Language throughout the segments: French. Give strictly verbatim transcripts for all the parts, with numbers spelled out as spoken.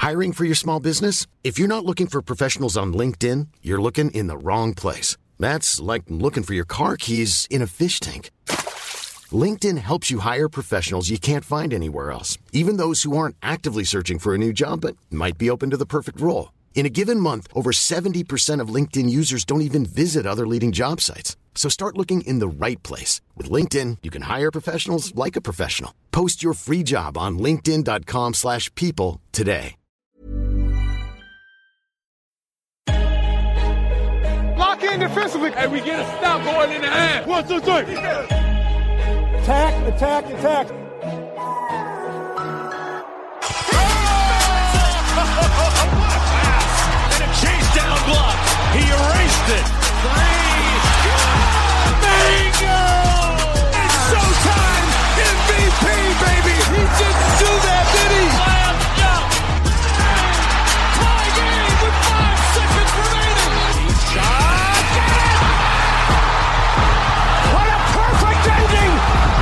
Hiring for your small business? If you're not looking for professionals on LinkedIn, you're looking in the wrong place. That's like looking for your car keys in a fish tank. LinkedIn helps you hire professionals you can't find anywhere else, even those who aren't actively searching for a new job but might be open to the perfect role. In a given month, over seventy percent of LinkedIn users don't even visit other leading job sites. So start looking in the right place. With LinkedIn, you can hire professionals like a professional. Post your free job on linkedin.com slash people today. Lock in defensively. And we get a stop going in the half. One, two, three. Attack, attack, attack. And a chase down block. He erased it. Three. Bingo! It's showtime. M V P, baby. He didn't do that, did he? Slam dunk. Tie game with five seconds remaining. He shot. What a perfect ending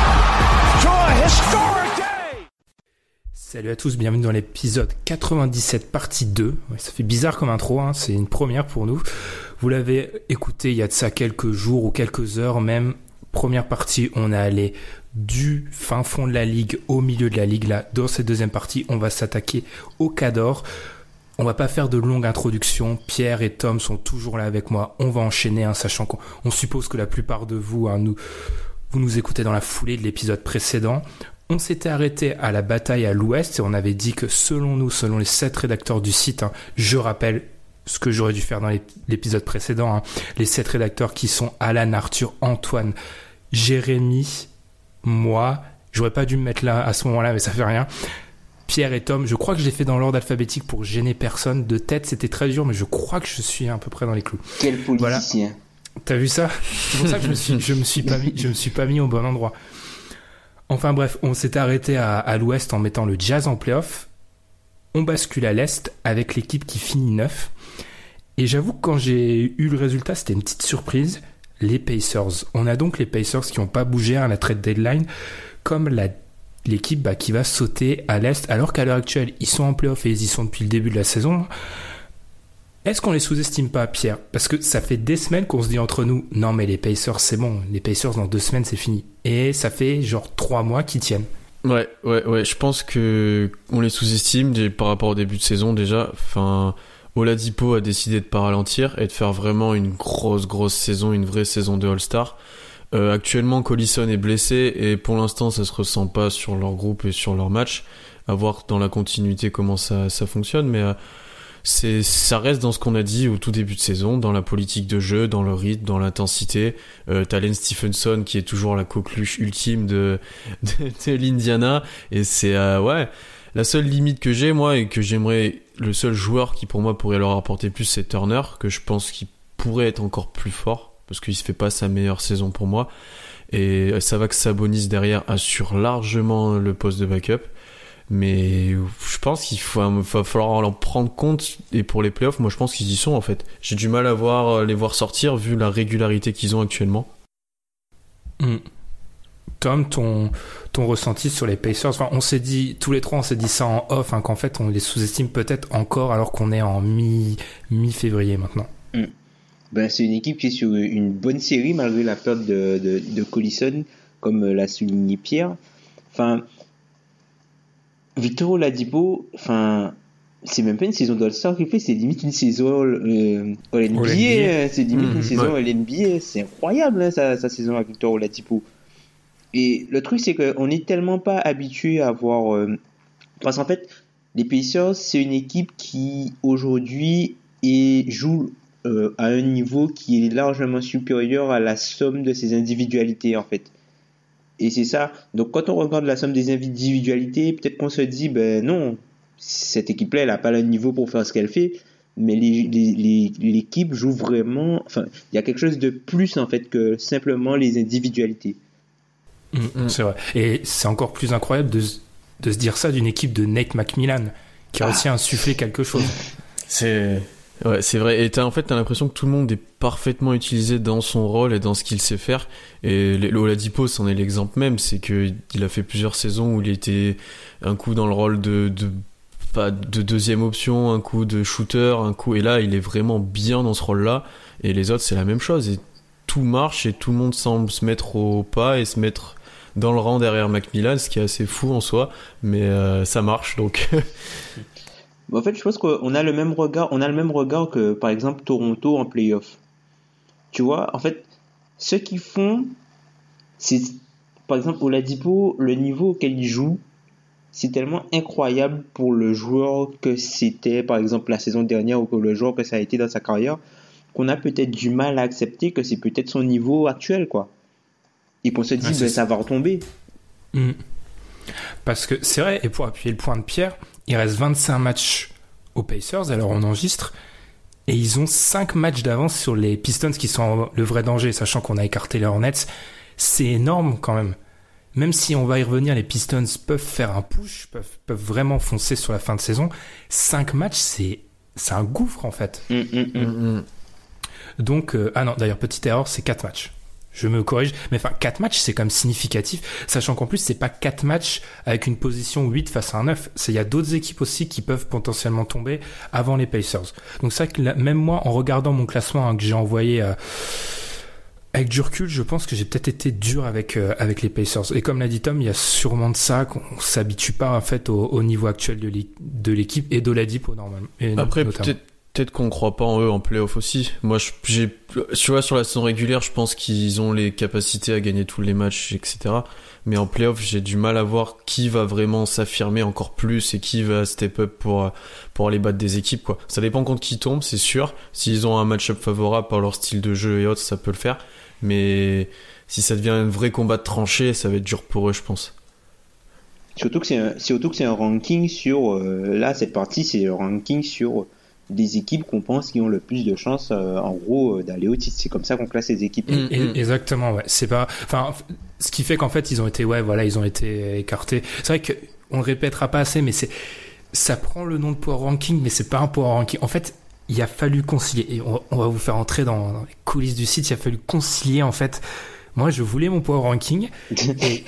to a historic day. Salut à tous, bienvenue dans l'épisode quatre-vingt-dix-sept partie deux. Ouais, ça fait bizarre comme intro, hein, c'est une première pour nous. Vous l'avez écouté il y a de ça quelques jours ou quelques heures même. Première partie, on est allé du fin fond de la ligue au milieu de la ligue. Là, dans cette deuxième partie, on va s'attaquer au Cador. On va pas faire de longue introduction. Pierre et Tom sont toujours là avec moi. On va enchaîner, hein, sachant qu'on on suppose que la plupart de vous, hein, nous, vous nous écoutez dans la foulée de l'épisode précédent. On s'était arrêté à la bataille à l'ouest et on avait dit que selon nous, selon les sept rédacteurs du site, hein, je rappelle ce que j'aurais dû faire dans l'épisode précédent, hein, les sept rédacteurs qui sont Alan, Arthur, Antoine, Jérémy, moi, j'aurais pas dû me mettre là à ce moment-là, mais ça fait rien. Pierre et Tom, je crois que j'ai fait dans l'ordre alphabétique pour gêner personne. De tête, c'était très dur, mais je crois que je suis à peu près dans les clous. Quel politicien. Voilà. T'as vu ça? C'est pour ça que je me suis, je me suis pas mis, je me suis pas mis au bon endroit. Enfin bref, on s'est arrêté à, à l'ouest en mettant le Jazz en play-off. On bascule à l'est avec l'équipe qui finit neuf. Et j'avoue que quand j'ai eu le résultat, c'était une petite surprise. Les Pacers. On a donc les Pacers qui n'ont pas bougé à la trade deadline, comme la, l'équipe bah, qui va sauter à l'est, alors qu'à l'heure actuelle, ils sont en play-off et ils y sont depuis le début de la saison. Est-ce qu'on les sous-estime pas, Pierre? Parce que ça fait des semaines qu'on se dit entre nous, non mais les Pacers c'est bon, les Pacers dans deux semaines c'est fini. Et ça fait genre trois mois qu'ils tiennent. Ouais, ouais, ouais. Je pense que on les sous-estime par rapport au début de saison déjà. Enfin, Oladipo a décidé de pas ralentir et de faire vraiment une grosse, grosse saison, une vraie saison de All-Star. Euh, actuellement, Collison est blessé et pour l'instant, ça se ressent pas sur leur groupe et sur leur match. À voir dans la continuité comment ça, ça fonctionne, mais euh, c'est, ça reste dans ce qu'on a dit au tout début de saison, dans la politique de jeu, dans le rythme, dans l'intensité. Euh, t'as Lane Stephenson qui est toujours la coqueluche ultime de, de, de l'Indiana. Et c'est, euh, ouais, la seule limite que j'ai, moi, et que j'aimerais, le seul joueur qui pour moi pourrait leur apporter plus, c'est Turner, que je pense qu'il pourrait être encore plus fort, parce qu'il se fait pas sa meilleure saison pour moi. Et ça va que Sabonis derrière assure largement le poste de backup. Mais je pense qu'il faut, va falloir en prendre compte. Et pour les playoffs, moi je pense qu'ils y sont en fait. J'ai du mal à voir, les voir sortir vu la régularité qu'ils ont actuellement. Mmh. Tom, ton, ton ressenti sur les Pacers, enfin, on s'est dit, tous les trois on s'est dit ça en off, hein, qu'en fait on les sous-estime peut-être encore alors qu'on est en mi, mi-février maintenant. Mmh. Ben, c'est une équipe qui est sur une bonne série malgré la perte de, de, de Collison, comme l'a souligné Pierre. Enfin, Victor Oladipo, enfin, c'est même pas une saison d'All-Star qu'il fait, c'est limite une saison euh, All N B A, c'est limite mmh, une saison ouais. All N B A, c'est incroyable hein, sa, sa saison à Victor Oladipo. Et le truc c'est qu'on est tellement pas habitué à voir, euh, parce qu'en fait, les Pacers c'est une équipe qui aujourd'hui est, joue euh, à un niveau qui est largement supérieur à la somme de ses individualités en fait. Et c'est ça. Donc, quand on regarde la somme des individualités, peut-être qu'on se dit, ben non, cette équipe-là, elle n'a pas le niveau pour faire ce qu'elle fait. Mais les, les, les, l'équipe joue vraiment... Enfin, il y a quelque chose de plus, en fait, que simplement les individualités. Mmh, c'est vrai. Et c'est encore plus incroyable de, de se dire ça d'une équipe de Nate McMillan, qui a ah. aussi insufflé quelque chose. C'est... Ouais, c'est vrai. Et t'as, en fait, t'as l'impression que tout le monde est parfaitement utilisé dans son rôle et dans ce qu'il sait faire. Et l'Oladipo, c'en est l'exemple même. C'est que il a fait plusieurs saisons où il était un coup dans le rôle de, de enfin, de deuxième option, un coup de shooter, un coup, et là il est vraiment bien dans ce rôle-là, et les autres c'est la même chose, et tout marche et tout le monde semble se mettre au pas et se mettre dans le rang derrière Macmillan, ce qui est assez fou en soi, mais euh, ça marche donc. En fait, je pense qu'on a le même regard, on a le même regard que par exemple Toronto en playoff. Tu vois, en fait, ce qu'ils font, c'est par exemple Oladipo, le niveau auquel il joue, c'est tellement incroyable pour le joueur que c'était par exemple la saison dernière ou que le joueur que ça a été dans sa carrière, qu'on a peut-être du mal à accepter que c'est peut-être son niveau actuel, quoi. Et qu'on se dit, ouais, ben, ça va retomber. Mmh. Parce que c'est vrai, et pour appuyer le point de Pierre, il reste vingt-cinq matchs aux Pacers, alors on enregistre, et ils ont cinq matchs d'avance sur les Pistons qui sont le vrai danger, sachant qu'on a écarté les Hornets. C'est énorme quand même. Même si on va y revenir, les Pistons peuvent faire un push, peuvent, peuvent vraiment foncer sur la fin de saison. cinq matchs, c'est, c'est un gouffre en fait. Mmh, mmh, mmh. Donc, euh, ah non, d'ailleurs, petite erreur, c'est quatre matchs. Je me corrige, mais enfin quatre matchs c'est quand même significatif, sachant qu'en plus c'est pas quatre matchs avec une position huit face à un neuf, il y a d'autres équipes aussi qui peuvent potentiellement tomber avant les Pacers. Donc c'est vrai que là, même moi en regardant mon classement hein, que j'ai envoyé euh, avec du recul, je pense que j'ai peut-être été dur avec euh, avec les Pacers. Et comme l'a dit Tom, il y a sûrement de ça qu'on s'habitue pas en fait au, au niveau actuel de, l'é- de l'équipe et d'Oladipo normalement. Et Après notamment. peut-être Peut-être qu'on croit pas en eux en playoff aussi. Moi, je, j'ai, tu vois, sur la saison régulière, je pense qu'ils ont les capacités à gagner tous les matchs, et cetera. Mais en playoff, j'ai du mal à voir qui va vraiment s'affirmer encore plus et qui va step up pour, pour aller battre des équipes, quoi. Ça dépend contre qui tombe, c'est sûr. S'ils ont un match-up favorable par leur style de jeu et autres, ça peut le faire. Mais si ça devient un vrai combat de tranchée, ça va être dur pour eux, je pense. Surtout que c'est un, surtout que c'est un ranking sur, euh, là, cette partie, c'est un ranking sur des équipes qu'on pense qui ont le plus de chances euh, en gros euh, d'aller au titre. C'est comme ça qu'on classe les équipes. Et, et, exactement, ouais. C'est pas, enfin, ce qui fait qu'en fait ils ont été, ouais, voilà, ils ont été écartés. C'est vrai que on le répétera pas assez, mais c'est, ça prend le nom de power ranking, mais c'est pas un power ranking. En fait, il a fallu concilier. Et on, on va vous faire entrer dans, dans les coulisses du site. Il a fallu concilier en fait. Moi, je voulais mon power ranking. et,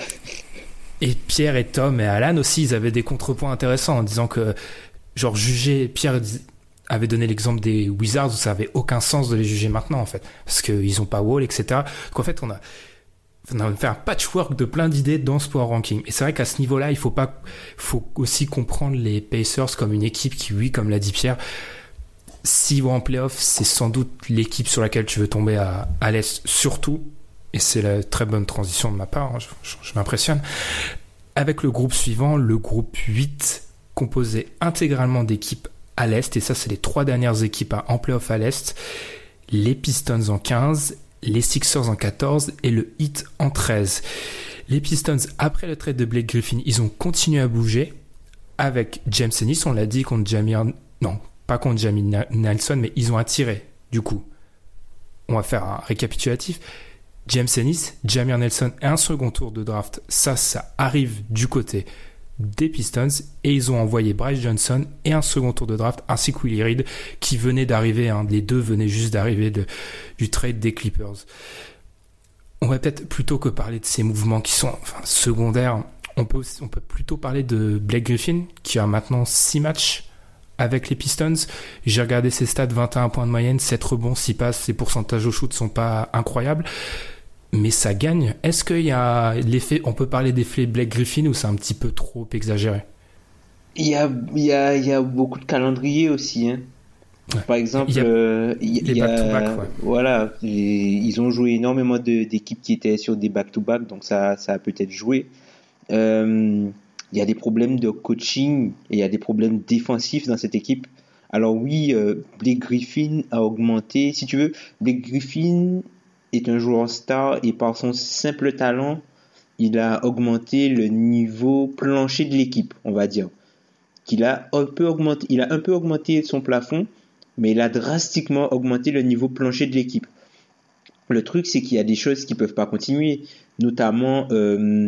et Pierre et Tom et Alan aussi, ils avaient des contrepoints intéressants en disant que, genre, juger Pierre avait donné l'exemple des Wizards où ça avait aucun sens de les juger maintenant en fait parce qu'ils ont pas Wall, etc. Donc en fait on a on a fait un patchwork de plein d'idées dans ce power ranking et c'est vrai qu'à ce niveau-là il faut pas faut aussi comprendre les Pacers comme une équipe qui, oui, comme l'a dit Pierre, s'ils vont en playoff c'est sans doute l'équipe sur laquelle tu veux tomber à, à l'Est surtout, et c'est la très bonne transition de ma part, hein, je, je, je m'impressionne, avec le groupe suivant, le groupe huit, composé intégralement d'équipes à l'Est, et ça c'est les trois dernières équipes en play-off à l'Est, les Pistons en quinze, les Sixers en quatorze et le Heat en treize. Les Pistons, après le trade de Blake Griffin, ils ont continué à bouger avec James Ennis, on l'a dit, contre Jamir, non, pas contre Jamir Nelson, mais ils ont attiré, du coup, on va faire un récapitulatif, James Ennis, Jamir Nelson et un second tour de draft, ça, ça arrive du côté des Pistons, et ils ont envoyé Bryce Johnson et un second tour de draft ainsi que Willie Reed qui venait d'arriver, hein, les deux venaient juste d'arriver de, du trade des Clippers. On va peut-être, plutôt que parler de ces mouvements qui sont enfin, secondaires, on peut, on peut plutôt parler de Blake Griffin qui a maintenant six matchs avec les Pistons. J'ai regardé ses stats, vingt et un points de moyenne, sept rebonds, six passes, ses pourcentages au shoot sont pas incroyables, mais ça gagne. Est-ce qu'il y a l'effet, on peut parler d'effet Blake Griffin ou c'est un petit peu trop exagéré? Il y a, il y a, il y a beaucoup de calendrier aussi. Hein. Ouais. Par exemple, il y a, euh, il y a, les back-to-back. Ouais. Voilà, ils ont joué énormément de, d'équipes qui étaient sur des back-to-back, donc ça, ça a peut-être joué. Euh, il y a des problèmes de coaching et il y a des problèmes défensifs dans cette équipe. Alors oui, euh, Blake Griffin a augmenté. Si tu veux, Blake Griffin est un joueur star et par son simple talent, il a augmenté le niveau plancher de l'équipe, on va dire. Qu'il a un peu augmenté, il a un peu augmenté son plafond, mais il a drastiquement augmenté le niveau plancher de l'équipe. Le truc, c'est qu'il y a des choses qui peuvent pas continuer, notamment euh,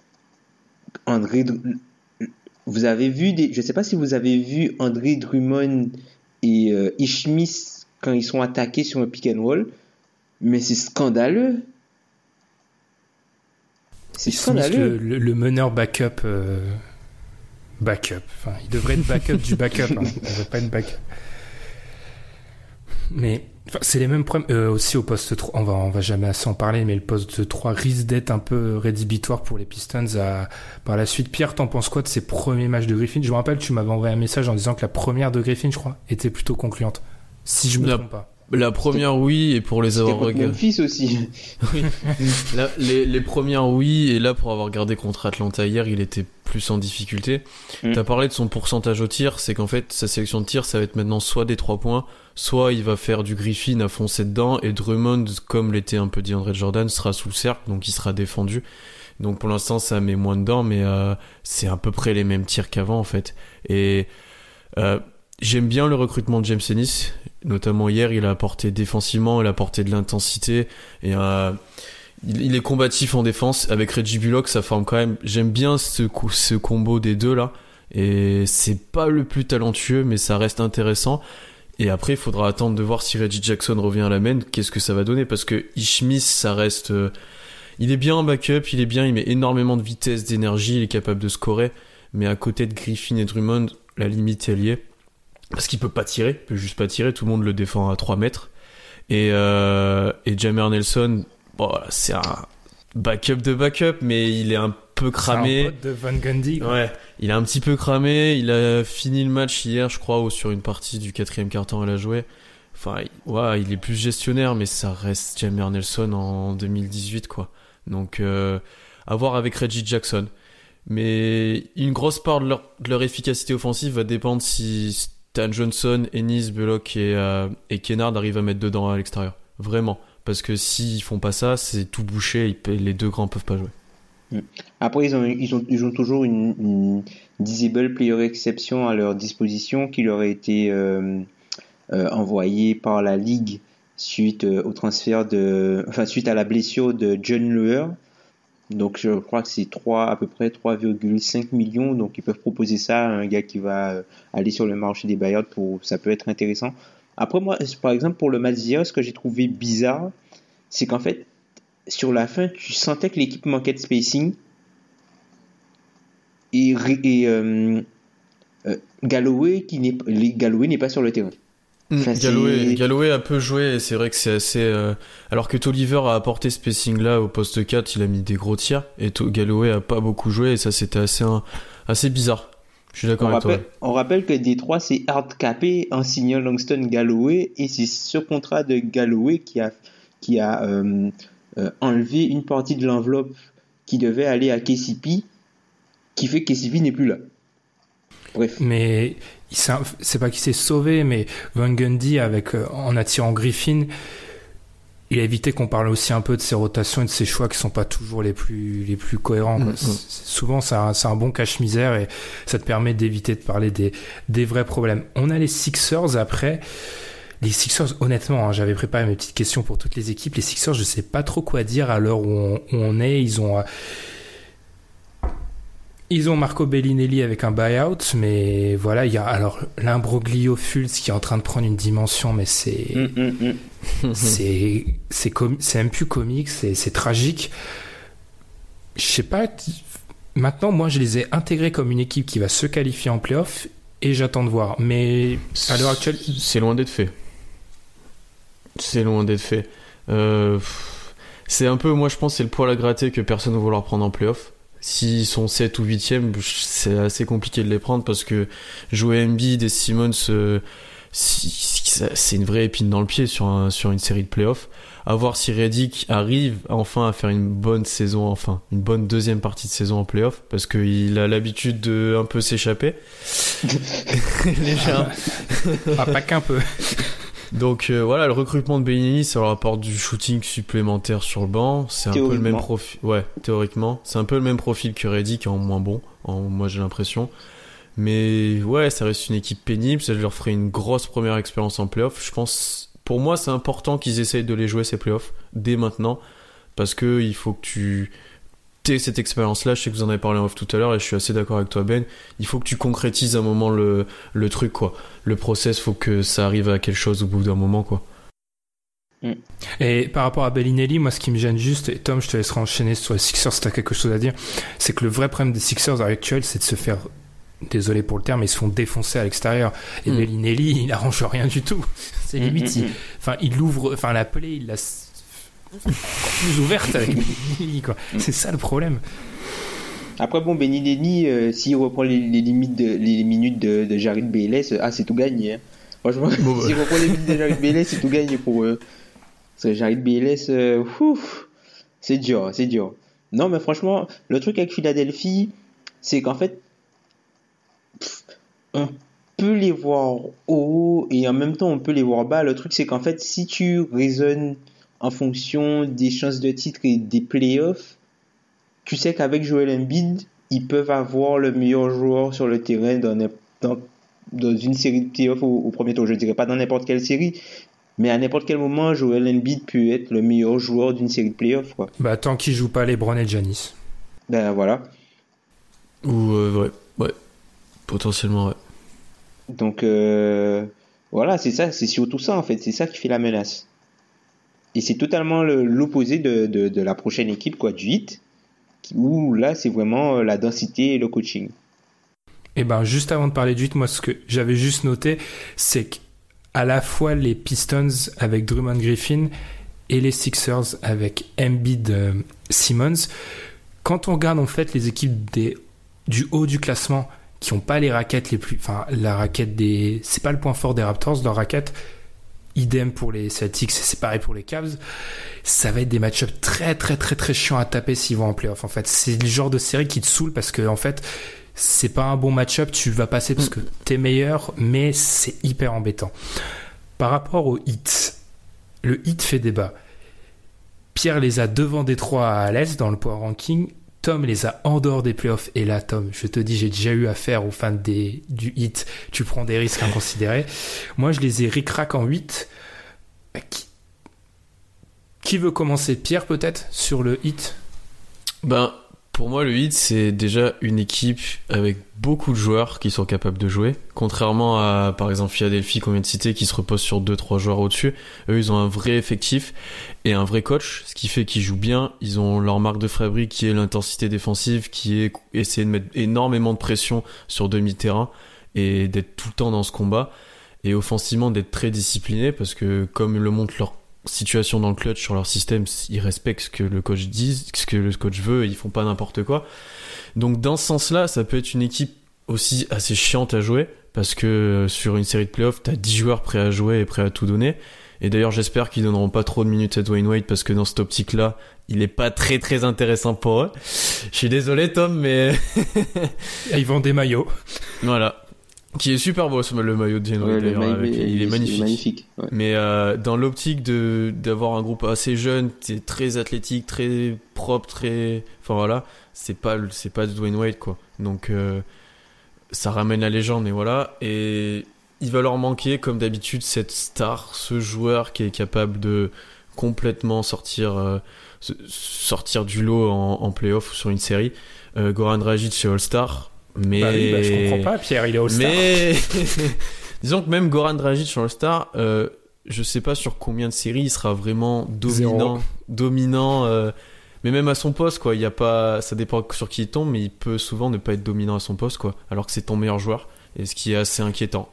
André. Vous avez vu des, je sais pas si vous avez vu André Drummond et euh, Ish Smith quand ils sont attaqués sur un pick and roll. Mais c'est scandaleux. C'est Ils scandaleux. Le, le, le meneur backup euh, backup. Enfin, il devrait être backup du backup. Hein. Il devrait pas être backup. Mais enfin, c'est les mêmes problèmes euh, aussi au poste trois. On va, on va jamais assez en parler, mais le poste trois risque d'être un peu rédhibitoire pour les Pistons à, par la suite. Pierre, t'en penses quoi de ces premiers matchs de Griffin? Je me rappelle, tu m'avais envoyé un message en disant que la première de Griffin, je crois, était plutôt concluante. Si je me la, trompe pas. La première, oui, et pour les avoir regardé. Mon fils aussi. Oui. Là, les, les premières, oui, et là, pour avoir regardé contre Atlanta hier, il était plus en difficulté. Mm. T'as parlé de son pourcentage au tir, c'est qu'en fait, sa sélection de tir, ça va être maintenant soit des trois points, soit il va faire du Griffin à foncer dedans, et Drummond, comme l'était un peu DeAndre Jordan, sera sous le cercle, donc il sera défendu. Donc pour l'instant, ça met moins dedans, mais euh, c'est à peu près les mêmes tirs qu'avant, en fait. Et euh, j'aime bien le recrutement de James Ennis. Notamment hier, il a apporté défensivement, il a apporté de l'intensité et euh, il, il est combatif en défense. Avec Reggie Bullock, ça forme quand même. J'aime bien ce, ce combo des deux là. Et c'est pas le plus talentueux, mais ça reste intéressant. Et après, il faudra attendre de voir si Reggie Jackson revient à la main. Qu'est-ce que ça va donner? Parce que Ishmis, ça reste. Euh, il est bien en backup, il est bien, il met énormément de vitesse, d'énergie, il est capable de scorer. Mais à côté de Griffin et Drummond, la limite elle y est. Parce qu'il peut pas tirer, il peut juste pas tirer, tout le monde le défend à trois mètres. Et, euh, et Jameer Nelson, bon, c'est un backup de backup, mais il est un peu cramé. C'est un pote de Van Gundy. Quoi. Ouais, il est un petit peu cramé, il a fini le match hier, je crois, ou sur une partie du quatrième quart-temps, elle a joué. Enfin, ouais, il est plus gestionnaire, mais ça reste Jameer Nelson en deux mille dix-huit, quoi. Donc, euh, à voir avec Reggie Jackson. Mais une grosse part de leur, de leur efficacité offensive va dépendre si Stan Johnson, Ennis, Bullock et, euh, et Kennard arrivent à mettre dedans à l'extérieur. Vraiment. Parce que s'ils font pas ça, c'est tout bouché, ils, les deux grands peuvent pas jouer. Après, ils ont, ils ont, ils ont toujours une, une disable player exception à leur disposition qui leur a été euh, euh, envoyée par la Ligue suite euh, au transfert de, enfin, suite à la blessure de John Leuer. Donc je crois que c'est trois, à peu près trois virgule cinq millions, donc ils peuvent proposer ça à un gars qui va aller sur le marché des buyouts, pour, ça peut être intéressant. Après moi, par exemple pour le match d'hier, ce que j'ai trouvé bizarre, c'est qu'en fait, sur la fin, tu sentais que l'équipe manquait de spacing, et, et euh, euh, Galloway, qui n'est, Galloway n'est pas sur le terrain. Enfin, Galloway, Galloway a peu joué et c'est vrai que c'est assez euh... alors que Tolliver a apporté ce spacing là au poste quatre, il a mis des gros tirs et to- Galloway a pas beaucoup joué et ça c'était assez un... assez bizarre. Je suis d'accord on avec rappelle, toi. On rappelle que Détroit s'est hardcapé en signant Langston Galloway et c'est ce contrat de Galloway qui a qui a euh, euh, enlevé une partie de l'enveloppe qui devait aller à K C P, qui fait que K C P n'est plus là. Bref. Mais c'est pas qu'il s'est sauvé, mais Van Gundy, avec, euh, en attirant Griffin, il a évité qu'on parle aussi un peu de ses rotations et de ses choix qui sont pas toujours les plus, les plus cohérents. Quoi. Mm-hmm. C'est, souvent, c'est un, c'est un bon cache-misère et ça te permet d'éviter de parler des, des vrais problèmes. On a les Sixers après. Les Sixers, honnêtement, hein, j'avais préparé mes petites questions pour toutes les équipes. Les Sixers, je sais pas trop quoi dire à l'heure où on, où on est. Ils ont... Euh, Ils ont Marco Bellinelli avec un buyout, mais voilà, il y a alors l'imbroglio Fultz qui est en train de prendre une dimension, mais c'est mm, mm, mm. c'est c'est com- c'est même plus comique, c'est c'est tragique. Je sais pas. Maintenant, moi, je les ai intégrés comme une équipe qui va se qualifier en play-off et j'attends de voir. Mais à l'heure actuelle, c'est loin d'être fait. C'est loin d'être fait. Euh, c'est un peu, moi, je pense, c'est le poil à gratter que personne ne va vouloir prendre en play-off. S'ils sont sept ou huitième, c'est assez compliqué de les prendre parce que jouer Embiid et Simmons, euh, c'est une vraie épine dans le pied sur, un, sur une série de playoffs. À voir si Redick arrive enfin à faire une bonne saison, enfin une bonne deuxième partie de saison en playoffs parce qu'il a l'habitude de un peu s'échapper. Légèrement. Ah, pas qu'un peu. Donc euh, voilà, le recrutement de Bellinelli, ça leur apporte du shooting supplémentaire sur le banc. C'est un peu le même profil. Ouais, théoriquement, c'est un peu le même profil que Redick en moins bon. En, moi, j'ai l'impression. Mais ouais, ça reste une équipe pénible. Ça leur ferait une grosse première expérience en playoff. Je pense, pour moi, c'est important qu'ils essayent de les jouer ces playoffs dès maintenant, parce que il faut que tu t'aies cette expérience-là. Je sais que vous en avez parlé en off tout à l'heure, et je suis assez d'accord avec toi, Ben. Il faut que tu concrétises un moment le le truc, quoi. Le process, faut que ça arrive à quelque chose au bout d'un moment, quoi. Et par rapport à Bellinelli, moi ce qui me gêne juste, et Tom je te laisserai enchaîner sur les Sixers si t'as quelque chose à dire, c'est que le vrai problème des Sixers à l'heure actuelle, c'est de se faire désolé pour le terme, ils se font défoncer à l'extérieur. Et mm. Bellinelli, il n'arrange rien du tout. C'est limite, mm, mm, il, enfin, il ouvre, enfin, la plaie, il l'a encore plus ouverte avec Bellinelli, quoi. Mm. C'est ça le problème. Après, bon, Bellinelli, euh, s'il reprend les, les limites, de, les minutes de, de Jared Bayless, ah, c'est tout gagné. Hein. Franchement, bon, s'il reprend les minutes de Jared Bayless, c'est tout gagné pour eux. Parce que Jared Bayless, euh, ouf, c'est dur, c'est dur. Non, mais franchement, le truc avec Philadelphie, c'est qu'en fait, pff, on peut les voir haut et en même temps, on peut les voir bas. Le truc, c'est qu'en fait, si tu raisonnes en fonction des chances de titre et des playoffs, tu sais qu'avec Joel Embiid, ils peuvent avoir le meilleur joueur sur le terrain dans, dans, dans une série de playoffs au, au premier tour. Je ne dirais pas dans n'importe quelle série, mais à n'importe quel moment, Joel Embiid peut être le meilleur joueur d'une série de playoffs, quoi. Bah, tant qu'il joue pas LeBron et Giannis. Ben voilà. Ou, euh, ouais, ouais. Potentiellement, ouais. Donc, euh, voilà, c'est ça, c'est surtout ça, en fait. C'est ça qui fait la menace. Et c'est totalement le, l'opposé de, de, de la prochaine équipe, quoi, du Heat, où là, c'est vraiment la densité et le coaching. Et ben, juste avant de parler du Heat, moi, ce que j'avais juste noté, c'est que à la fois les Pistons avec Draymond Griffin et les Sixers avec Embiid euh, Simmons, quand on regarde en fait les équipes des, du haut du classement qui n'ont pas les raquettes les plus... Enfin, la raquette des... C'est pas le point fort des Raptors, leur raquette. Idem pour les Celtics, c'est pareil pour les Cavs. Ça va être des match-ups très très très très chiants à taper s'ils vont en play-off. En fait, c'est le genre de série qui te saoule parce que en fait... c'est pas un bon match-up, tu vas passer parce que t'es meilleur, mais c'est hyper embêtant. Par rapport au Heat, le Heat fait débat. Pierre les a devant Détroit à l'Est dans le power ranking, Tom les a en dehors des playoffs, et là Tom, je te dis, j'ai déjà eu affaire aux fans des, du Heat, tu prends des risques inconsidérés. Moi je les ai ric-rac en huit. Qui, qui veut commencer? Pierre peut-être sur le Heat? Ben... Pour moi, le Heat, c'est déjà une équipe avec beaucoup de joueurs qui sont capables de jouer. Contrairement à, par exemple, Philadelphie, qu'on vient de citer, qui se repose sur deux trois joueurs au-dessus. Eux, ils ont un vrai effectif et un vrai coach, ce qui fait qu'ils jouent bien. Ils ont leur marque de fabrique qui est l'intensité défensive, qui est essayer de mettre énormément de pression sur demi-terrain et d'être tout le temps dans ce combat. Et offensivement, d'être très disciplinés parce que, comme le montre leur situation dans le clutch sur leur système, ils respectent ce que le coach dit, ce que le coach veut, et ils font pas n'importe quoi. Donc dans ce sens-là, ça peut être une équipe aussi assez chiante à jouer, parce que sur une série de playoffs, t'as dix joueurs prêts à jouer et prêts à tout donner. Et d'ailleurs, j'espère qu'ils donneront pas trop de minutes à Dwayne Wade, parce que dans cette optique-là, il est pas très très intéressant pour eux. Je suis désolé Tom, mais ils vendent des maillots. Voilà. Qui est super beau, le maillot de Dwayne Wade, ouais, d'ailleurs. Avec, il, il est magnifique. magnifique ouais. Mais euh, dans l'optique de d'avoir un groupe assez jeune, très athlétique, très propre, très, enfin voilà, c'est pas c'est pas Dwayne Wade quoi. Donc euh, ça ramène la légende et voilà. Et il va leur manquer comme d'habitude cette star, ce joueur qui est capable de complètement sortir euh, sortir du lot en, en play-off ou sur une série. Euh, Goran Dragic chez All-Star. Mais bah oui, bah je comprends pas, Pierre, il est All-Star. Mais disons que même Goran Dragic sur All-Star, euh, je sais pas sur combien de séries il sera vraiment dominant, Zéro. dominant. Euh, mais même à son poste, quoi, il y a pas, ça dépend sur qui il tombe, mais il peut souvent ne pas être dominant à son poste, quoi, alors que c'est ton meilleur joueur, et ce qui est assez inquiétant.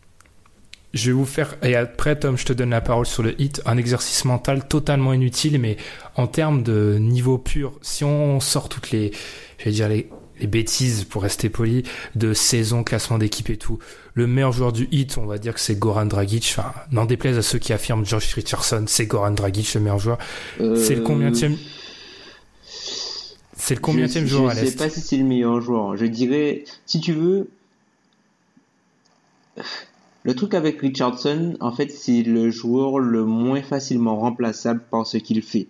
Je vais vous faire, et après Tom, je te donne la parole sur le Heat, un exercice mental totalement inutile, mais en termes de niveau pur, si on sort toutes les, je vais dire les les bêtises, pour rester poli, de saison, classement d'équipe et tout. Le meilleur joueur du Heat, on va dire que c'est Goran Dragic. Enfin, n'en déplaise à ceux qui affirment Josh Richardson, c'est Goran Dragic le meilleur joueur. Euh... C'est le combienième C'est le combienième joueur à l'Est? Je sais pas si c'est le meilleur joueur. Je dirais, si tu veux, le truc avec Richardson, en fait, c'est le joueur le moins facilement remplaçable par ce qu'il fait.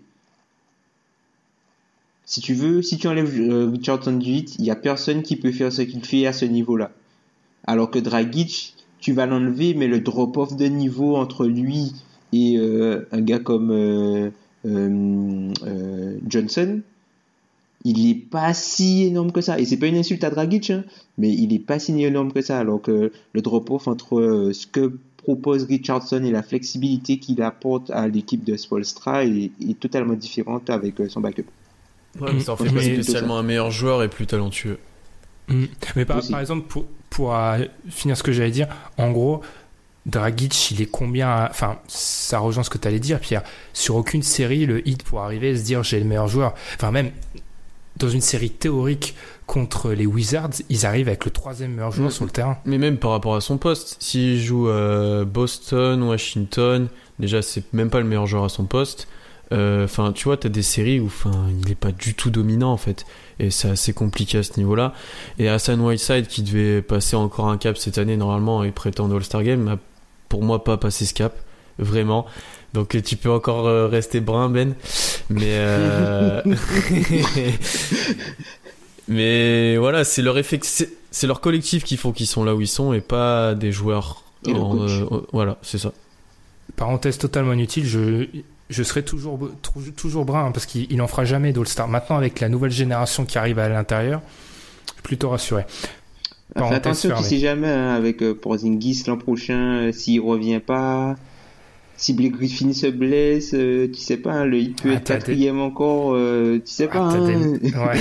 Si tu veux, si tu enlèves euh, Richardson du Heat, il y a personne qui peut faire ce qu'il fait à ce niveau-là. Alors que Dragic, tu vas l'enlever, mais le drop-off de niveau entre lui et euh, un gars comme euh, euh, euh, Johnson, il est pas si énorme que ça. Et c'est pas une insulte à Dragic, hein, mais il est pas si énorme que ça. Alors que le drop-off entre euh, ce que propose Richardson et la flexibilité qu'il apporte à l'équipe de Spoelstra est, est totalement différente avec euh, son backup. Ouais, mais ça en fait pas spécialement un meilleur joueur et plus talentueux. Mmh. Mais par, par exemple, pour, pour euh, finir ce que j'allais dire, en gros, Dragic, il est combien... Enfin, ça rejoint ce que tu allais dire, Pierre. Sur aucune série, le Heat pour arriver et se dire j'ai le meilleur joueur. Enfin, même dans une série théorique contre les Wizards, ils arrivent avec le troisième meilleur joueur mmh. sur le terrain. Mais même par rapport à son poste, s'il joue à Boston, Washington, déjà, c'est même pas le meilleur joueur à son poste. Enfin, euh, tu vois, t'as des séries où il est pas du tout dominant, en fait. Et c'est assez compliqué à ce niveau-là. Et Hassan Whiteside, qui devait passer encore un cap cette année, normalement, et prétendre All-Star Game, n'a pour moi pas passé ce cap, vraiment. Donc tu peux encore euh, rester brun, Ben. Mais, euh... mais voilà, c'est leur, effect... c'est... c'est leur collectif qui font qu'ils sont là où ils sont et pas des joueurs. En, euh, voilà, c'est ça. Parenthèse totalement inutile, je... je serai toujours, toujours brun hein, parce qu'il n'en fera jamais d'All-Star. Maintenant, avec la nouvelle génération qui arrive à l'intérieur, je suis plutôt rassuré. Fais attention, tu sais jamais hein, avec euh, Porzingis l'an prochain, euh, s'il revient pas, si Blake Griffin se blesse, euh, tu sais pas, hein, le, il peut ah, être quatrième des... encore, euh, tu sais ah, pas. Hein. Des... Ouais.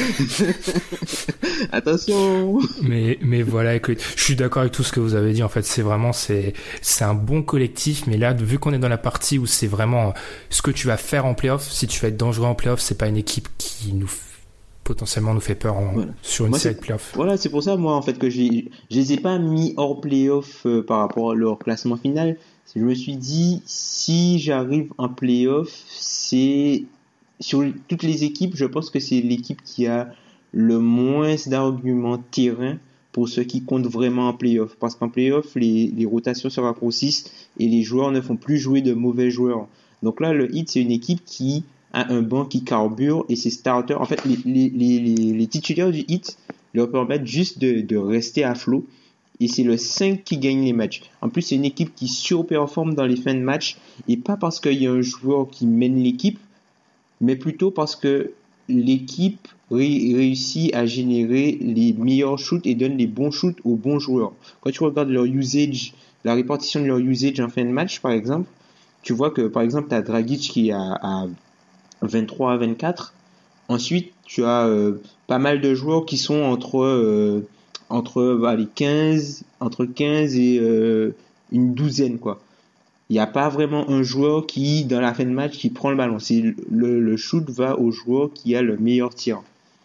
Attention. Mais mais voilà, écoute, je suis d'accord avec tout ce que vous avez dit. En fait, c'est vraiment c'est c'est un bon collectif, mais là, vu qu'on est dans la partie où c'est vraiment ce que tu vas faire en playoff, si tu vas être dangereux en playoff, c'est pas une équipe qui nous potentiellement nous fait peur en, voilà. sur une moi, série de playoffs. Voilà, c'est pour ça, moi, en fait, que j'ai, je les ai pas mis hors playoff euh, par rapport à leur classement final. Je me suis dit, si j'arrive en playoff, c'est, sur toutes les équipes, je pense que c'est l'équipe qui a le moins d'arguments terrain pour ceux qui comptent vraiment en playoff. Parce qu'en playoff, les, les rotations se raccourcissent et les joueurs ne font plus jouer de mauvais joueurs. Donc là, le Heat, c'est une équipe qui a un banc qui carbure et ses starters, en fait, les, les, les, les, les titulaires du Heat leur permettent juste de, de rester à flot et c'est le cinq qui gagne les matchs. En plus, c'est une équipe qui surperforme dans les fins de match et pas parce qu'il y a un joueur qui mène l'équipe, mais plutôt parce que l'équipe ré- réussit à générer les meilleurs shoots et donne les bons shoots aux bons joueurs. Quand tu regardes leur usage, la répartition de leur usage en fin de match, par exemple, tu vois que, par exemple, tu as Dragic qui est à, à vingt-trois à vingt-quatre. Ensuite, tu as euh, pas mal de joueurs qui sont entre euh, entre bah, les quinze entre quinze et euh, une douzaine quoi. Il n'y a pas vraiment un joueur qui dans la fin de match qui prend le ballon. C'est le, le shoot va au joueur qui a le meilleur tir.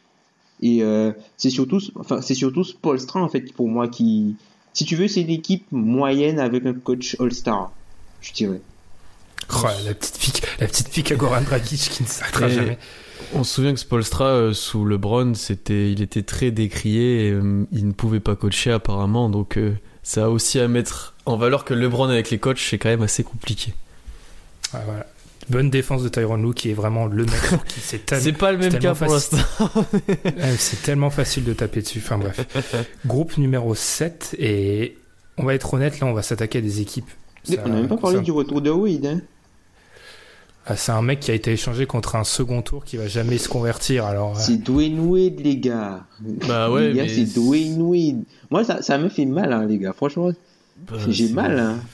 Et euh, c'est surtout enfin c'est surtout Spoelstra en fait pour moi qui, si tu veux, c'est une équipe moyenne avec un coach All-Star, je dirais. Oh, la petite pique, la petite pique à Goran Dragic qui ne s'arrêtera et jamais. On se souvient que Spoelstra euh, sous LeBron, c'était, il était très décrié, et, euh, il ne pouvait pas coacher apparemment, donc euh, ça a aussi à mettre en valeur que LeBron avec les coachs, c'est quand même assez compliqué. Ah, voilà. Bonne défense de Tyronn Lue qui est vraiment le mec qui c'est, tel... c'est pas le même cas pour facile... l'instant. C'est tellement facile de taper dessus. Enfin bref. Groupe numéro sept et on va être honnête, là on va s'attaquer à des équipes. Ça, on n'a même pas parlé du retour de Wade, hein. Ah, c'est un mec qui a été échangé contre un second tour qui va jamais se convertir. Alors, c'est Dwayne Wade, les gars. Bah ouais, les gars, mais c'est Dwayne Wade. Moi, ça, ça me fait mal, hein, les gars. Franchement, bah, j'ai c'est... mal. Hein.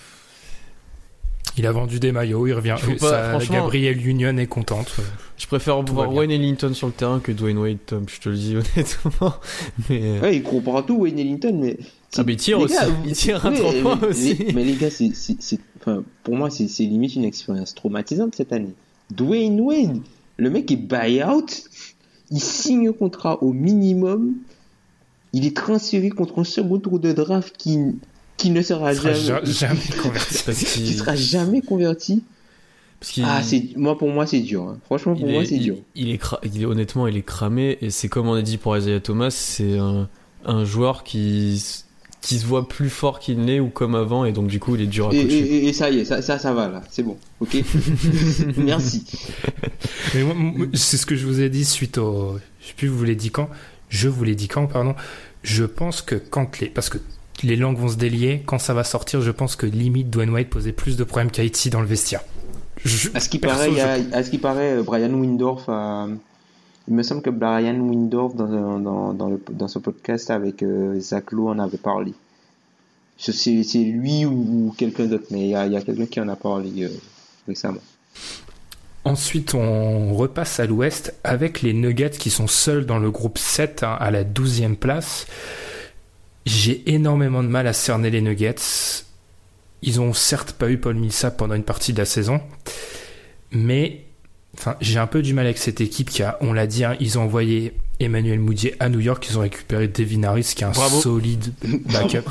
Il a vendu des maillots, il revient. Pas, ça, Gabrielle Union est contente. Je préfère Tout voir Wayne Ellington sur le terrain que Dwayne Wade, Tom, je te le dis honnêtement. Mais... Ouais, il comprend tout, Wayne Ellington, mais. Ah, mais il tire aussi. Gars, il tire à trois points aussi. Les, mais les gars, c'est, c'est, c'est, enfin, pour moi, c'est, c'est limite une expérience traumatisante cette année. Dwayne Wade, le mec est buy-out, il signe un contrat au minimum, il est transféré contre un second tour de draft qui, qui ne sera jamais, ja- jamais converti. Parce qu'il qui sera jamais converti. Parce qu'il... Ah, c'est, moi, pour moi, c'est dur. Hein. Franchement, pour il moi, est, c'est il, dur. Il est, cra... il est, honnêtement, il est cramé. Et c'est comme on a dit pour Isaiah Thomas, c'est un, un joueur qui, qui se voit plus fort qu'il n'est ou comme avant. Et donc, du coup, il est dur à et, coacher. Et, et, et ça y est, ça, ça, ça va, là. C'est bon. Ok. Merci. Mais moi, moi, c'est ce que je vous ai dit suite au. Je sais plus, vous l'ai dit quand. Je vous l'ai dit quand, pardon. Je pense que quand les. Parce que les langues vont se délier. Quand ça va sortir, je pense que limite Dwayne Wade posait plus de problèmes qu'Haïti dans le vestiaire. Je, à ce qui paraît, je... a, à ce qui paraît, Brian Windorf a, il me semble que Brian Windorf dans dans dans, le, dans ce podcast avec euh, Zach Lowe en avait parlé. C'est c'est lui ou, ou quelqu'un d'autre, mais il y a il y a quelqu'un qui en a parlé euh, récemment. Ensuite, on repasse à l'ouest avec les Nuggets qui sont seuls dans le groupe sept, hein, à la douzième place. J'ai énormément de mal à cerner les Nuggets. Ils ont certes pas eu Paul Millsap pendant une partie de la saison, mais enfin, j'ai un peu du mal avec cette équipe qui a, on l'a dit, hein, ils ont envoyé Emmanuel Mudiay à New York, ils ont récupéré Devin Harris qui est un Bravo. solide backup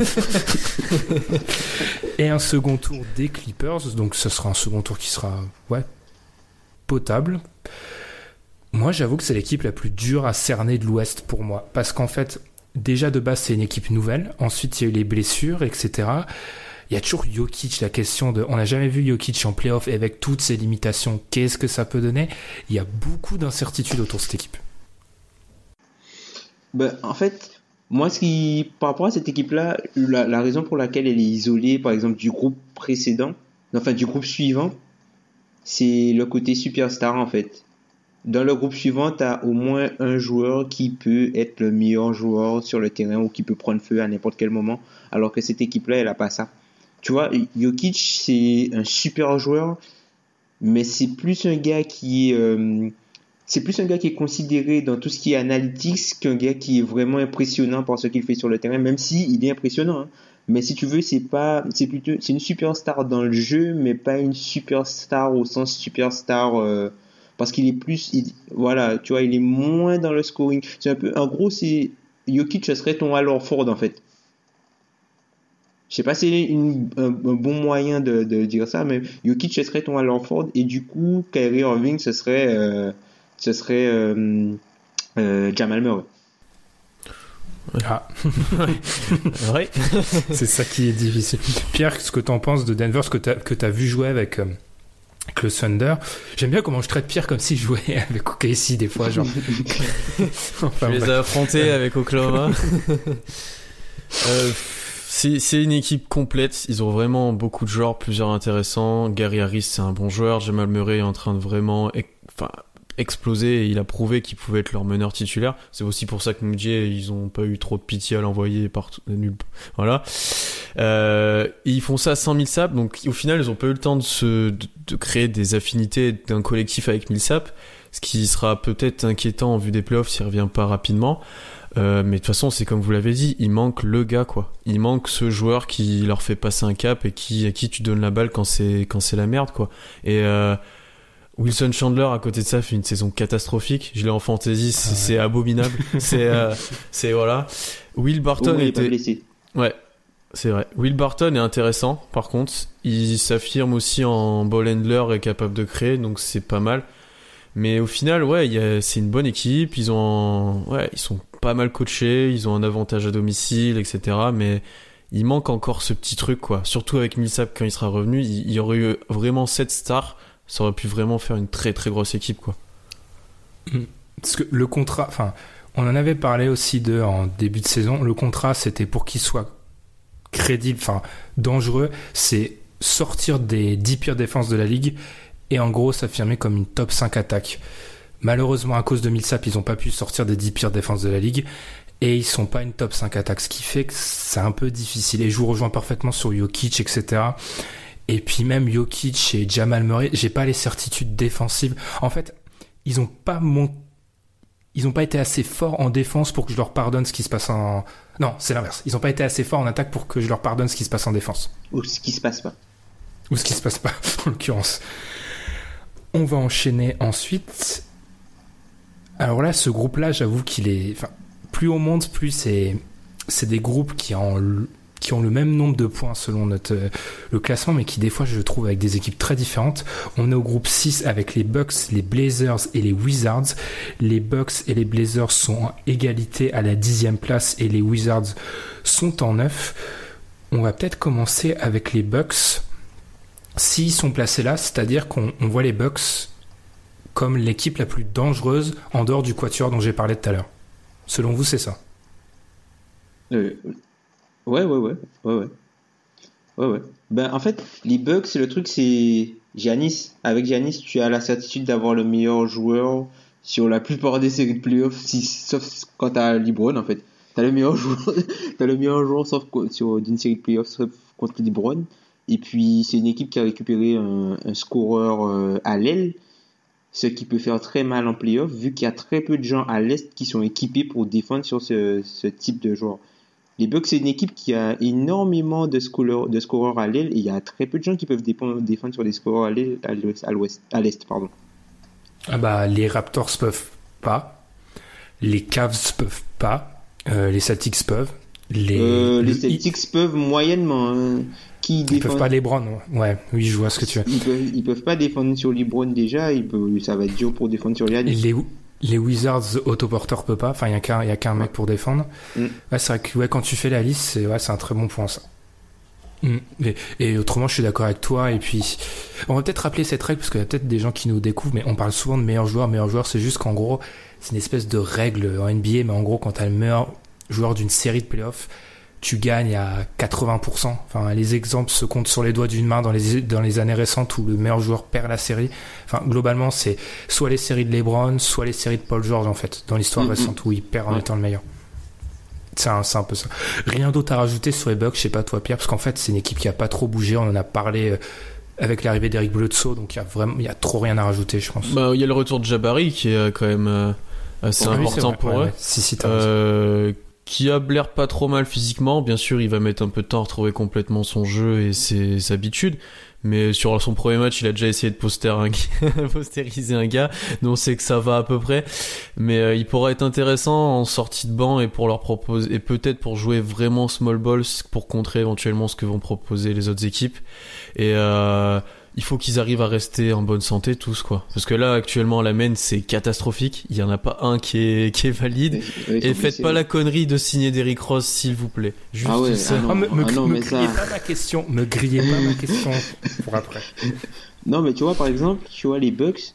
et un second tour des Clippers, donc ce sera un second tour qui sera ouais potable. Moi j'avoue que c'est l'équipe la plus dure à cerner de l'Ouest pour moi, parce qu'en fait déjà de base c'est une équipe nouvelle, ensuite il y a eu les blessures, etc. Il y a toujours Jokic, la question de... On n'a jamais vu Jokic en play-off, et avec toutes ses limitations, qu'est-ce que ça peut donner ? Il y a beaucoup d'incertitudes autour de cette équipe. Ben, en fait, moi, ce qui, par rapport à cette équipe-là, la, la raison pour laquelle elle est isolée, par exemple, du groupe précédent, enfin du groupe suivant, c'est le côté superstar, en fait. Dans le groupe suivant, tu as au moins un joueur qui peut être le meilleur joueur sur le terrain ou qui peut prendre feu à n'importe quel moment, alors que cette équipe-là, elle n'a pas ça. Tu vois, Jokic, c'est un super joueur, mais c'est plus un gars qui est, euh, c'est plus un gars qui est considéré dans tout ce qui est analytics qu'un gars qui est vraiment impressionnant par ce qu'il fait sur le terrain, même si il est impressionnant. Hein. Mais si tu veux, c'est pas, c'est plutôt, c'est une superstar dans le jeu, mais pas une superstar au sens superstar, euh, parce qu'il est plus, il, voilà, tu vois, il est moins dans le scoring. C'est un peu, en gros, c'est Jokic, ce serait ton Al Horford en fait. Je sais pas si c'est une, un, un bon moyen de, de dire ça, mais Jokic ce serait ton Al Horford et du coup Kyrie Irving ce serait euh, ce serait euh, euh, Jamal Murray. Ah, ouais. C'est ça qui est difficile. Pierre, ce que t'en penses de Denver, ce que t'as que t'as vu jouer avec, euh, avec le Thunder. J'aime bien comment je traite Pierre comme s'il jouait avec O K C des fois, genre. Enfin, je les ai affrontés avec Oklahoma. euh, C'est, c'est une équipe complète, ils ont vraiment beaucoup de joueurs, plusieurs intéressants. Gary Harris, c'est un bon joueur. Jamal Murray est en train de vraiment enfin, exploser et il a prouvé qu'il pouvait être leur meneur titulaire. C'est aussi pour ça que Mudiay, ils ont pas eu trop de pitié à l'envoyer partout, nul. Voilà. Euh, et ils font ça sans Millsap, donc au final, ils ont pas eu le temps de se, de, de créer des affinités d'un collectif avec Millsap, ce qui sera peut-être inquiétant en vue des playoffs s'il revient pas rapidement. Euh, mais de toute façon, c'est comme vous l'avez dit, il manque le gars, quoi. Il manque ce joueur qui leur fait passer un cap et qui, à qui tu donnes la balle quand c'est, quand c'est la merde, quoi. Et euh, Wilson Chandler, à côté de ça, fait une saison catastrophique. Je l'ai en fantasy, c'est, ah ouais. c'est abominable. c'est, euh, c'est, voilà. Will Barton oh, il était... est pas blessé. Ouais, c'est vrai. Will Barton est intéressant, par contre. Il s'affirme aussi en ball handler et capable de créer, donc c'est pas mal. Mais au final, ouais, y a, c'est une bonne équipe. Ils ont, ouais, ils sont pas mal coachés. Ils ont un avantage à domicile, et cetera. Mais il manque encore ce petit truc, quoi. Surtout avec Millsap quand il sera revenu, il, il y aurait eu vraiment sept stars. Ça aurait pu vraiment faire une très très grosse équipe, quoi. Parce que le contrat, enfin, on en avait parlé aussi de en début de saison. Le contrat, c'était pour qu'il soit crédible, enfin dangereux. C'est sortir des dix pires défenses de la ligue. Et en gros s'affirmer comme une top cinq attaque. Malheureusement, à cause de Millsap, ils n'ont pas pu sortir des dix pires défenses de la ligue. Et ils sont pas une top cinq attaque, ce qui fait que c'est un peu difficile. Et je vous rejoins parfaitement sur Jokic, et cetera. Et puis même Jokic et Jamal Murray, j'ai pas les certitudes défensives. En fait, ils ont pas mon... ils ont pas été assez forts en défense pour que je leur pardonne ce qui se passe en... Non, c'est l'inverse. Ils ont pas été assez forts en attaque pour que je leur pardonne ce qui se passe en défense. Ou ce qui se passe pas. Ou ce qui se passe pas, en l'occurrence. On va enchaîner ensuite. Alors là, ce groupe-là, j'avoue qu'il est... Enfin, plus on monte, plus c'est, c'est des groupes qui ont, qui ont le même nombre de points selon notre, le classement, mais qui des fois, je trouve, avec des équipes très différentes. On est au groupe six avec les Bucks, les Blazers et les Wizards. Les Bucks et les Blazers sont en égalité à la dixième place et les Wizards sont en neuf. On va peut-être commencer avec les Bucks. S'ils sont placés là, c'est-à-dire qu'on on voit les Bucks comme l'équipe la plus dangereuse en dehors du quatuor dont j'ai parlé tout à l'heure. Selon vous, c'est ça ? euh, Ouais, ouais, ouais, ouais, ouais. Ouais, ouais. Ben, en fait, les Bucks, le truc, c'est Giannis. Avec Giannis, tu as la certitude d'avoir le meilleur joueur sur la plupart des séries de playoffs, si, sauf quand tu as LeBron, en fait. Tu as le meilleur joueur, t'as le meilleur joueur sauf sur d'une série de playoffs sauf contre LeBron. Et puis, c'est une équipe qui a récupéré un, un scoreur euh, à l'aile, ce qui peut faire très mal en playoff, vu qu'il y a très peu de gens à l'Est qui sont équipés pour défendre sur ce, ce type de joueur. Les Bucks, c'est une équipe qui a énormément de scoreurs, de scoreurs à l'aile, et il y a très peu de gens qui peuvent défendre, défendre sur des scoreurs à l'aile, à l'ouest, à l'ouest, à l'Est, pardon. Ah bah, les Raptors peuvent pas, les Cavs peuvent pas, euh, les Celtics peuvent, les, euh, les le- Celtics ils... peuvent moyennement. Hein. Qui Ils défendent... peuvent pas LeBron, ouais, oui, je vois ce que tu veux. Ils peuvent, ils peuvent pas défendre sur LeBron déjà, ils peuvent, ça va être dur pour défendre sur Giannis. Les, les Wizards, Otto Porter peut pas, enfin, il y a qu'un, il y a qu'un mec pour défendre. Mm. Ouais, c'est vrai que ouais, quand tu fais la liste, c'est, ouais, c'est un très bon point, ça. Mm. Et, et autrement, je suis d'accord avec toi. Et puis, on va peut-être rappeler cette règle parce qu'il y a peut-être des gens qui nous découvrent, mais on parle souvent de meilleurs joueurs. Meilleurs joueurs, c'est juste qu'en gros, c'est une espèce de règle en N B A, mais en gros, quand t'as le meilleur joueur d'une série de playoffs, tu gagnes à quatre-vingts pour cent. Enfin, les exemples se comptent sur les doigts d'une main dans les, dans les années récentes où le meilleur joueur perd la série. Enfin, globalement, c'est soit les séries de LeBron, soit les séries de Paul George, en fait, dans l'histoire Mm-hmm. récente où il perd en Ouais. étant le meilleur. C'est un, c'est un peu ça. Rien d'autre à rajouter sur les Bucks, je sais pas toi Pierre, parce qu'en fait c'est une équipe qui a pas trop bougé, on en a parlé euh, avec l'arrivée d'Eric Bledsoe, donc il y a vraiment, il y a trop rien à rajouter, je pense. Bah, il y a le retour de Jabari qui est euh, quand même euh, assez Ah oui, c'est important vrai, pour ouais, eux. ouais. Si, si, t'as raison. Euh, qui a l'air pas trop mal physiquement. Bien sûr, il va mettre un peu de temps à retrouver complètement son jeu et ses, ses habitudes. Mais sur son premier match, il a déjà essayé de poster un gars, postériser un gars, donc on sait que ça va à peu près. Mais euh, il pourra être intéressant en sortie de banc et pour leur proposer, et peut-être pour jouer vraiment small ball pour contrer éventuellement ce que vont proposer les autres équipes. Et euh, il faut qu'ils arrivent à rester en bonne santé tous, quoi. Parce que là, actuellement, la main, c'est catastrophique. Il y en a pas un qui est, qui est valide. Ouais, Et faites pas la connerie de signer Derrick Rose, s'il vous plaît. Juste Ah ouais, ça. ah non. Ah, me, me, ah non, me mais grillez ça- pas ma question, me grillez pas ma question pour après. Non, mais tu vois, par exemple, tu vois, les Bucks,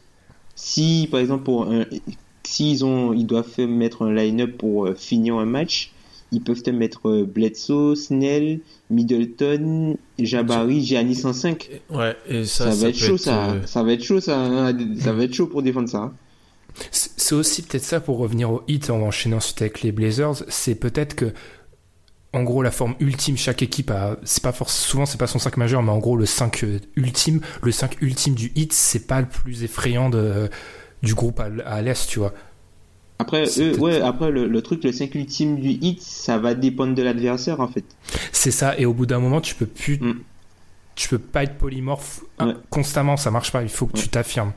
si, par exemple, pour un, s'ils ont, ils doivent faire- mettre un line-up pour euh, finir un match, ils peuvent te mettre euh, Bledsoe, Snell, Middleton, Jabari, Giannis en cinq. Ouais, et Ça, ça, va être peut chaud, être, ça. euh, Ça va être chaud, ça. hein. Ça va être chaud pour défendre ça. hein. C'est c'est aussi peut-être ça pour revenir au hit, on va enchaîner ensuite avec les Blazers, c'est peut-être que en gros la forme ultime, chaque équipe a, c'est pas forcément, souvent c'est pas son cinq majeur, mais en gros le cinq euh, ultime, le cinq ultime du hit, c'est pas le plus effrayant de, du groupe à, à l'Est, tu vois. Après, C'est eux, peut-être- ouais, après le, le truc, le cinq ultime du hit, ça va dépendre de l'adversaire, en fait. C'est ça, et au bout d'un moment, tu peux plus, Mm. tu peux pas être polymorphe hein, Ouais. constamment, ça marche pas, il faut que Ouais. tu t'affirmes.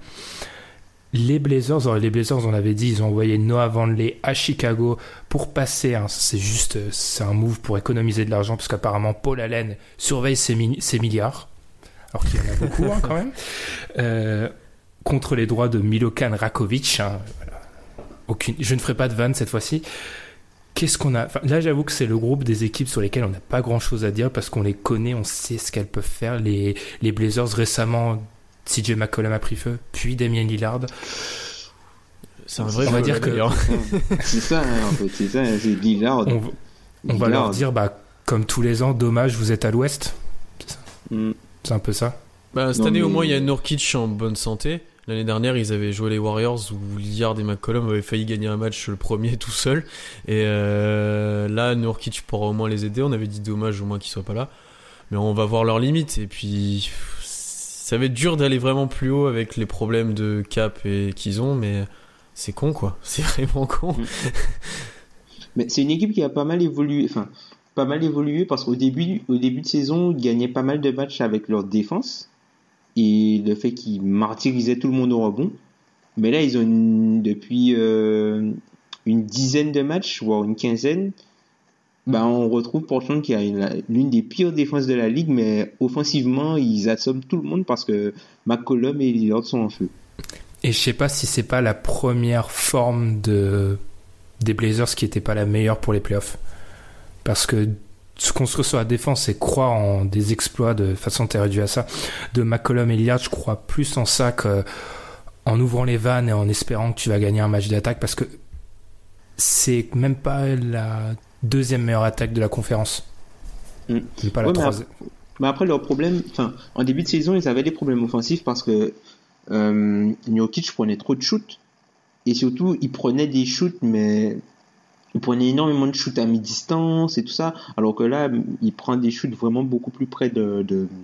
Les Blazers, alors les Blazers, on l'avait dit, ils ont envoyé Noah Vonleh à Chicago pour passer, hein, c'est juste, euh, c'est un move pour économiser de l'argent, parce qu'apparemment Paul Allen surveille ses, mi- ses milliards, alors qu'il y en a beaucoup hein, quand même, euh, contre les droits de Milokan Rakovic, hein, voilà. Aucune, je ne ferai pas de vanne cette fois-ci. Qu'est-ce qu'on a, enfin, là j'avoue que c'est le groupe des équipes sur lesquelles on n'a pas grand-chose à dire, parce qu'on les connaît, on sait ce qu'elles peuvent faire. Les, les Blazers récemment, C J McCollum a pris feu, puis Damian Lillard. c'est un vrai On va jeu, dire là, que- d'ailleurs. C'est ça, hein, en fait. C'est ça, hein, c'est Lillard. On, on va Lillard. leur dire, bah, comme tous les ans, dommage, vous êtes à l'ouest. Mm. C'est un peu ça. Bah, cette Non, année, au mais- moins, il y a Nurkic en bonne santé. L'année dernière, ils avaient joué les Warriors où Lillard et McCollum avaient failli gagner un match le premier tout seul. Et euh, là, Nurkic pourra au moins les aider. On avait dit dommage au moins qu'ils soient pas là. Mais on va voir leurs limites. Et puis, ça va être dur d'aller vraiment plus haut avec les problèmes de cap et qu'ils ont. Mais c'est con, quoi. C'est vraiment con. Mais c'est une équipe qui a pas mal évolué, enfin, pas mal évolué parce qu'au début, au début de saison, ils gagnaient pas mal de matchs avec leur défense et le fait qu'ils martyrisaient tout le monde au rebond. Mais là, ils ont une- depuis euh, une dizaine de matchs, voire une quinzaine, bah, on retrouve Portland qui a une- l'une des pires défenses de la ligue, mais offensivement, ils assomment tout le monde parce que McCollum et Lillard sont en feu. Et je sais pas si c'est pas la première forme de des Blazers qui était pas la meilleure pour les playoffs. Parce que se construire sur la défense et croire en des exploits de façon t'es réduit à ça de McCollum et Lillard, je crois plus en ça que en ouvrant les vannes et en espérant que tu vas gagner un match d'attaque, parce que c'est même pas la deuxième meilleure attaque de la conférence. Mm. C'est pas la Ouais, mais troisième. Mais après, leur problème, enfin, en début de saison, ils avaient des problèmes offensifs parce que euh, Nurkic prenait trop de shoots et surtout, il prenait des shoots, mais il prenait énormément de shoots à mi-distance et tout ça, alors que là, il prend des shoots vraiment beaucoup plus près de, de,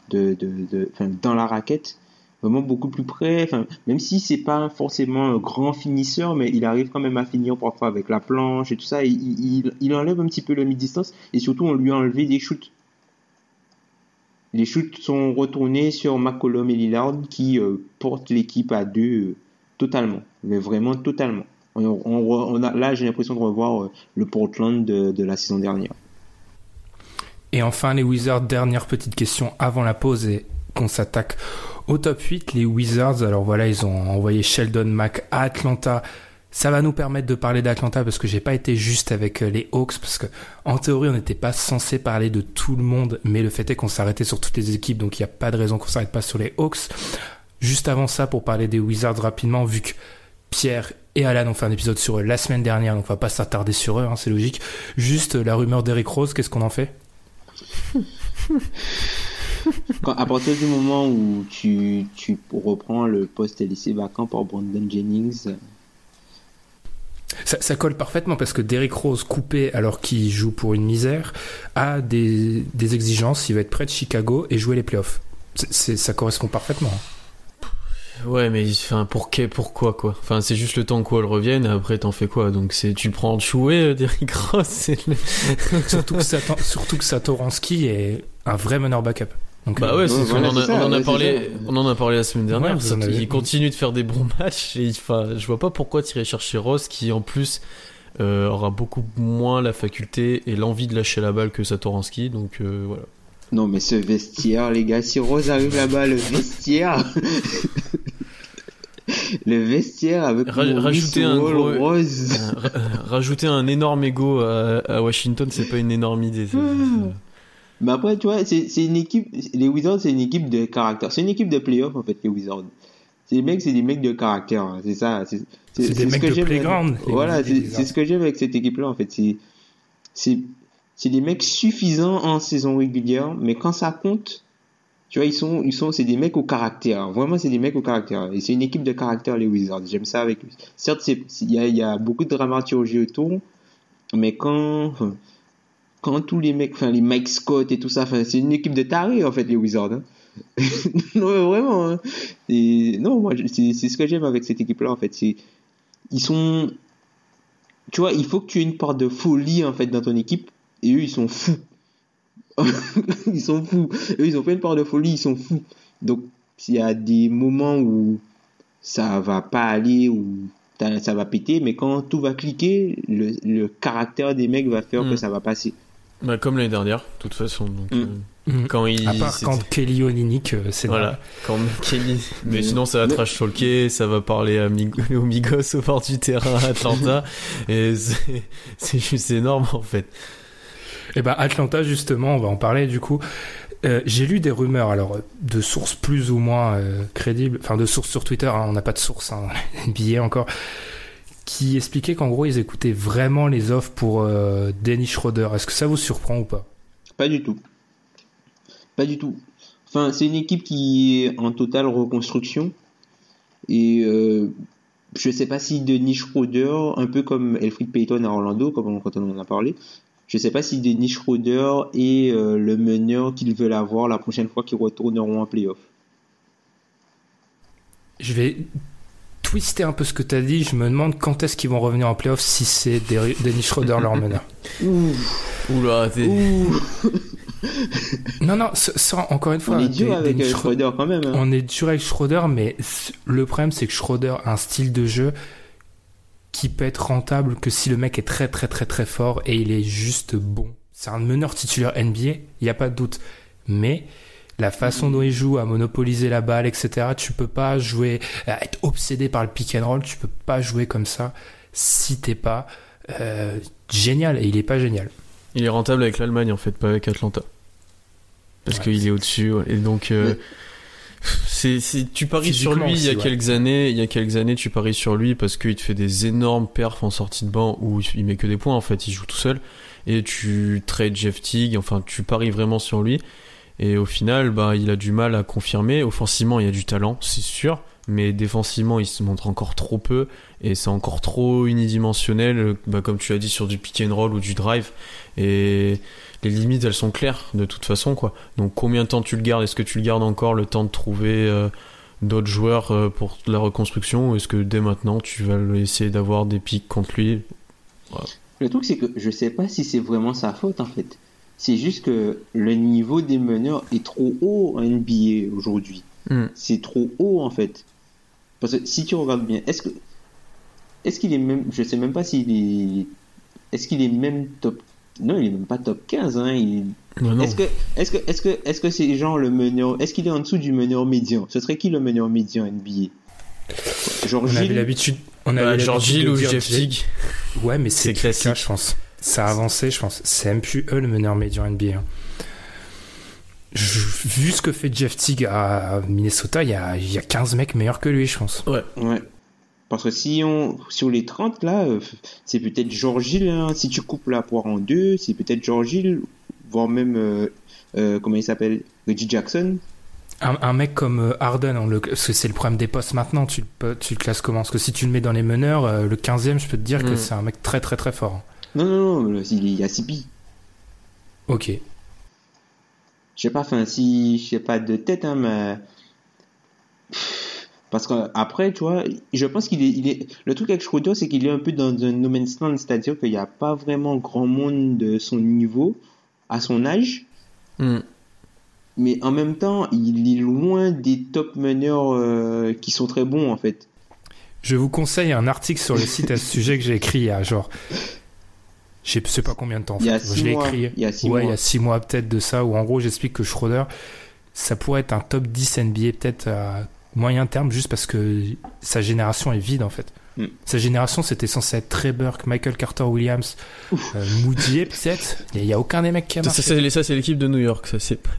de, de, de, enfin, dans la raquette, vraiment beaucoup plus près. Enfin, même si c'est pas forcément un grand finisseur, mais il arrive quand même à finir parfois avec la planche et tout ça. Il, il, il enlève un petit peu le mi-distance et surtout on lui a enlevé des shoots. Les shoots sont retournés sur McCollum et Lillard qui euh, portent l'équipe à deux euh, totalement, mais vraiment totalement. On, on, on a, là, j'ai l'impression de revoir euh, le Portland de, de la saison dernière. Et enfin, les Wizards, dernière petite question avant la pause et qu'on s'attaque au top huit. Les Wizards, alors voilà, ils ont envoyé Sheldon Mack à Atlanta. Ça va nous permettre de parler d'Atlanta parce que j'ai pas été juste avec les Hawks parce que en théorie on n'était pas censé parler de tout le monde, mais le fait est qu'on s'est arrêté sur toutes les équipes, donc il n'y a pas de raison qu'on s'arrête pas sur les Hawks. Juste avant ça, pour parler des Wizards rapidement, vu que Pierre et Alan ont fait un épisode sur eux la semaine dernière, donc on va pas s'attarder sur eux, hein, c'est logique. Juste la rumeur d'Eric Rose, qu'est-ce qu'on en fait? Quand, à partir du moment où tu, tu reprends le poste laissé vacant par Brandon Jennings, Ça, ça colle parfaitement parce que Derrick Rose coupé alors qu'il joue pour une misère a des, des exigences, il va être près de Chicago et jouer les playoffs. C'est, c'est, ça correspond parfaitement. Ouais, mais enfin, pour qu'est, pourquoi quoi? Enfin, c'est juste le temps que Wall revienne et après t'en fais quoi? Donc c'est, tu le prends en chouet, Derrick Rose. C'est le... surtout que Satan, surtout que Satoransky est un vrai meneur backup. Donc, bah ouais, euh, c'est, voilà, on, en a, c'est ça, on en a ouais, parlé, on en a parlé la semaine dernière. Ouais, c'est avait... Il continue de faire des bons matchs et enfin, je vois pas pourquoi tirer chercher Rose qui en plus euh, aura beaucoup moins la faculté et l'envie de lâcher la balle que Satoransky. Donc euh, voilà. non mais ce vestiaire, les gars, si Rose arrive là-bas, le vestiaire, le vestiaire avec Ra- rajouter un Wall, gros, Rose, ra- rajouter un énorme ego à, à Washington, c'est pas une énorme idée. Ça, ça. Mais après, tu vois, c'est, c'est une équipe, les Wizards, c'est une équipe de caractère. C'est une équipe de playoff, en fait, les Wizards. C'est des mecs, c'est des mecs de caractère, hein. C'est ça. C'est, c'est, c'est, c'est des mecs de playground. Avec... Voilà, c'est, c'est ce que j'aime avec cette équipe-là, en fait. C'est, c'est, c'est des mecs suffisants en saison régulière, mais quand ça compte, tu vois, ils sont, ils sont, c'est des mecs au caractère. Vraiment, c'est des mecs au caractère. Et c'est une équipe de caractère, les Wizards. J'aime ça avec eux. Certes, c'est, il y a, il y a beaucoup de dramaturgie autour, mais quand, quand tous les mecs, enfin les Mike Scott et tout ça, enfin c'est une équipe de tarés en fait les Wizards. Hein. non vraiment. Hein. Et, non moi c'est, c'est ce que j'aime avec cette équipe là en fait. C'est ils sont, tu vois, il faut que tu aies une part de folie en fait dans ton équipe et eux ils sont fous. ils sont fous. Eux ils ont pas une part de folie, ils sont fous. Donc s'il y a des moments où ça va pas aller ou ça va péter, mais quand tout va cliquer, le, le caractère des mecs va faire mmh. que ça va passer. Bah, comme l'année dernière, de toute façon. Donc, mmh. euh, mmh. quand il, à part c'était... quand Kelly Olynyk, euh, c'est voilà. Mal. Quand Kelly, mais sinon ça va trash talker, ça va parler à Mig- aux Migos au bord du terrain à Atlanta, et c'est, c'est juste énorme en fait. Et ben Atlanta justement, on va en parler du coup. Euh, j'ai lu des rumeurs, alors de sources plus ou moins euh, crédibles, enfin de sources sur Twitter, hein, on n'a pas de sources, hein, billets encore, qui expliquaient qu'en gros ils écoutaient vraiment les offres pour euh, Dennis Schroeder. Est-ce que ça vous surprend ou pas? Pas du tout. Pas du tout. Enfin, c'est une équipe qui est en totale reconstruction et euh, je sais pas si Dennis Schroeder, un peu comme Elfrid Payton à Orlando, comme quand on en a parlé. Je sais pas si Dennis Schroeder est euh, le meneur qu'ils veulent avoir la prochaine fois qu'ils retourneront en playoff. Je vais twister un peu ce que tu as dit. Je me demande quand est-ce qu'ils vont revenir en playoff si c'est Dennis Schroeder leur meneur. Ouh. Oula, t'es... Ouh. non, non, ça, encore une fois... On est dur avec Dennis Schroeder quand même. Hein. On est dur avec Schroeder, mais le problème c'est que Schroeder a un style de jeu qui peut être rentable que si le mec est très très très très fort et il est juste bon. C'est un meneur titulaire N B A, il n'y a pas de doute. Mais la façon dont il joue, à monopoliser la balle, et cetera, tu peux pas jouer, à être obsédé par le pick and roll, tu peux pas jouer comme ça si t'es pas euh, génial. Et il est pas génial. Il est rentable avec l'Allemagne en fait, pas avec Atlanta. Parce ouais, qu'il est au-dessus. Ouais. Et donc... Euh... Mais... C'est, c'est, tu paries sur lui aussi, il y a ouais. quelques années, il y a quelques années, tu paries sur lui parce qu'il te fait des énormes perfs en sortie de banc où il met que des points en fait, il joue tout seul et tu trades Jeff Teague, enfin tu paries vraiment sur lui et au final, bah il a du mal à confirmer. Offensivement, il y a du talent, c'est sûr, mais défensivement, il se montre encore trop peu et c'est encore trop unidimensionnel, bah, comme tu l'as dit, sur du pick and roll ou du drive. Et les limites, elles sont claires de toute façon, quoi. Donc, combien de temps tu le gardes ? Est-ce que tu le gardes encore le temps de trouver euh, d'autres joueurs euh, pour la reconstruction, ou est-ce que dès maintenant, tu vas essayer d'avoir des pics contre lui ? Voilà. Le truc, c'est que je sais pas si c'est vraiment sa faute, en fait. C'est juste que le niveau des meneurs est trop haut en N B A aujourd'hui. Mm. C'est trop haut, en fait. Parce que si tu regardes bien, est-ce que est-ce qu'il est même, je sais même pas s'il est, est-ce qu'il est même top, non, il est même pas top quinze, hein. Il... Non, non. Est-ce que est-ce que est-ce que est-ce que c'est genre le meneur, est-ce qu'il est en dessous du meneur médian ? Ce serait qui le meneur médian N B A ? Genre on Gilles. avait l'habitude, on avait bah, l'habitude genre Gilles de ou dire Jeff Teague. Ouais, mais c'est, c'est classique, je pense. Ça a avancé, je pense. C'est même plus eux le meneur médian N B A. Hein. Je, vu ce que fait Jeff Teague à Minnesota, il y a, il y a quinze mecs meilleurs que lui, je pense. Ouais. Ouais. Parce que si on, sur les trente, là, c'est peut-être George Hill, hein. Si tu coupes la poire en deux, c'est peut-être George Hill, voire même, euh, euh, comment il s'appelle, Reggie Jackson. Un, un mec comme Harden, on le, parce que c'est le problème des postes maintenant, tu, tu le classes comment ? Parce que si tu le mets dans les meneurs, euh, le quinzième, je peux te dire mm. que c'est un mec très très très fort. Non, non, non, il y a C P. Ok. Je sais pas, enfin, si, je sais pas de tête, hein, mais. Parce qu'après, tu vois, je pense qu'il est, il est. Le truc avec Schroeder, c'est qu'il est un peu dans un no man's land, c'est-à-dire qu'il n'y a pas vraiment grand monde de son niveau, à son âge. Mm. Mais en même temps, il est loin des top meneurs euh, qui sont très bons, en fait. Je vous conseille un article sur le site à ce sujet que j'ai écrit il y a genre. Je sais pas combien de temps. En fait. Il y a je l'ai mois. écrit. Il y a six ouais, mois. il y a six mois peut-être de ça, où en gros j'explique que Schroeder, ça pourrait être un top dix N B A peut-être à moyen terme, juste parce que sa génération est vide en fait. Mm. Sa génération c'était censé être Trey Burke, Michael Carter Williams, euh, Moody peut-être. Il n'y a, a aucun des mecs qui a marché. Ça c'est, ça, c'est l'équipe de New York, ça c'est.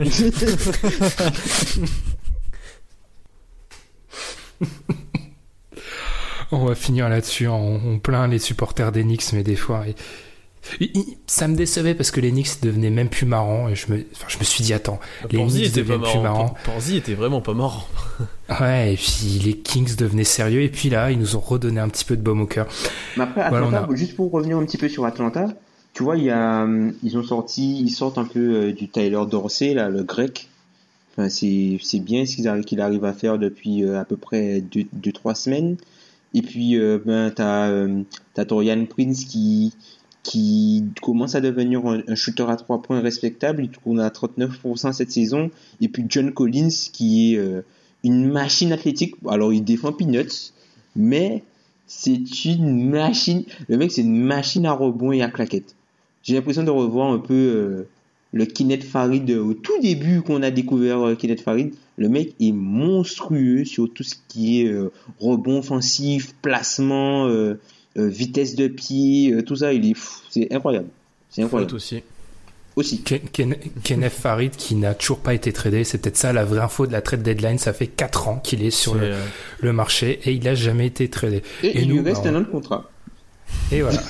On va finir là-dessus. On, on plaint les supporters des Knicks, mais des fois. Et... Ça me décevait parce que les Knicks devenaient même plus marrants et je me, enfin, je me suis dit attends, les Porzi Knicks était deviennent pas plus marrant. marrants. Porzi était vraiment pas marrant. Ouais, et puis les Kings devenaient sérieux et puis là ils nous ont redonné un petit peu de baume au cœur. Mais après Atlanta, voilà, a... juste pour revenir un petit peu sur Atlanta, tu vois il y a, ils ont sorti, ils sortent un peu euh, du Tyler Dorsey là, le grec. Enfin c'est c'est bien ce qu'il arrive, qu'il arrive à faire depuis euh, à peu près deux, deux trois semaines. Et puis euh, ben t'as euh, t'as Torian Prince qui qui commence à devenir un, un shooter à trois points respectable, il tourne à trente-neuf pour cent cette saison, et puis John Collins qui est euh, une machine athlétique, alors il défend peanuts, mais c'est une machine, le mec c'est une machine à rebond et à claquettes. J'ai l'impression de revoir un peu euh, le Kenneth Farid au tout début qu'on a découvert euh, Kenneth Farid. Le mec est monstrueux sur tout ce qui est euh, rebond offensif, placement, euh, Euh, vitesse de pied, euh, tout ça, il est fou. C'est incroyable. C'est incroyable. Faute aussi. Aussi. Ken, Ken, Kenneth Farid qui n'a toujours pas été tradé, c'est peut-être ça la vraie info de la trade deadline. Ça fait quatre ans qu'il est sur le, euh... le marché et il n'a jamais été tradé. Et, et il nous, lui reste bah, un an de contrat. Et voilà.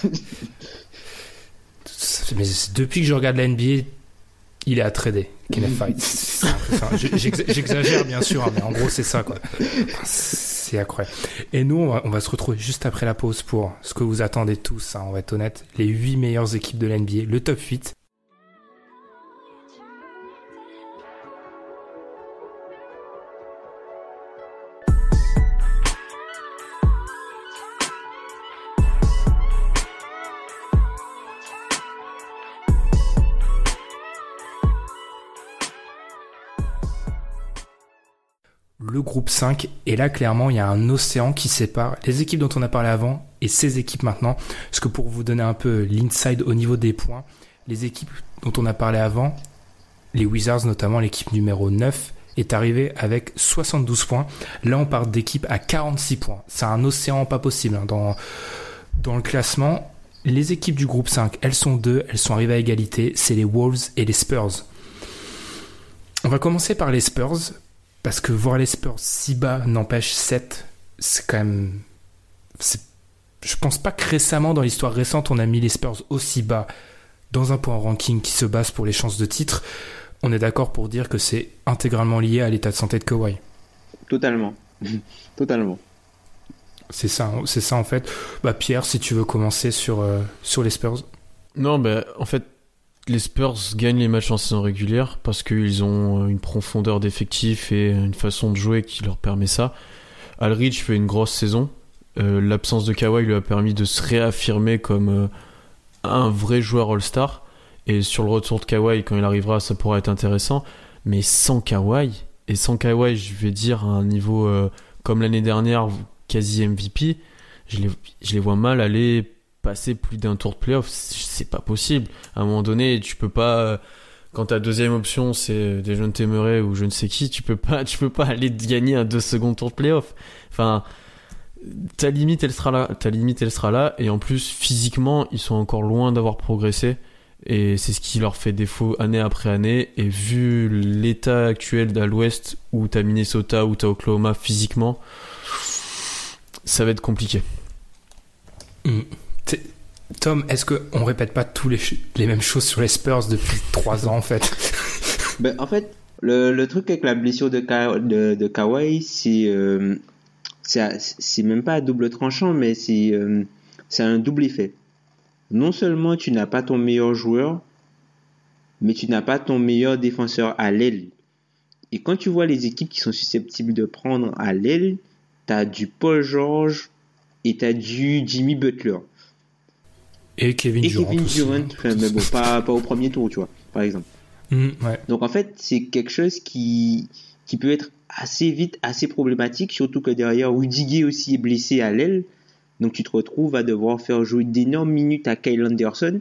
Mais depuis que je regarde la N B A, il est à trader, Kenneth Farid. J'exagère bien sûr, hein, mais en gros c'est ça quoi. C'est incroyable. Et nous, on va, on va se retrouver juste après la pause pour ce que vous attendez tous, hein, on va être honnête, les huit meilleures équipes de la N B A, le top huit. Le groupe cinq, et là clairement il y a un océan qui sépare les équipes dont on a parlé avant et ces équipes maintenant, parce que pour vous donner un peu l'inside au niveau des points, les équipes dont on a parlé avant, les Wizards notamment, l'équipe numéro neuf est arrivée avec soixante-douze points, là on part d'équipe à quarante-six points, c'est un océan pas possible hein, dans, dans le classement. Les équipes du groupe cinq, elles sont deux, elles sont arrivées à égalité, c'est les Wolves et les Spurs. On va commencer par les Spurs, parce que voir les Spurs si bas n'empêche sept, c'est quand même... C'est... Je pense pas que récemment, dans l'histoire récente, on a mis les Spurs aussi bas dans un point ranking qui se base pour les chances de titre. On est d'accord pour dire que c'est intégralement lié à l'état de santé de Kawhi. Totalement. Totalement. C'est ça, c'est ça en fait. Bah Pierre, si tu veux commencer sur, euh, sur les Spurs. Non, bah en fait, les Spurs gagnent les matchs en saison régulière parce qu'ils ont une profondeur d'effectifs et une façon de jouer qui leur permet ça. Aldridge fait une grosse saison. Euh, l'absence de Kawhi lui a permis de se réaffirmer comme euh, un vrai joueur All-Star. Et sur le retour de Kawhi, quand il arrivera, ça pourra être intéressant. Mais sans Kawhi, et sans Kawhi, je vais dire à un niveau euh, comme l'année dernière, quasi M V P, je les, je les vois mal aller passer plus d'un tour de playoff. C'est pas possible. À un moment donné, tu peux pas... Quand ta deuxième option, c'est des jeunes Temeray ou je ne sais qui, tu peux pas, tu peux pas aller gagner un deux secondes tour de playoff. Enfin... Ta limite, elle sera là. Ta limite, elle sera là. Et en plus, physiquement, ils sont encore loin d'avoir progressé. Et c'est ce qui leur fait défaut année après année. Et vu l'état actuel de l'Ouest, où t'as Minnesota, où t'as Oklahoma physiquement, ça va être compliqué. Mmh. Tom, est-ce qu'on répète pas tous les, les mêmes choses sur les Spurs depuis trois ans en fait? Ben, en fait, le, le truc avec la blessure de, Ka, de, de Kawhi, c'est... Euh... C'est, c'est même pas à double tranchant, mais c'est, euh, c'est un double effet. Non seulement tu n'as pas ton meilleur joueur, mais tu n'as pas ton meilleur défenseur à l'aile. Et quand tu vois les équipes qui sont susceptibles de prendre à l'aile, tu as du Paul George et tu as du Jimmy Butler. Et Kevin et Durant. Kevin aussi, Durant, hein, enfin, mais bon, pas, pas au premier tour, tu vois, par exemple. Mmh, ouais. Donc en fait, c'est quelque chose qui, qui peut être assez vite, assez problématique, surtout que derrière, Rudy Gay aussi est blessé à l'aile, donc tu te retrouves à devoir faire jouer d'énormes minutes à Kyle Anderson,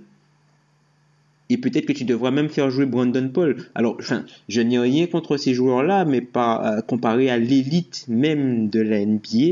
et peut-être que tu devras même faire jouer Brandon Paul. Alors, enfin, je n'ai rien contre ces joueurs-là, mais pas, euh, comparé à l'élite même de la N B A,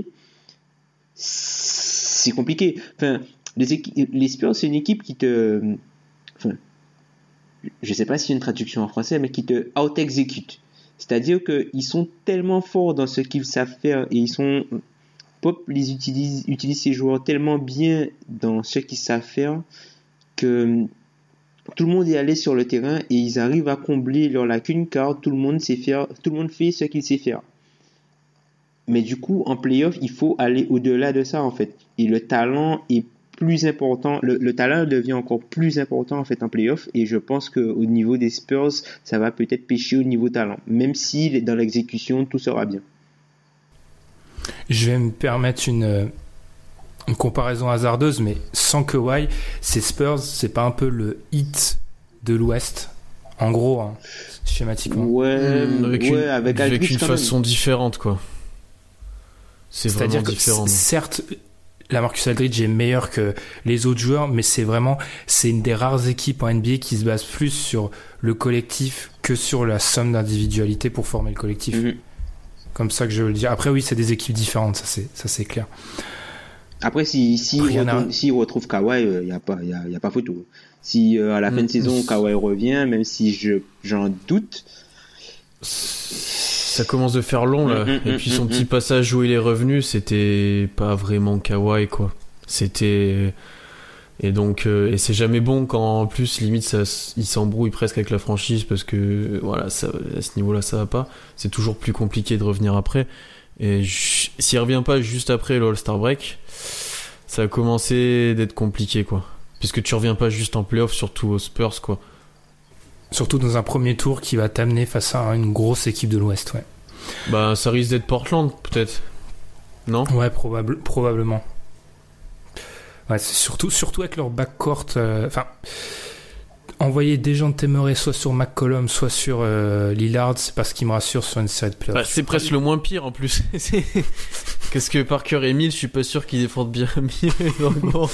c'est compliqué. Enfin, les, équ- les Spurs, c'est une équipe qui te... Enfin, je ne sais pas s'il y a une traduction en français, mais qui te out-exécute. C'est-à-dire qu'ils sont tellement forts dans ce qu'ils savent faire et ils sont... Pop les utilise, utilise ces joueurs tellement bien dans ce qu'ils savent faire que tout le monde est allé sur le terrain et ils arrivent à combler leurs lacunes car tout le monde sait faire, tout le monde fait ce qu'il sait faire. Mais du coup, en playoff, il faut aller au-delà de ça en fait. Et le talent est plus important, le, le talent devient encore plus important en fait en playoff et je pense qu'au niveau des Spurs, ça va peut-être pêcher au niveau talent, même si dans l'exécution, tout sera bien. Je vais me permettre une, une comparaison hasardeuse, mais sans Kawhi, ces Spurs, c'est pas un peu le hit de l'Ouest, en gros, hein, schématiquement. Ouais, mmh, avec ouais, une, avec, avec une façon même. différente, quoi. C'est C'est-à-dire vraiment que différent. certes, la Marcus Aldridge est meilleur que les autres joueurs, mais c'est vraiment, c'est une des rares équipes en N B A qui se base plus sur le collectif que sur la somme d'individualité pour former le collectif. Mm-hmm. Comme ça que je veux le dire. Après, oui, c'est des équipes différentes, ça c'est, ça c'est clair. Après, si, si, Après, il, retrouve, a... si il retrouve Kawhi, il euh, n'y a, a, a pas photo. Si euh, à la fin mm-hmm. de saison, Kawhi revient, même si je, j'en doute. Ça commence de faire long là. Mmh, et puis son mmh, petit mmh. passage où il est revenu, c'était pas vraiment Kawhi quoi. C'était et donc euh, et c'est jamais bon quand en plus limite ça, il s'embrouille presque avec la franchise parce que voilà ça, à ce niveau-là ça va pas. C'est toujours plus compliqué de revenir après. Et je, s'il revient pas juste après le All-Star break, ça a commencé d'être compliqué quoi. Puisque tu reviens pas juste en playoff, surtout aux Spurs quoi. Surtout dans un premier tour qui va t'amener face à une grosse équipe de l'Ouest, ouais. Bah, ça risque d'être Portland, peut-être. Non ? Ouais, probable, probablement. Ouais, c'est surtout, surtout avec leur backcourt. Enfin, euh, envoyer des gens de Temeray soit sur McCollum, soit sur euh, Lillard, c'est pas ce qui me rassure sur une série de playoffs. Bah, c'est presque le moins pire en plus. Qu'est-ce que Parker et Mills, je suis pas sûr qu'ils défendent bien mieux. Donc bon.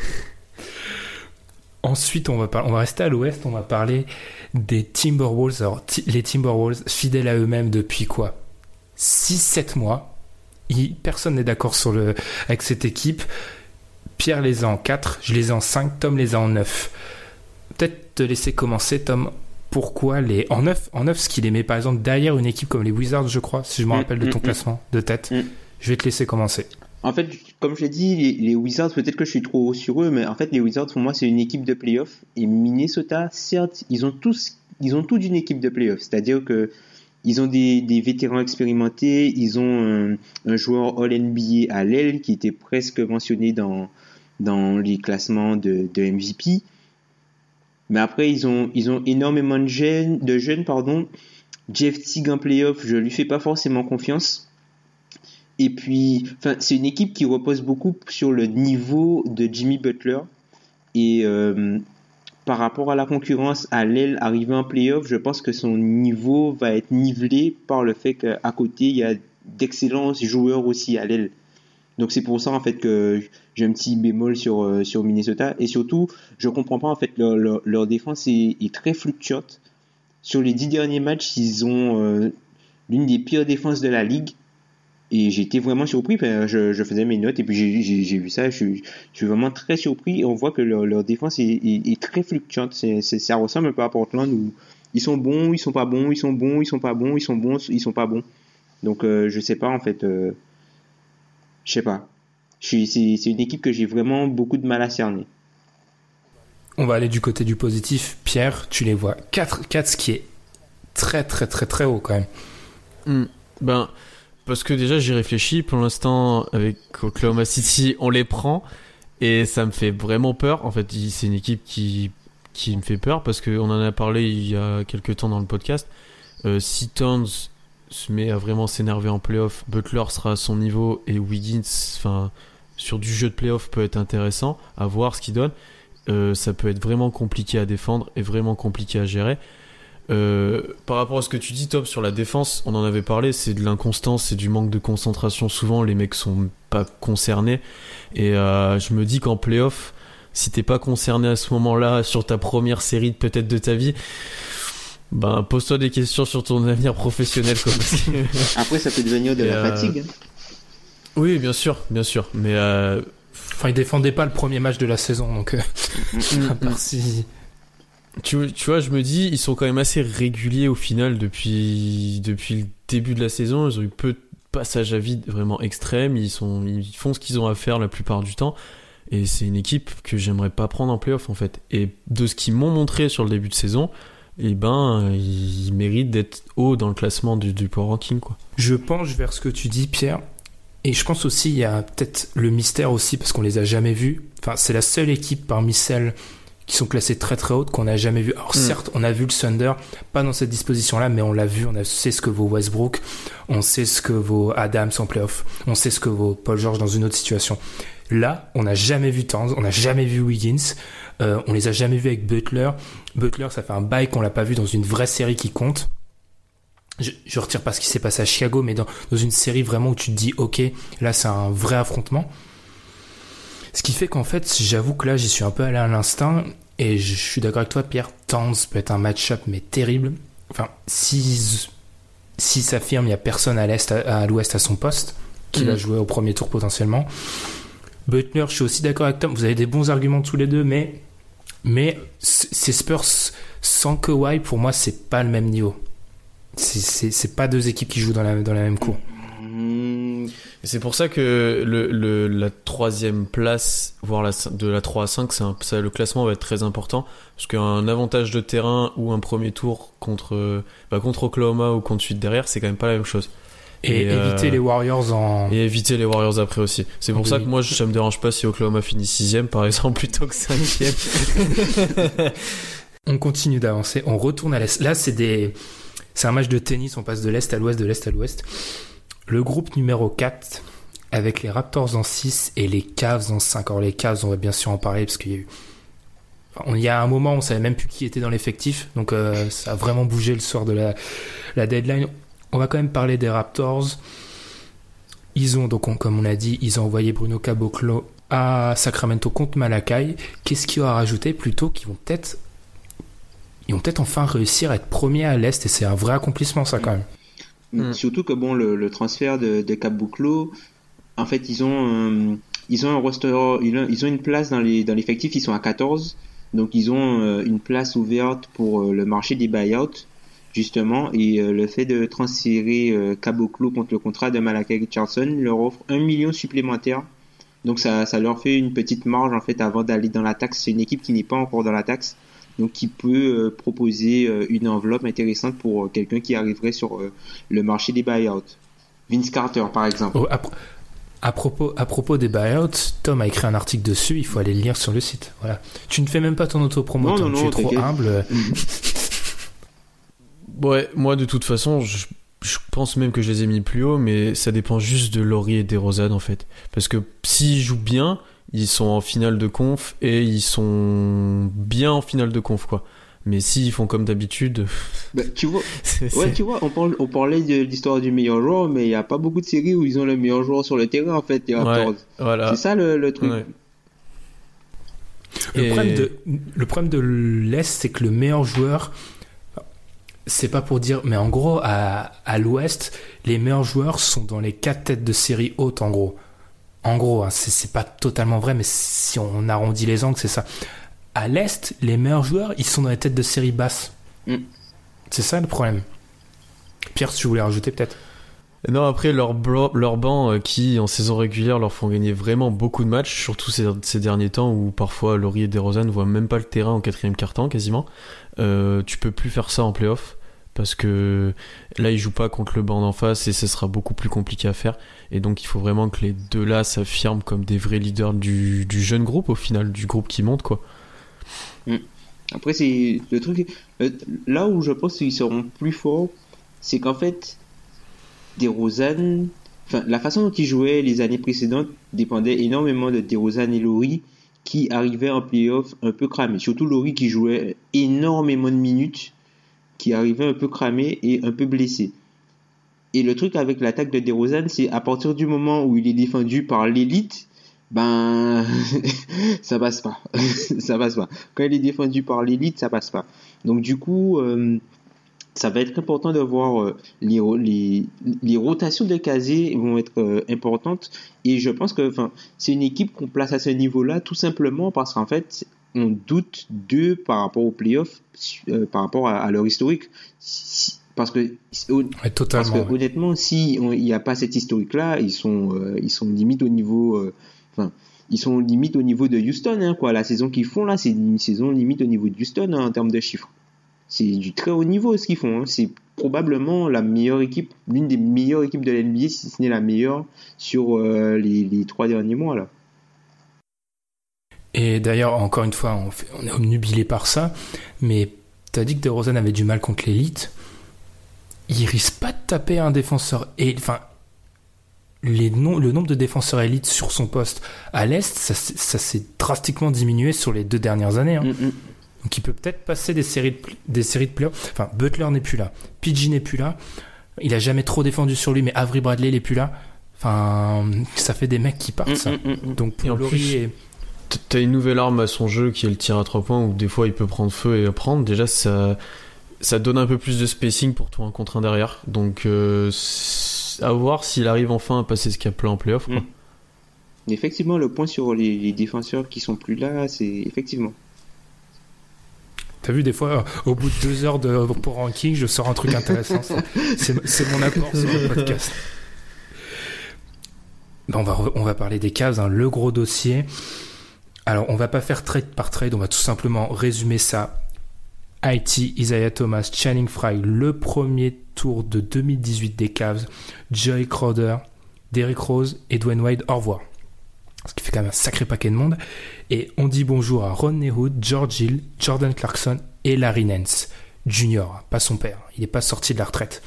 Ensuite, on va, par- on va rester à l'Ouest, on va parler des Timberwolves. Alors, t- les Timberwolves, fidèles à eux-mêmes depuis quoi ? six sept mois. Ils, personne n'est d'accord sur le, avec cette équipe. Pierre les a en quatre, je les ai en cinq, Tom les a en neuf. Peut-être te laisser commencer, Tom. Pourquoi les... En neuf, en neuf, ce qui les met par exemple derrière une équipe comme les Wizards, je crois, si je me rappelle mmh, de ton mmh, classement de tête. Mmh. Je vais te laisser commencer. En fait, comme je l'ai dit, les, les Wizards, peut-être que je suis trop haut sur eux, mais en fait, les Wizards, pour moi, c'est une équipe de playoff. Et Minnesota, certes, ils ont tous, ils ont tout d'une équipe de playoff. C'est-à-dire que ils ont des, des vétérans expérimentés, ils ont un, un joueur All-N B A à l'aile qui était presque mentionné dans, dans les classements de, de M V P. Mais après, ils ont, ils ont énormément de jeunes, de jeunes, pardon. Jeff Teague en playoff, je lui fais pas forcément confiance. Et puis, enfin, c'est une équipe qui repose beaucoup sur le niveau de Jimmy Butler. Et euh, par rapport à la concurrence à l'aile arrivée en playoff, je pense que son niveau va être nivelé par le fait qu'à côté, il y a d'excellents joueurs aussi à l'aile. Donc c'est pour ça en fait que j'ai un petit bémol sur, euh, sur Minnesota. Et surtout, je comprends pas en fait, leur, leur, leur défense est, est très fluctuante. Sur les dix derniers matchs, ils ont euh, l'une des pires défenses de la ligue. Et j'ai été vraiment surpris, je, je faisais mes notes et puis j'ai, j'ai, j'ai vu ça, je suis, je suis vraiment très surpris et on voit que leur, leur défense est, est, est très fluctuante. C'est, c'est, ça ressemble un peu à Portland où ils sont bons, ils sont pas bons, ils sont bons, ils sont pas bons, ils sont bons, ils sont pas bons. Donc euh, je sais pas en fait, euh, je sais pas. Je suis, c'est, c'est une équipe que j'ai vraiment beaucoup de mal à cerner. On va aller du côté du positif. Pierre, tu les vois quatre, quatre, ce qui est très très très très haut quand même. Mmh. Ben... Parce que déjà j'y réfléchis, pour l'instant avec Oklahoma City on les prend et ça me fait vraiment peur. En fait c'est une équipe qui, qui me fait peur parce qu'on en a parlé il y a quelques temps dans le podcast. Euh, si Towns se met à vraiment s'énerver en playoff, Butler sera à son niveau et Wiggins enfin, sur du jeu de playoff peut être intéressant à voir ce qu'il donne. Euh, ça peut être vraiment compliqué à défendre et vraiment compliqué à gérer. Euh, par rapport à ce que tu dis Top sur la défense, on en avait parlé, c'est de l'inconstance, c'est du manque de concentration, souvent les mecs sont pas concernés et euh, je me dis qu'en playoff si t'es pas concerné à ce moment-là sur ta première série peut-être de ta vie, ben pose-toi des questions sur ton avenir professionnel quoi. Après ça peut devenir de et la euh... fatigue. Oui bien sûr, bien sûr, mais euh... enfin ils défendaient pas le premier match de la saison donc euh... à part si... Tu, tu vois, je me dis, ils sont quand même assez réguliers au final depuis, depuis le début de la saison. Ils ont eu peu de passages à vide vraiment extrêmes. Ils, sont, ils font ce qu'ils ont à faire la plupart du temps. Et c'est une équipe que j'aimerais pas prendre en playoff en fait. Et de ce qu'ils m'ont montré sur le début de saison, eh ben, ils méritent d'être haut dans le classement du, du Power Ranking, quoi. Je penche vers ce que tu dis, Pierre. Et je pense aussi, il y a peut-être le mystère aussi parce qu'on les a jamais vus. Enfin, c'est la seule équipe parmi celles qui sont classées très très hautes qu'on n'a jamais vu. Alors mm. certes, on a vu le Thunder, pas dans cette disposition-là, mais on l'a vu, on a, sait ce que vaut Westbrook, on sait ce que vaut Adams en playoff, on sait ce que vaut Paul George dans une autre situation. Là, on n'a jamais vu Towns, on n'a jamais vu Wiggins, euh, on les a jamais vus avec Butler. Butler, ça fait un bail qu'on l'a pas vu dans une vraie série qui compte. Je, je retire pas ce qui s'est passé à Chicago, mais dans, dans une série vraiment où tu te dis, ok, là c'est un vrai affrontement. Ce qui fait qu'en fait, j'avoue que là, j'y suis un peu allé à l'instinct, et je suis d'accord avec toi, Pierre, Towns peut être un match-up, mais terrible. Enfin, si, si s'affirme, il n'y a personne à l'est, à, à l'ouest à son poste, qui mmh. va jouer au premier tour potentiellement. Butler, je suis aussi d'accord avec Tom, vous avez des bons arguments tous les deux, mais, mais ces Spurs sans Kawhi, pour moi, c'est pas le même niveau. C'est, c'est, c'est pas deux équipes qui jouent dans la, dans la même cour. Et c'est pour ça que le, le, la troisième place, voire la, de la trois à cinq, c'est un, ça, le classement va être très important. Parce qu'un avantage de terrain ou un premier tour contre, bah, contre Oklahoma ou contre suite derrière, c'est quand même pas la même chose. Et, et éviter euh, les Warriors en... Et éviter les Warriors après aussi. C'est pour oui. ça que moi, ça me dérange pas si Oklahoma finit sixième, par exemple, plutôt que cinquième. On continue d'avancer, on retourne à l'est. Là, c'est des... c'est un match de tennis, on passe de l'est à l'ouest, de l'est à l'ouest. Le groupe numéro quatre, avec les Raptors en six et les Cavs en cinq. Alors les Cavs, on va bien sûr en parler, parce qu'il y a eu... Enfin, il y a un moment, on savait même plus qui était dans l'effectif, donc euh, ça a vraiment bougé le soir de la, la deadline. On va quand même parler des Raptors. Ils ont, donc on, comme on a dit, ils ont envoyé Bruno Caboclo à Sacramento contre Malakai. Qu'est-ce qu'il va rajouter plutôt qu'ils vont peut-être... Ils vont peut-être enfin réussir à être premiers à l'Est, et c'est un vrai accomplissement, ça, quand même. Mm. Surtout que bon, le, le transfert de, de Caboclo, en fait, ils ont, euh, ils ont un roster, ils ont, ils ont une place dans, les, dans l'effectif, ils sont à quatorze, donc ils ont euh, une place ouverte pour euh, le marché des buyouts, justement, et euh, le fait de transférer euh, Caboclo contre le contrat de Malakai Richardson leur offre un million supplémentaire, donc ça, ça leur fait une petite marge, en fait, avant d'aller dans la taxe. C'est une équipe qui n'est pas encore dans la taxe. donc qui peut euh, proposer euh, une enveloppe intéressante pour euh, quelqu'un qui arriverait sur euh, le marché des buyouts. Vince Carter, par exemple. Oh, à, à, propos, à propos des buyouts, Tom a écrit un article dessus, il faut aller le lire sur le site. Voilà. Tu ne fais même pas ton autopromo, non, Tom, non, tu non, es trop t'inquiète. humble. Ouais, moi de toute façon, je, je pense même que je les ai mis plus haut, mais ça dépend juste de Laurie et DeRozan en fait. Parce que s'ils jouent bien, ils sont en finale de conf et ils sont bien en finale de conf quoi. Mais s'ils font comme d'habitude, bah, tu vois, c'est, ouais, c'est... tu vois, on, parle, on parlait de l'histoire du meilleur joueur, mais il n'y a pas beaucoup de séries où ils ont le meilleur joueur sur le terrain en fait, les Raptors. Ouais, voilà. C'est ça le, le truc. Ouais. Le, Et... problème de, le problème de l'Est, c'est que le meilleur joueur, c'est pas pour dire, mais en gros, à, à l'Ouest, les meilleurs joueurs sont dans les quatre têtes de série hautes, en gros. En gros, hein, c'est, c'est pas totalement vrai, mais si on arrondit les angles, c'est ça. À l'Est, les meilleurs joueurs, ils sont dans les têtes de série basses. Mm. C'est ça le problème. Pierre, si tu voulais rajouter peut-être. Non, après, leur, blo- leur banc euh, qui, en saison régulière, leur font gagner vraiment beaucoup de matchs, surtout ces, ces derniers temps où parfois Laurie et DeRozan ne voient même pas le terrain en quatrième quart-temps quasiment. Euh, tu peux plus faire ça en play-off parce que là, ils jouent pas contre le banc d'en face et ce sera beaucoup plus compliqué à faire. Et donc, il faut vraiment que les deux là s'affirment comme des vrais leaders du, du jeune groupe, au final, du groupe qui monte, quoi. Mm. Après, c'est le truc. Là où je pense qu'ils seront plus forts, c'est qu'en fait, DeRozan, enfin, la façon dont ils jouaient les années précédentes dépendait énormément de DeRozan et Laurie qui arrivaient en playoff un peu cramés. Surtout Laurie qui jouait énormément de minutes, qui arrivait un peu cramé et un peu blessé. Et le truc avec l'attaque de DeRozan, c'est à partir du moment où il est défendu par l'élite, ben ça passe pas. ça passe pas. Quand il est défendu par l'élite, ça passe pas. Donc du coup, euh, ça va être important de voir euh, les, les, les rotations de casiers vont être euh, importantes. Et je pense que c'est une équipe qu'on place à ce niveau-là tout simplement parce qu'en fait, on doute d'eux par rapport aux playoffs, euh, par rapport à, à leur historique. Si, parce que, ouais, parce que ouais. honnêtement, si il n'y a pas cet historique-là, ils sont, euh, ils sont limite au niveau... Euh, Enfin, ils sont limite au niveau de Houston, hein, quoi. La saison qu'ils font là, c'est une saison limite au niveau de Houston hein, en termes de chiffres. C'est du très haut niveau ce qu'ils font. Hein. C'est probablement la meilleure équipe, l'une des meilleures équipes de l'N B A, si ce n'est la meilleure sur euh, les, les trois derniers mois là. Et d'ailleurs, encore une fois, on, fait, on est obnubilé par ça, mais t'as dit que DeRozan avait du mal contre l'élite. Il risque pas de taper un défenseur et enfin. Les nom- le nombre de défenseurs élites sur son poste à l'Est, ça, ça s'est drastiquement diminué sur les deux dernières années. Hein. Mm-hmm. Donc il peut peut-être passer des séries de, des séries de playoffs. Enfin, Butler n'est plus là, P G n'est plus là. Il a jamais trop défendu sur lui, mais Avery Bradley n'est plus là. Enfin, ça fait des mecs qui partent, ça. Mm-hmm. Donc pour et en Laurie plus, et... t'as une nouvelle arme à son jeu qui est le tir à trois points où des fois il peut prendre feu et apprendre. Déjà, ça, ça donne un peu plus de spacing pour toi un contre un derrière. Donc euh, à voir s'il arrive enfin à passer ce cap-là en play-off. Quoi. Mmh. Effectivement, le point sur les, les défenseurs qui sont plus là, c'est effectivement. T'as vu, des fois, au bout de deux heures de pour ranking, je sors un truc intéressant. c'est, c'est mon apport sur le podcast. Ben, on va on va parler des Cavs, hein, le gros dossier. Alors, on va pas faire trade par trade, on va tout simplement résumer ça. I T, Isaiah Thomas, Channing Frye, le premier tour de deux mille dix-huit des Cavs, Joey Crowder, Derrick Rose et Dwayne Wade, au revoir. Ce qui fait quand même un sacré paquet de monde. Et on dit bonjour à Rodney Hood, George Hill, Jordan Clarkson et Larry Nance Junior, pas son père. Il n'est pas sorti de la retraite.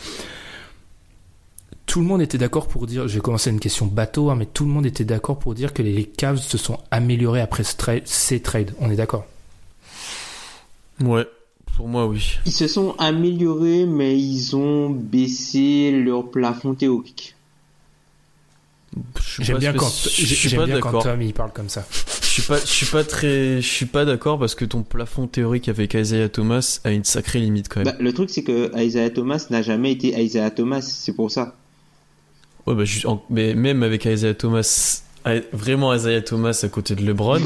Tout le monde était d'accord pour dire, je vais commencer une question bateau, hein, mais tout le monde était d'accord pour dire que les Cavs se sont améliorés après ce tra- ces trades. On est d'accord? Ouais. Pour moi, oui. Ils se sont améliorés, mais ils ont baissé leur plafond théorique. J'aime bien, spéc... quand, je suis j'aime pas bien d'accord. quand Tom il parle comme ça. Je suis pas, je suis pas très, je suis pas d'accord parce que ton plafond théorique avec Isaiah Thomas a une sacrée limite quand même. Bah, le truc c'est que Isaiah Thomas n'a jamais été Isaiah Thomas, c'est pour ça. Ouais, bah, je... mais même avec Isaiah Thomas. Vraiment Isaiah Thomas à côté de LeBron.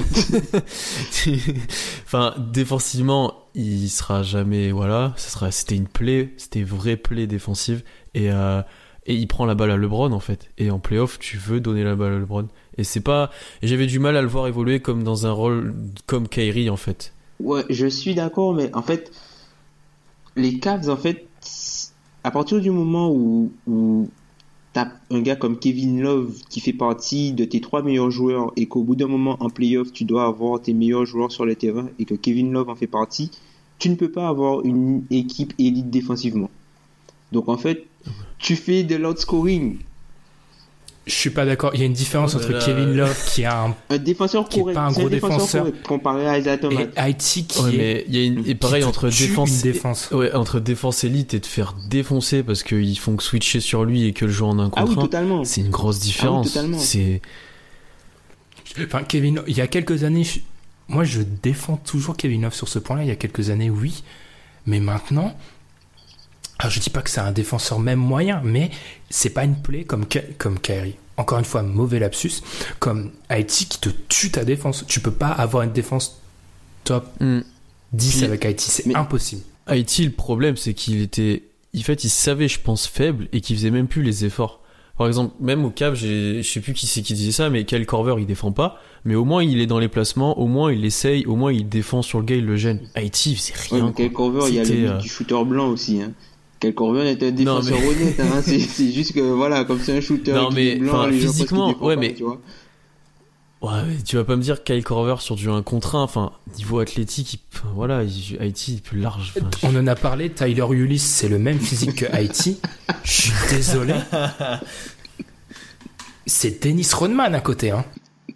Enfin, défensivement, il sera jamais, voilà, ça sera, c'était une plaie, c'était une vraie plaie défensive et euh, et il prend la balle à LeBron en fait. Et en playoff, tu veux donner la balle à LeBron. Et c'est pas, et j'avais du mal à le voir évoluer comme dans un rôle comme Kyrie en fait. Ouais, je suis d'accord, mais en fait, les Cavs, en fait, à partir du moment où, où t'as un gars comme Kevin Love qui fait partie de tes trois meilleurs joueurs et qu'au bout d'un moment en playoff, tu dois avoir tes meilleurs joueurs sur le terrain et que Kevin Love en fait partie, tu ne peux pas avoir une équipe élite défensivement. Donc en fait, tu fais de l'outscoring. Je suis pas d'accord. Il y a une différence entre là, Kevin Love qui a un, Un défenseur qui est correct, pas un c'est gros défenseur, correct comparé à Isaiah Thomas. et Haïti qui Ouais, est mais il y a une et pareil qui te entre tue défense, une défense. ouais, entre défense élite et te faire défoncer parce qu'ils font que switcher sur lui et que le jouer en un Ah oui, contre un, totalement. c'est une grosse différence. totalement. C'est Enfin, Kevin, il y a quelques années, je- moi je défends toujours Kevin Love sur ce point-là. Il y a quelques années, oui, mais maintenant, alors je dis pas que c'est un défenseur même moyen, mais c'est pas une plaie comme Ka- comme Kyrie. Encore une fois, mauvais lapsus, comme Haïti qui te tue ta défense. Tu peux pas avoir une défense top Hmm. dix Puis- avec Haïti, c'est mais- impossible. Haïti, le problème, c'est qu'il était. En fait, il se savait, je pense, faible et qu'il faisait même plus les efforts. Par exemple, même au Cavs, j'ai... je sais plus qui c'est qui disait ça, mais Kyle Korver, il défend pas. Mais au moins, il est dans les placements, au moins, il essaye, au moins, il défend sur le gars, il le gêne. Haïti, il faisait Ouais, rien. mais quel quoi. cover, il y a le C'était, mythe euh, du shooter blanc aussi. Hein. Quel cover est un défenseur mais- honnête. Hein. c'est, c'est juste que voilà, comme c'est un shooter Non, qui mais, est blanc, enfin, les gens pensent qu'il physiquement, défend ouais, pas, mais- tu vois. Ouais, mais tu vas pas me dire Kyle Korver sur du un contre un, enfin, niveau athlétique, il... enfin, voilà, il... Haïti, il peut large. Enfin, je- On en a parlé, Tyler Ulis, c'est le même physique que Haïti. Je suis désolé. C'est Dennis Rodman à côté, hein.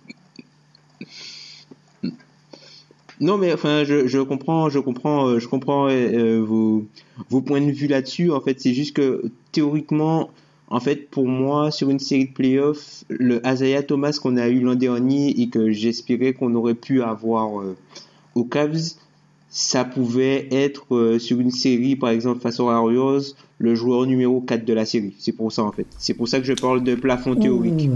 Non, mais enfin, je, je comprends, je comprends, euh, je comprends euh, vos, vos points de vue là-dessus. En fait, c'est juste que théoriquement, en fait, pour moi, sur une série de playoffs, le Isaiah Thomas qu'on a eu l'an dernier et que j'espérais qu'on aurait pu avoir euh, aux Cavs, ça pouvait être euh, sur une série, par exemple, face aux Warriors, le joueur numéro quatre de la série. C'est pour ça, en fait. C'est pour ça que je parle de plafond théorique.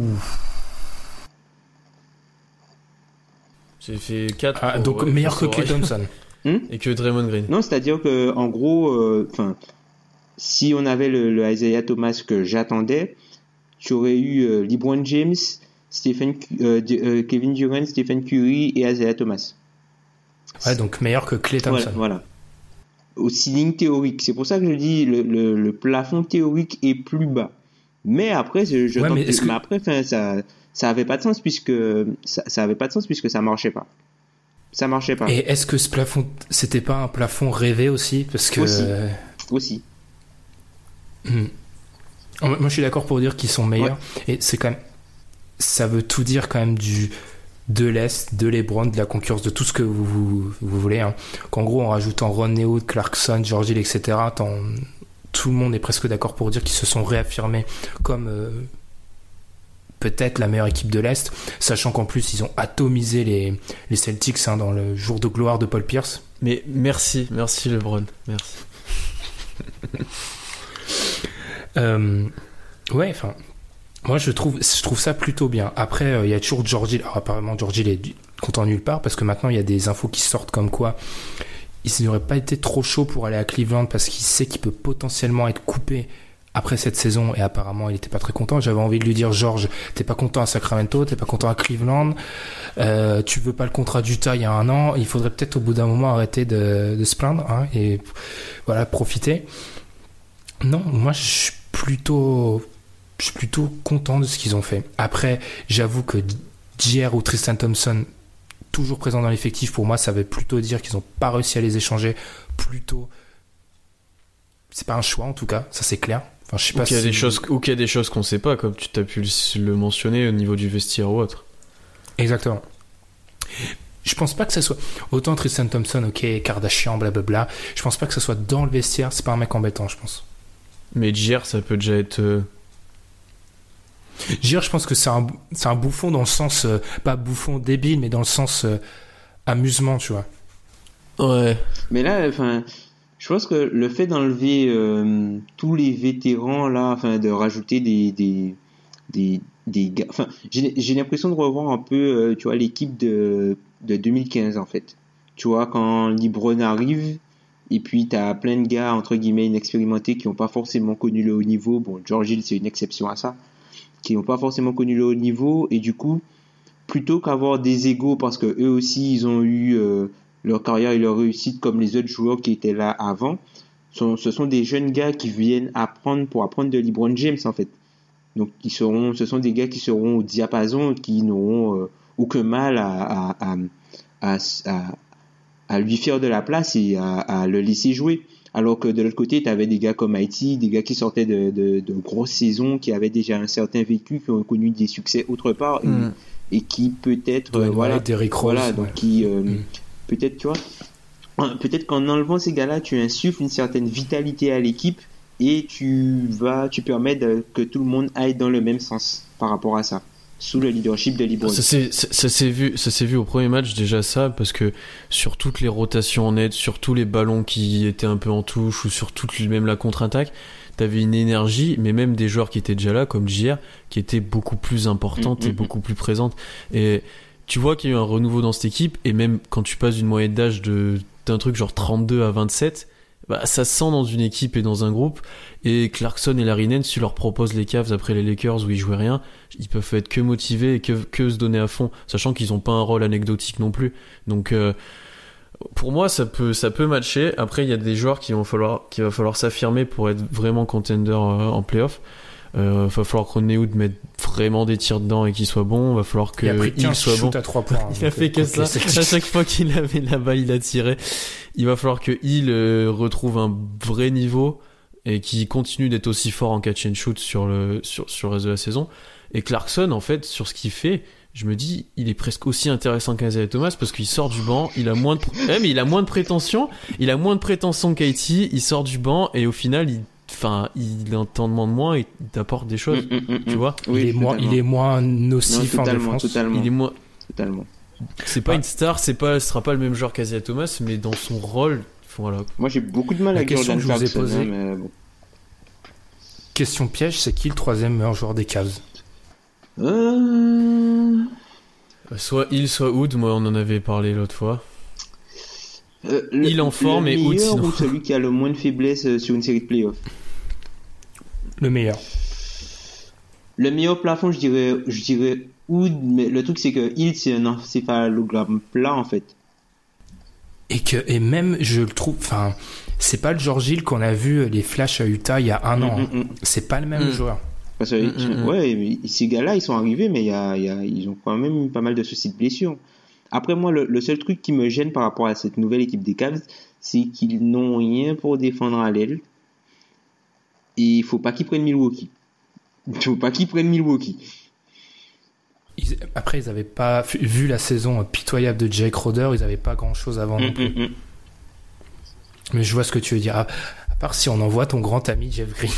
J'ai fait quatre. Ah, pour- donc ouais, meilleur que face aux Klay Warriors. Thompson. Et que Draymond Green. Non, c'est-à-dire que en gros, enfin, euh, si on avait le, le Isaiah Thomas que j'attendais, tu aurais eu euh, LeBron James, Stephen, euh, euh, Kevin Durant, Stephen Curry et Isaiah Thomas. Ouais, donc meilleur que Klay Thompson. Voilà, voilà. Au ceiling théorique. C'est pour ça que je dis le, le, le plafond théorique est plus bas. Mais après, je, je Ouais, tente- mais est-ce que- mais après, enfin, ça, ça avait pas de sens puisque ça, ça avait pas de sens puisque ça marchait pas. Ça marchait pas. Et est-ce que ce plafond, c'était pas un plafond rêvé aussi? Parce que. Aussi. euh, Aussi. hmm. Moi, je suis d'accord pour dire qu'ils sont meilleurs. Et c'est quand même. Ça veut tout dire quand même du. De l'Est, de LeBron, de la concurrence, de tout ce que vous, vous, vous voulez. Hein. Qu'en gros, en rajoutant Ron Wood, Clarkson, George Hill, et cetera, t'en- tout le monde est presque d'accord pour dire qu'ils se sont réaffirmés comme euh, peut-être la meilleure équipe de l'Est, sachant qu'en plus, ils ont atomisé les, les Celtics hein, dans le jour de gloire de Paul Pierce. Mais merci, merci LeBron, merci. Euh, ouais, enfin, moi je trouve, je trouve ça plutôt bien. Après, il euh, y a toujours George Hill. Alors apparemment, George Hill est content nulle part parce que maintenant il y a des infos qui sortent comme quoi il n'aurait pas été trop chaud pour aller à Cleveland parce qu'il sait qu'il peut potentiellement être coupé après cette saison et apparemment il était pas très content. J'avais envie de lui dire George, t'es pas content à Sacramento, t'es pas content à Cleveland, euh, tu veux pas le contrat d'Utah il y a un an, il faudrait peut-être au bout d'un moment arrêter de, de se plaindre hein, et voilà profiter. Non, moi je suis plutôt je suis plutôt content de ce qu'ils ont fait. Après, j'avoue que J R ou Tristan Thompson toujours présents dans l'effectif, pour moi ça veut plutôt dire qu'ils n'ont pas réussi à les échanger. Plutôt c'est pas un choix en tout cas, ça c'est clair. Enfin, je sais pas ou qu'il y a si... des choses, ou qu'il y a des choses qu'on sait pas, comme tu t'as pu le, le mentionner au niveau du vestiaire ou autre. Exactement. Je pense pas que ça soit autant Tristan Thompson, ok, Kardashian, blablabla. Je pense pas que ça soit dans le vestiaire. C'est pas un mec embêtant, je pense. Mais J R, ça peut déjà être. Euh... J R, je pense que c'est un, c'est un bouffon dans le sens euh, pas bouffon débile, mais dans le sens euh, amusement, tu vois. Ouais. Mais là, enfin, je pense que le fait d'enlever euh, tous les vétérans là, enfin, de rajouter des des des, des gars, enfin, j'ai, j'ai l'impression de revoir un peu, euh, tu vois, l'équipe de de deux mille quinze en fait. Tu vois, quand LeBron arrive, et puis t'as plein de gars entre guillemets inexpérimentés qui n'ont pas forcément connu le haut niveau. Bon, George Hill c'est une exception à ça, qui n'ont pas forcément connu le haut niveau, et du coup, plutôt qu'avoir des égos parce que eux aussi ils ont eu euh, leur carrière et leur réussite comme les autres joueurs qui étaient là avant. Ce sont des jeunes gars qui viennent apprendre pour apprendre de LeBron James, en fait. Donc, ils seront, ce sont des gars qui seront au diapason, qui n'auront euh, aucun mal à, à, à, à, à, à lui faire de la place et à, à le laisser jouer. Alors que de l'autre côté, tu avais des gars comme Haïti, des gars qui sortaient de, de, de grosses saisons, qui avaient déjà un certain vécu, qui ont connu des succès autre part, et, mm. et qui peut-être... Euh, voilà, Derrick Rose, voilà, donc ouais. qui... Euh, mm. Peut-être, tu vois... Peut-être qu'en enlevant ces gars-là, tu insuffles une certaine vitalité à l'équipe et tu vas, tu permets de, que tout le monde aille dans le même sens par rapport à ça, sous le leadership de LeBron. Ça s'est, ça, ça s'est vu, ça s'est vu au premier match déjà ça, parce que sur toutes les rotations en net, sur tous les ballons qui étaient un peu en touche ou sur toute même la contre-attaque, t'avais une énergie, mais même des joueurs qui étaient déjà là, comme J R, qui étaient beaucoup plus importantes mmh, et mmh. beaucoup plus présentes. Et tu vois qu'il y a eu un renouveau dans cette équipe, et même quand tu passes d'une moyenne d'âge de d'un truc genre trente-deux à vingt-sept, bah, ça se sent dans une équipe et dans un groupe. Et Clarkson et Larry Nance, si tu leur proposes les Cavs après les Lakers où ils jouaient rien, ils peuvent être que motivés et que, que se donner à fond, sachant qu'ils n'ont pas un rôle anecdotique non plus. Donc euh, pour moi ça peut, ça peut matcher. Après il y a des joueurs qui vont falloir, qu'il va falloir s'affirmer pour être vraiment contender euh, en playoff. Il euh, va falloir que Rodney Hood mette vraiment des tirs dedans et qu'il soit bon. Il va falloir que il soit bon. À trois points, il a fait que ça. À chaque fois qu'il avait la balle, il a tiré. Il va falloir que il euh, retrouve un vrai niveau et qu'il continue d'être aussi fort en catch and shoot sur le sur sur le reste de la saison. Et Clarkson, en fait, sur ce qu'il fait, je me dis, il est presque aussi intéressant qu'Isaiah Thomas parce qu'il sort du banc, il a moins de, ouais, mais il a moins de prétention, il a moins de prétention qu'Haïti, il sort du banc et au final, il Enfin, il t'en demande moins et il t'apporte des choses, mmh, mmh, tu vois. Oui, il, est moins, il est moins nocif non, en défense. Totalement. Il est moins. Totalement. C'est pas ah. une star, c'est pas, ce sera pas le même joueur qu'Isaiah Thomas, mais dans son rôle, voilà. Moi, j'ai beaucoup de mal avec Jordan Clarkson. Hein, mais bon. Question piège, c'est qui le troisième meilleur joueur des Cavs ? euh... Soit il, soit Hood. Moi, on en avait parlé l'autre fois. Euh, le, il en forme et Hood sinon. Ou celui qui a le moins de faiblesse sur une série de playoffs. Le meilleur. Le meilleur plafond, je dirais, je dirais Hood, mais le truc c'est que Hill c'est un encéphalogramme plat en fait. Et que et même je le trouve, enfin, c'est pas le George Hill qu'on a vu les flashs à Utah il y a un mmh, an. Hein. Mmh. C'est pas le même mmh. joueur. Parce que mmh, ouais, mais ces gars-là ils sont arrivés, mais il y a, il y a, ils ont quand même pas mal de soucis de blessures. Après moi, le, le seul truc qui me gêne par rapport à cette nouvelle équipe des Cavs, c'est qu'ils n'ont rien pour défendre à l'aile. Et il faut pas qu'ils prennent Milwaukee. Il faut pas qu'ils prennent Milwaukee. Ils, après, ils avaient pas vu la saison pitoyable de Jake Roder, ils avaient pas grand chose avant mmh, non plus. Mmh. Mais je vois ce que tu veux dire. À, à part si on envoie ton grand ami Jeff Green.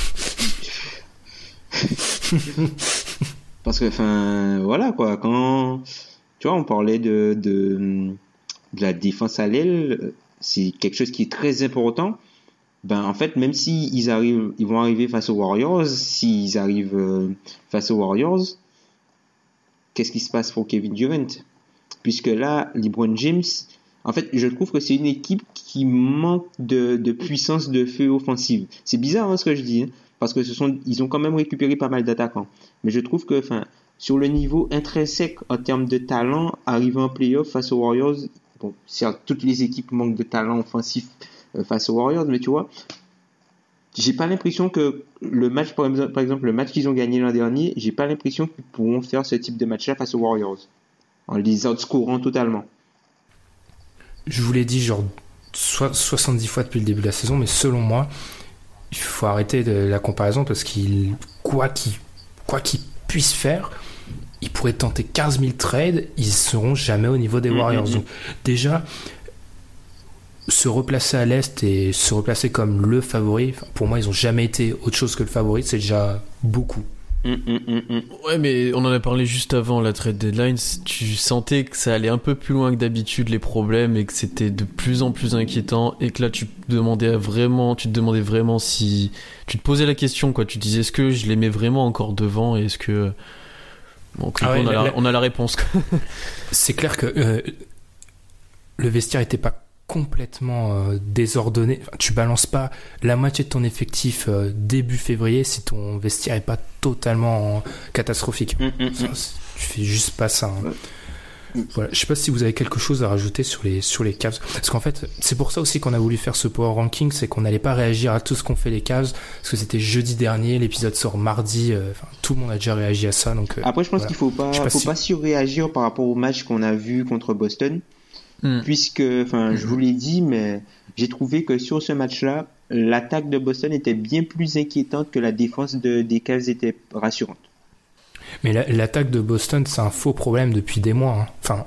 Parce que, enfin, voilà quoi. Quand tu vois, on parlait de, de, de la défense à l'aile, c'est quelque chose qui est très important. Ben en fait, même si ils arrivent, ils vont arriver face aux Warriors, s'ils arrivent euh, face aux Warriors, qu'est-ce qui se passe pour Kevin Durant ? Puisque là, LeBron James, en fait, je trouve que c'est une équipe qui manque de, de puissance de feu offensive. C'est bizarre hein, ce que je dis, hein, parce que ce sont, ils ont quand même récupéré pas mal d'attaquants. Mais je trouve que, enfin, sur le niveau intrinsèque en termes de talent, arriver en playoff face aux Warriors, bon, certes, toutes les équipes manquent de talent offensif face aux Warriors, mais tu vois, j'ai pas l'impression que le match, par exemple, le match qu'ils ont gagné l'an dernier, j'ai pas l'impression qu'ils pourront faire ce type de match-là face aux Warriors, en les outscorant totalement. Je vous l'ai dit genre soixante-dix fois depuis le début de la saison, mais selon moi, il faut arrêter de la comparaison parce qu'il, quoi qu'il, quoi qu'il puisse faire, ils pourraient tenter quinze mille trades, ils seront jamais au niveau des Warriors. Mm-hmm. Donc, déjà, se replacer à l'Est et se replacer comme le favori, pour moi ils ont jamais été autre chose que le favori, c'est déjà beaucoup. Mmh, mmh, mmh. Ouais, mais on en a parlé juste avant la trade deadline, tu sentais que ça allait un peu plus loin que d'habitude les problèmes et que c'était de plus en plus inquiétant et que là tu te demandais vraiment, tu te demandais vraiment si tu te posais la question quoi, tu te disais est-ce que je les mets vraiment encore devant et est-ce que bon, ah ouais, on, a la, la... on a la réponse. C'est clair que euh, le vestiaire était pas complètement euh, désordonné. Enfin, tu balances pas la moitié de ton effectif euh, début février si ton vestiaire est pas totalement euh, catastrophique. Mmh, mmh, ça, tu fais juste pas ça. Hein. Ouais. Voilà, je sais pas si vous avez quelque chose à rajouter sur les sur les Cavs, parce qu'en fait c'est pour ça aussi qu'on a voulu faire ce power ranking, c'est qu'on n'allait pas réagir à tout ce qu'ont fait les Cavs, parce que c'était jeudi dernier, l'épisode sort mardi, euh, tout le monde a déjà réagi à ça, donc. Euh, Après, je pense voilà. qu'il faut pas, pas faut si... pas surréagir par rapport au match qu'on a vu contre Boston, mm. puisque, enfin, mm-hmm. je vous l'ai dit, mais j'ai trouvé que sur ce match-là, l'attaque de Boston était bien plus inquiétante que la défense de, des Cavs était rassurante. Mais la, l'attaque de Boston, c'est un faux problème depuis des mois. Hein. Enfin,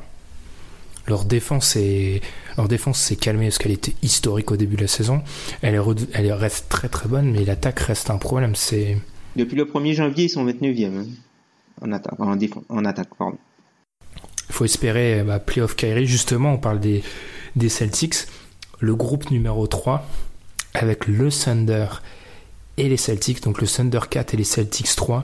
leur défense est, leur défense s'est calmée parce qu'elle était historique au début de la saison. Elle, est, elle reste très très bonne, mais l'attaque reste un problème. C'est... Depuis le premier janvier, ils sont vingt-neuvième hein, en attaque. En, défense, en attaque, pardon. Il faut espérer bah, playoff Kyrie. Justement, on parle des, des Celtics. Le groupe numéro trois, avec le Thunder et les Celtics, donc le Thunder quatre et les Celtics trois.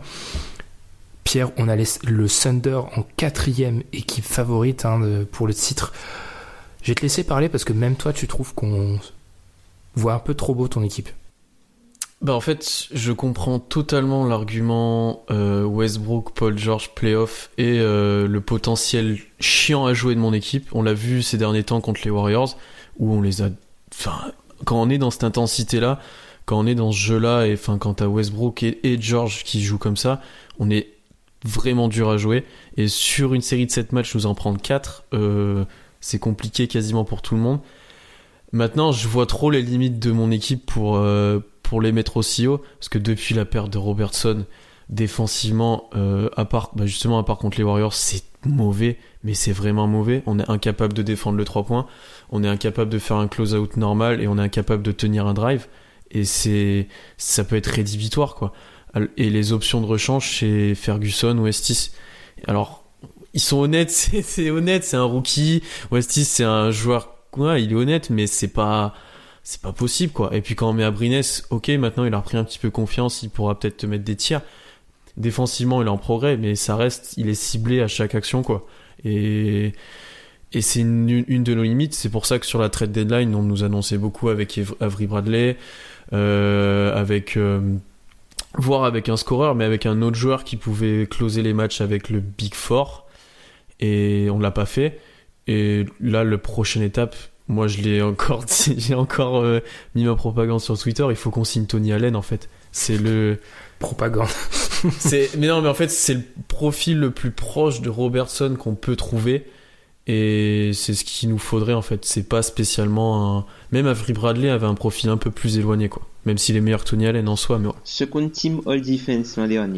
Pierre, on a les, le Thunder en quatrième équipe favorite hein, de, pour le titre. Je vais te laisser parler parce que même toi, tu trouves qu'on voit un peu trop beau ton équipe. Bah en fait, je comprends totalement l'argument euh, Westbrook, Paul George, playoff et euh, le potentiel chiant à jouer de mon équipe. On l'a vu ces derniers temps contre les Warriors où on les a... Enfin, quand on est dans cette intensité-là, quand on est dans ce jeu-là, et enfin quand t'as Westbrook et, et George qui jouent comme ça, on est vraiment dur à jouer, et sur une série de sept matchs nous en prendre quatre, euh, c'est compliqué quasiment pour tout le monde. Maintenant je vois trop les limites de mon équipe pour, euh, pour les mettre aussi haut, parce que depuis la perte de Robertson défensivement, euh, à part, bah justement à part contre les Warriors, c'est mauvais, mais c'est vraiment mauvais. On est incapable de défendre le trois points, on est incapable de faire un close-out normal, et on est incapable de tenir un drive, et c'est, ça peut être rédhibitoire quoi. Et les options de rechange c'est Ferguson ou Estis. Alors ils sont honnêtes, c'est, c'est honnête, c'est un rookie. Estis c'est un joueur, ouais, il est honnête, mais c'est pas, c'est pas possible quoi. Et puis quand on met Abrines, ok, maintenant il a repris un petit peu confiance, il pourra peut-être te mettre des tirs. Défensivement il est en progrès, mais ça reste, il est ciblé à chaque action quoi. Et et c'est une, une de nos limites. C'est pour ça que sur la trade deadline on nous annonçait beaucoup avec Avery Bradley, euh, avec euh, voire avec un scoreur, mais avec un autre joueur qui pouvait closer les matchs avec le Big Four, et on l'a pas fait. Et là, la prochaine étape, moi je l'ai encore, j'ai encore euh, mis ma propagande sur Twitter. Il faut qu'on signe Tony Allen en fait. C'est le propagande. c'est mais non, mais en fait c'est le profil le plus proche de Robertson qu'on peut trouver. Et c'est ce qu'il nous faudrait en fait. C'est pas spécialement un... Même Avery Bradley avait un profil un peu plus éloigné quoi. Même s'il est meilleur que Tony Allen en soi, mais ouais. Second team all defense l'an dernier.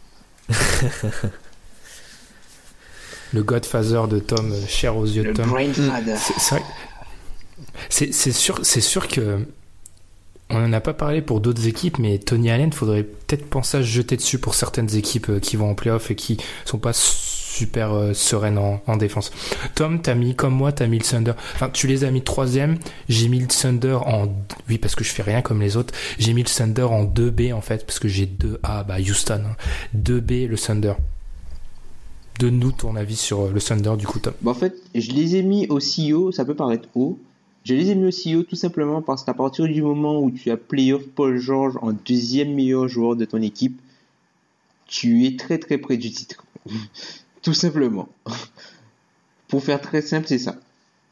Le Godfather de Tom, cher aux yeux de Le Tom. Brainfather. C'est, c'est, vrai, c'est, c'est sûr, c'est sûr que on en a pas parlé pour d'autres équipes, mais Tony Allen, faudrait peut-être penser à se jeter dessus pour certaines équipes qui vont en playoff et qui sont pas super euh, sereines en, en défense. Tom, t'as mis, comme moi, t'as mis le Thunder. Enfin, tu les as mis troisième. J'ai mis le Thunder en, oui, parce que je fais rien comme les autres. J'ai mis le Thunder en deux B, en fait, parce que j'ai deux A, bah, Houston. Hein. deux B, le Thunder. Donne-nous ton avis sur le Thunder, du coup, Tom. Bah, en fait, je les ai mis aussi haut, ça peut paraître haut. Je les ai mis aussi haut tout simplement parce qu'à partir du moment où tu as playoff Paul George en deuxième meilleur joueur de ton équipe, tu es très très près du titre. Tout simplement. Pour faire très simple, c'est ça.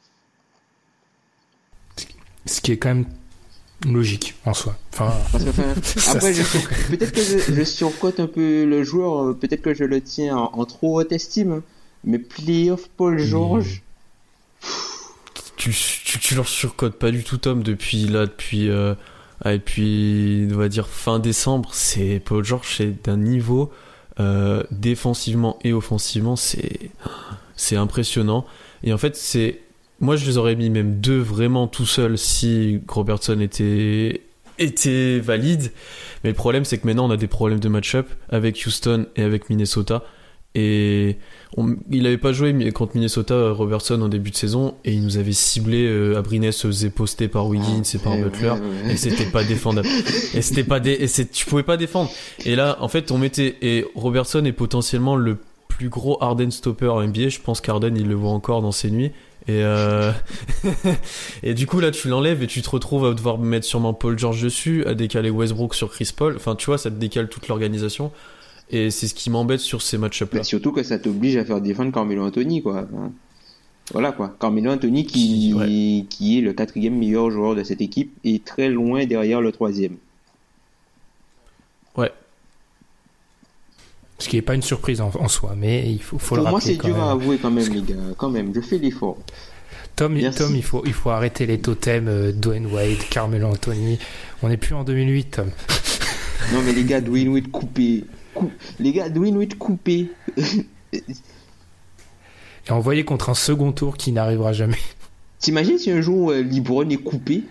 Ce qui est quand même logique en soi. Enfin, Parce que, enfin, après, je, peut-être que je, je surcote un peu le joueur, peut-être que je le tiens en, en trop haute estime, mais playoff Paul George. Mmh. Tu, tu, tu leur surcotes pas du tout, Tom, depuis là, depuis, euh, ah, depuis, on va dire fin décembre. C'est Paul George, c'est d'un niveau. Euh, défensivement et offensivement, c'est c'est impressionnant. Et en fait, c'est moi je les aurais mis même deux vraiment tout seuls si Robertson était était valide. Mais le problème, c'est que maintenant on a des problèmes de match-up avec Houston et avec Minnesota. Et on, il avait pas joué contre Minnesota, Robertson, en début de saison, et il nous avait ciblé. euh, Abrines se faisait poster par Wiggins et par Butler, ouais, ouais. et c'était pas défendable. Et c'était pas dé- et c'est, tu pouvais pas défendre. Et là, en fait, on mettait, et Robertson est potentiellement le plus gros Harden stopper en N B A. Je pense qu'Harden il le voit encore dans ses nuits. Et euh... et du coup là tu l'enlèves et tu te retrouves à devoir mettre sûrement Paul George dessus, à décaler Westbrook sur Chris Paul. Enfin tu vois, ça te décale toute l'organisation. Et c'est ce qui m'embête sur ces match-up-là. Mais surtout que ça t'oblige à faire défendre Carmelo Anthony, quoi. Voilà, quoi. Carmelo Anthony qui, qui, ouais. qui est le quatrième meilleur joueur de cette équipe et très loin derrière le troisième. Ouais. Ce qui n'est pas une surprise en, en soi, mais il faut, faut le rappeler. Pour moi, c'est dur même. à avouer quand même, les gars. Quand même, je fais l'effort. Tom, Tom il, faut, il faut arrêter les totems euh, Dwayne Wade, Carmelo Anthony. On n'est plus en deux mille huit, Tom. Non, mais les gars, Dwayne Wade coupé. Coup... Les gars, Dwayne Wade coupé. Et envoyé contre un second tour qui n'arrivera jamais. T'imagines si un jour euh, LeBron est coupé?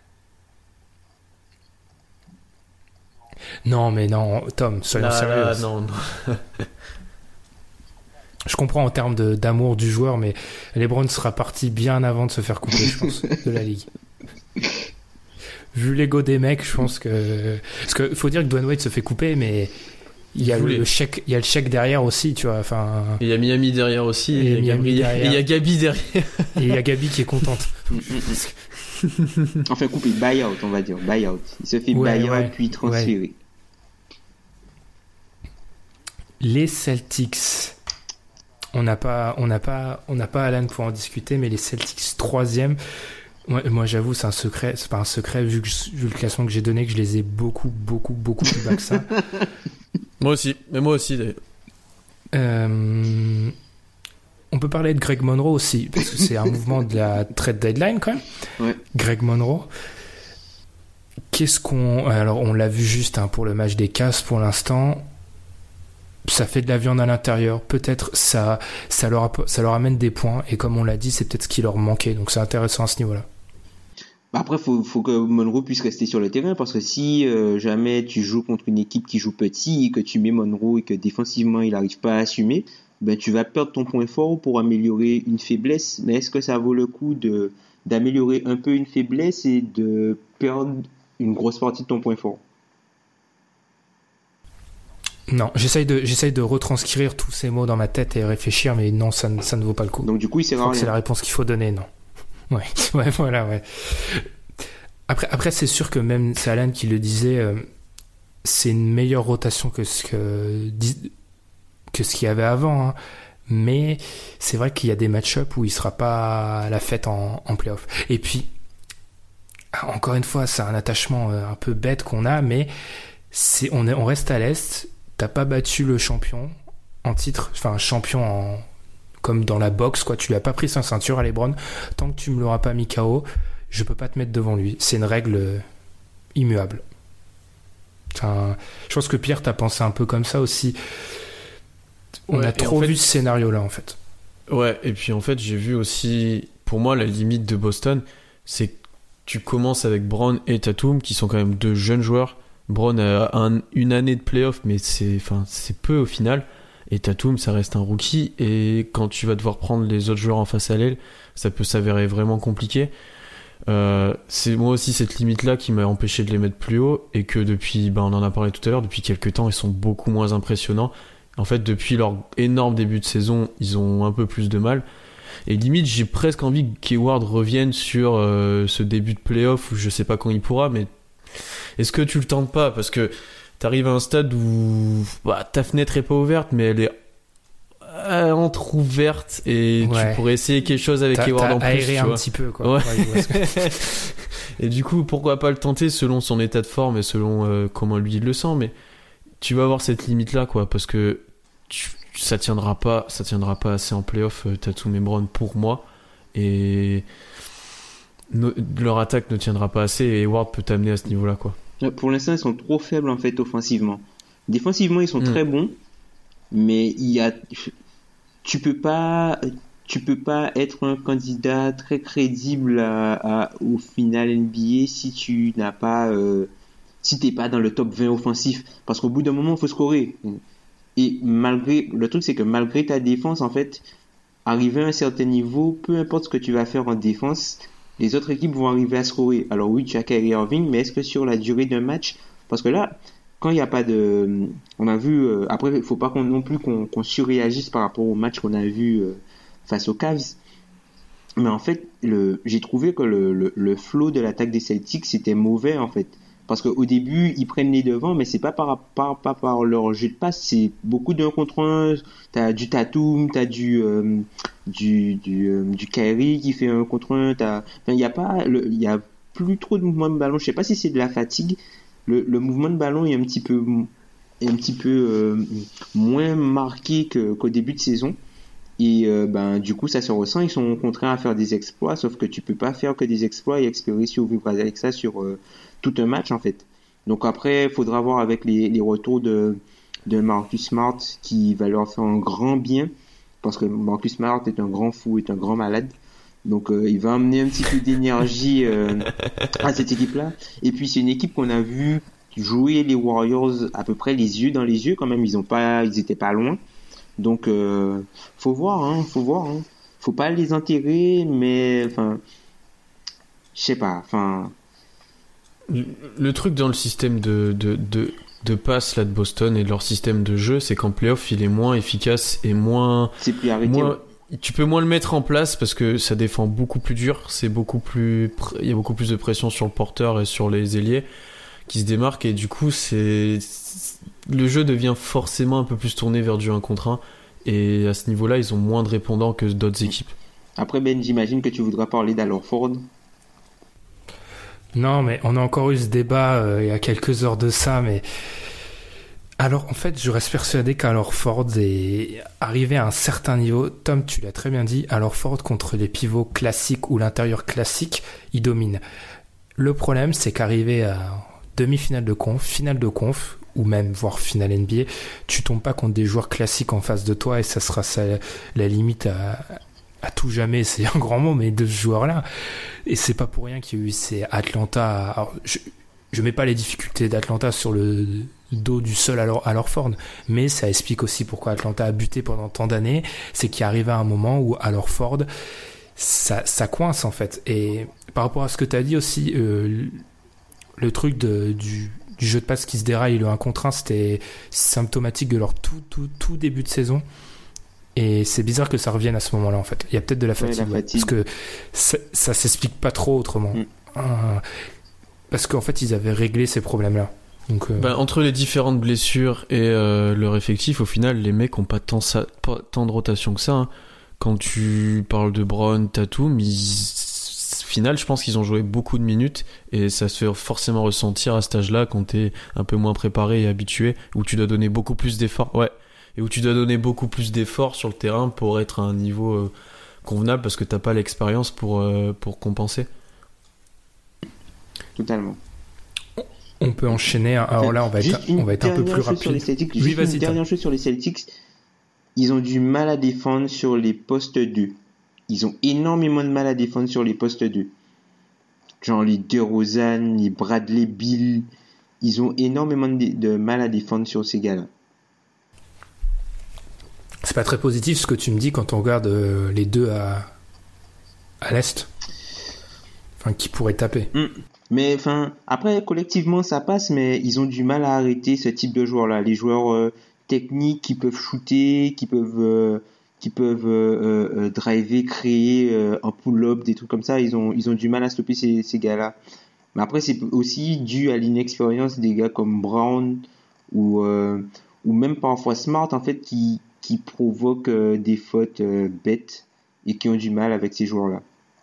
Non, mais non, Tom, soyons là, sérieux. Là, non, non. Je comprends en termes de, d'amour du joueur, mais LeBron sera parti bien avant de se faire couper, je pense, de la ligue. Vu l'ego des mecs, je pense que... Parce qu'il faut dire que Dwayne Wade se fait couper, mais il y a, le, le, chèque, il y a le chèque derrière aussi, tu vois. Enfin... Il y a Miami derrière aussi, et, et, il, y a Miami derrière. Et il y a Gabi derrière. Et il y a Gabi qui est contente. Enfin, coupé, buy-out, on va dire, buy-out. Il se fait ouais, buy-out, ouais, puis transférer. Ouais. Les Celtics... On n'a pas, on n'a pas, on n'a pas Alan pour en discuter, mais les Celtics troisième. Moi, moi, j'avoue, c'est un secret. C'est pas un secret vu, que je, vu le classement que j'ai donné, que je les ai beaucoup, beaucoup, beaucoup plus bas que ça. Moi aussi, mais moi aussi d'ailleurs. Euh, on peut parler de Greg Monroe aussi, parce que c'est un mouvement de la trade deadline quand même. Ouais. Greg Monroe. Qu'est-ce qu'on, alors on l'a vu juste hein, pour le match des Cavs pour l'instant. Ça fait de la viande à l'intérieur, peut-être ça, ça, leur, ça leur amène des points, et comme on l'a dit, c'est peut-être ce qui leur manquait, donc c'est intéressant à ce niveau-là. Après, il faut, faut que Monroe puisse rester sur le terrain, parce que si euh, jamais tu joues contre une équipe qui joue petit, et que tu mets Monroe et que défensivement il n'arrive pas à assumer, ben, tu vas perdre ton point fort pour améliorer une faiblesse. Mais est-ce que ça vaut le coup de, d'améliorer un peu une faiblesse et de perdre une grosse partie de ton point fort? Non, j'essaye de, j'essaye de retranscrire tous ces mots dans ma tête et réfléchir, mais non, ça, ça ne vaut pas le coup. Donc du coup, il sert à rien. C'est la réponse qu'il faut donner, non. Ouais, ouais, voilà, ouais. Après, après, c'est sûr que même, c'est Alan qui le disait, euh, c'est une meilleure rotation que ce que, que ce qu'il y avait avant, hein. Mais c'est vrai qu'il y a des match-ups où il sera pas à la fête en, en play-off. Et puis, encore une fois, c'est un attachement un peu bête qu'on a, mais c'est, on, est, on reste à l'Est. T'as pas battu le champion en titre, enfin champion en, comme dans la boxe, quoi. Tu lui as pas pris sa ceinture à LeBron. Tant que tu me l'auras pas mis K O, je peux pas te mettre devant lui. C'est une règle immuable. Enfin, je pense que Pierre, t'as pensé un peu comme ça aussi. On ouais, a trop en fait, vu ce scénario-là, en fait. Ouais, et puis en fait, j'ai vu aussi, pour moi, la limite de Boston, c'est que tu commences avec Brown et Tatum, qui sont quand même deux jeunes joueurs. Brown a un, une année de playoff, mais c'est, enfin, c'est peu au final. Et Tatum, ça reste un rookie. Et quand tu vas devoir prendre les autres joueurs en face à l'aile, ça peut s'avérer vraiment compliqué. Euh, c'est moi aussi cette limite-là qui m'a empêché de les mettre plus haut. Et que depuis, ben, on en a parlé tout à l'heure, depuis quelques temps, ils sont beaucoup moins impressionnants. En fait, depuis leur énorme début de saison, ils ont un peu plus de mal. Et limite, j'ai presque envie que Hayward revienne sur euh, ce début de playoff où je sais pas quand il pourra, mais est-ce que tu le tentes pas? Parce que t'arrives à un stade où bah, ta fenêtre est pas ouverte, mais elle est euh, entre-ouverte et ouais. Tu pourrais essayer quelque chose avec t'as, Hayward t'as en plus. Aéré tu un vois. petit peu, quoi. Ouais. Ouais, que... Et du coup, pourquoi pas le tenter selon son état de forme et selon euh, comment lui il le sent, mais tu vas avoir cette limite-là, quoi, parce que tu, ça tiendra pas, ça tiendra pas assez en play-off, euh, Tatum et Brown pour moi, et no, leur attaque ne tiendra pas assez, et Hayward peut t'amener à ce niveau-là, quoi. Pour l'instant, ils sont trop faibles en fait offensivement. Défensivement, ils sont mmh. très bons, mais il y a, tu peux pas, tu peux pas être un candidat très crédible à, à, au final N B A si tu n'as pas, euh, si t'es pas dans le top vingt offensif, parce qu'au bout d'un moment, il faut scorer. Et malgré, le truc c'est que malgré ta défense, en fait, arriver à un certain niveau, peu importe ce que tu vas faire en défense, les autres équipes vont arriver à scorer. Alors oui, tu as Kyrie Irving, mais est-ce que sur la durée d'un match, parce que là, quand il n'y a pas de, on a vu, euh, après il faut pas qu'on, non plus qu'on, qu'on surréagisse par rapport au match qu'on a vu euh, face aux Cavs, mais en fait, le, j'ai trouvé que le, le, le flow de l'attaque des Celtics c'était mauvais en fait. Parce qu'au début, ils prennent les devants, mais c'est pas par, par, pas par leur jeu de passe, c'est beaucoup d'un contre un. T'as du Tatum, t'as du, euh, du, du, euh, du Kyrie qui fait un contre un. T'as, enfin, il y a pas, il y a plus trop de mouvement de ballon. Je sais pas si c'est de la fatigue. Le, le mouvement de ballon est un petit peu, est un petit peu euh, moins marqué que, qu'au début de saison. Et euh, ben du coup ça se ressent, ils sont contraints à faire des exploits, sauf que tu peux pas faire que des exploits et espérer survivre avec ça sur euh, tout un match en fait. Donc après il faudra voir avec les, les retours de, de Marcus Smart qui va leur faire un grand bien, parce que Marcus Smart est un grand fou, est un grand malade. Donc euh, il va amener un petit peu d'énergie euh, à cette équipe-là. Et puis c'est une équipe qu'on a vu jouer les Warriors à peu près les yeux dans les yeux quand même, ils ont pas, ils étaient pas loin. Donc, euh, faut voir, hein, faut voir, hein. Faut pas les enterrer, mais, enfin, je sais pas, enfin. Le, le truc dans le système de, de, de, de passe là de Boston et de leur système de jeu, c'est qu'en playoff, il est moins efficace et moins. C'est plus arrêté. Moins, tu peux moins le mettre en place parce que ça défend beaucoup plus dur, c'est beaucoup plus, il y a beaucoup plus de pression sur le porteur et sur les ailiers qui se démarquent, et du coup, c'est. Le jeu devient forcément un peu plus tourné vers du un contre un, et à ce niveau-là, ils ont moins de répondants que d'autres équipes. Après, Ben, j'imagine que tu voudras parler d'Al Horford. Non, mais on a encore eu ce débat euh, il y a quelques heures de ça, mais alors en fait, je reste persuadé qu'Al Horford est arrivé à un certain niveau. Tom, tu l'as très bien dit, Al Horford contre les pivots classiques ou l'intérieur classique, il domine. Le problème, c'est qu'arrivé à demi-finale de conf, finale de conf, ou même voire finale N B A, tu tombes pas contre des joueurs classiques en face de toi, et ça sera ça, la limite à, à tout jamais, c'est un grand mot, mais de ce joueur-là. Et c'est pas pour rien qu'il y a eu ces Atlanta. Alors, je, je mets pas les difficultés d'Atlanta sur le dos du seul Al Horford, mais ça explique aussi pourquoi Atlanta a buté pendant tant d'années. C'est qu'il arrive à un moment où Al Horford, ça, ça coince en fait. Et par rapport à ce que tu as dit aussi, euh, le truc de, du, du jeu de passe qui se déraille, le un contre un, c'était symptomatique de leur tout, tout, tout début de saison. Et c'est bizarre que ça revienne à ce moment-là, en fait. Il y a peut-être de la fatigue, ouais, la fatigue. Parce que ça, ça s'explique pas trop autrement. Mm. Euh, parce qu'en fait, ils avaient réglé ces problèmes-là. Donc, euh... bah, entre les différentes blessures et euh, leur effectif, au final, les mecs ont pas tant, ça, pas tant de rotation que ça. Hein. Quand tu parles de Brown, Tatum, ils... au final, je pense qu'ils ont joué beaucoup de minutes, et ça se fait forcément ressentir à cet âge-là quand t'es un peu moins préparé et habitué, où tu dois donner beaucoup plus d'efforts. Ouais. Et où tu dois donner beaucoup plus d'efforts sur le terrain pour être à un niveau euh, convenable, parce que t'as pas l'expérience pour, euh, pour compenser. Totalement. On peut enchaîner. Alors là, on va être, on va être un peu plus rapide. Sur les Celtics, oui, juste vas-y, une dernière chose sur les Celtics. Ils ont du mal à défendre sur les postes deux. Ils ont énormément de mal à défendre sur les postes deux. Genre les DeRozan, les Bradley Beal. Ils ont énormément de, de mal à défendre sur ces gars-là. C'est pas très positif ce que tu me dis quand on regarde euh, les deux à, à l'Est. Enfin, qui pourraient taper. Mmh. Mais enfin, après, collectivement, ça passe, mais ils ont du mal à arrêter ce type de joueurs-là. Les joueurs euh, techniques qui peuvent shooter, qui peuvent, euh, qui peuvent euh, euh, driver, créer euh, un pull-up, des trucs comme ça, ils ont, ils ont du mal à stopper ces, ces gars-là. Mais après, c'est aussi dû à l'inexpérience des gars comme Brown ou, euh, ou même parfois Smart, en fait, qui qui provoquent euh, des fautes euh, bêtes et qui ont du mal avec ces joueurs-là.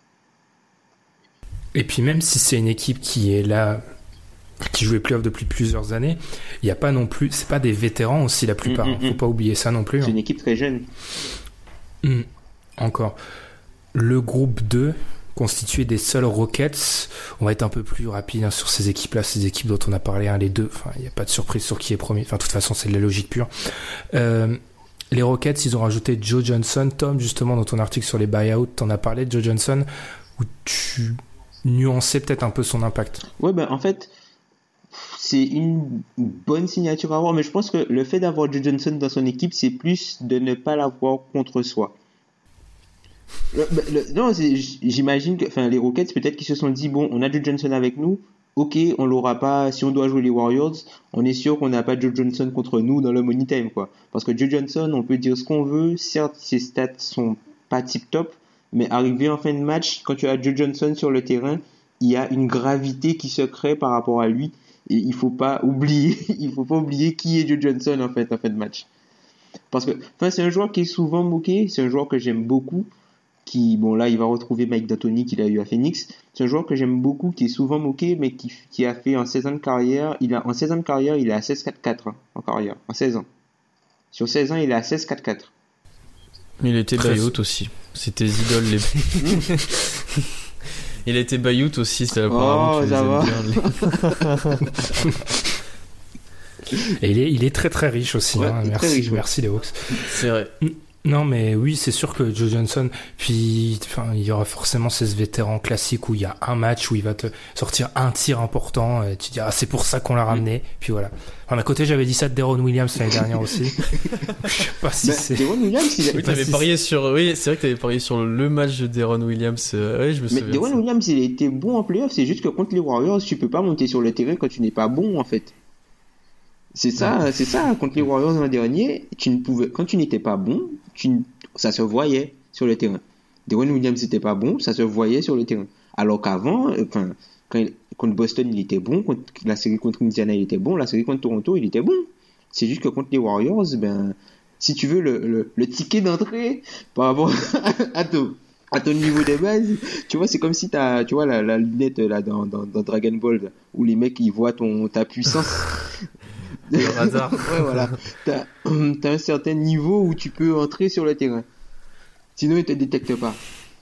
Et puis même si c'est une équipe qui est là, qui joue les playoffs depuis plusieurs années, il n'y a pas non plus, c'est pas des vétérans aussi la plupart, mmh, mmh, faut pas oublier ça non plus. C'est hein. une équipe très jeune. Mmh. Encore. Le groupe deux, constitué des seuls Rockets, on va être un peu plus rapide hein, sur ces équipes-là, ces équipes dont on a parlé, hein, les deux, enfin il n'y a pas de surprise sur qui est premier, enfin de toute façon c'est de la logique pure. Euh, Les Rockets, ils ont rajouté Joe Johnson. Tom, justement, dans ton article sur les buyouts, t'en as parlé de Joe Johnson, où tu nuançais peut-être un peu son impact. Ouais, ben en fait, c'est une bonne signature à avoir, mais je pense que le fait d'avoir Joe Johnson dans son équipe, c'est plus de ne pas l'avoir contre soi. Le, le, non, c'est, j'imagine que, enfin, les Rockets, peut-être qu'ils se sont dit, bon, on a Joe Johnson avec nous, ok, on l'aura pas, si on doit jouer les Warriors, on est sûr qu'on n'a pas Joe Johnson contre nous dans le money time, quoi. Parce que Joe Johnson, on peut dire ce qu'on veut, certes, ses stats sont pas tip top, mais arrivé en fin de match, quand tu as Joe Johnson sur le terrain, il y a une gravité qui se crée par rapport à lui, Et il faut pas oublier, il faut pas oublier qui est Joe Johnson en fait en fin de match. Parce que, enfin, c'est un joueur qui est souvent moqué, c'est un joueur que j'aime beaucoup, qui, bon là, il va retrouver Mike D'Antoni qu'il a eu à Phoenix. C'est un joueur que j'aime beaucoup, qui est souvent moqué, mais qui, qui a fait en seize ans de carrière, il a, en seize ans de carrière, il est à seize quatre quatre hein, en carrière, en seize ans. Sur seize ans, il est à seize quatre quatre. Il était buyout aussi. C'était idoles les. Il a été buyout aussi, c'était apparemment. Oh, ça va. Et il est, il est très très riche aussi. Ouais, hein. Merci, riche, ouais. merci les Hawks. C'est vrai. Non, mais oui, c'est sûr que Joe Johnson, puis enfin, il y aura forcément ces vétérans classiques où il y a un match où il va te sortir un tir important et tu dis ah c'est pour ça qu'on l'a ramené. Puis voilà. Enfin, d'un côté, j'avais dit ça de Deron Williams l'année dernière aussi. Je sais pas si Bah, c'est. Deron Williams, il a... Oui, t'avais si parié sur. Oui, c'est vrai que t'avais parié sur le match de Deron Williams. Euh... Oui, je me Mais souviens. Deron Williams, il a été bon en playoff. C'est juste que contre les Warriors, tu peux pas monter sur le terrain quand tu n'es pas bon en fait. C'est ça, c'est ça. Contre les Warriors l'an dernier, tu ne pouvais, quand tu n'étais pas bon, tu ne... ça se voyait sur le terrain. Deron Williams n'était pas bon, ça se voyait sur le terrain. Alors qu'avant, enfin, quand il... contre Boston, il était bon, contre la série contre Indiana, il était bon, la série contre Toronto, il était bon. C'est juste que contre les Warriors, ben, si tu veux le, le, le ticket d'entrée par rapport à ton, à ton niveau de base, tu vois, c'est comme si t'as, tu vois, la, la lunette là dans, dans, dans Dragon Ball, là, où les mecs ils voient ton, ta puissance. Le radar. Ouais, voilà. T'as, t'as un certain niveau où tu peux entrer sur le terrain. Sinon, ils te détectent pas.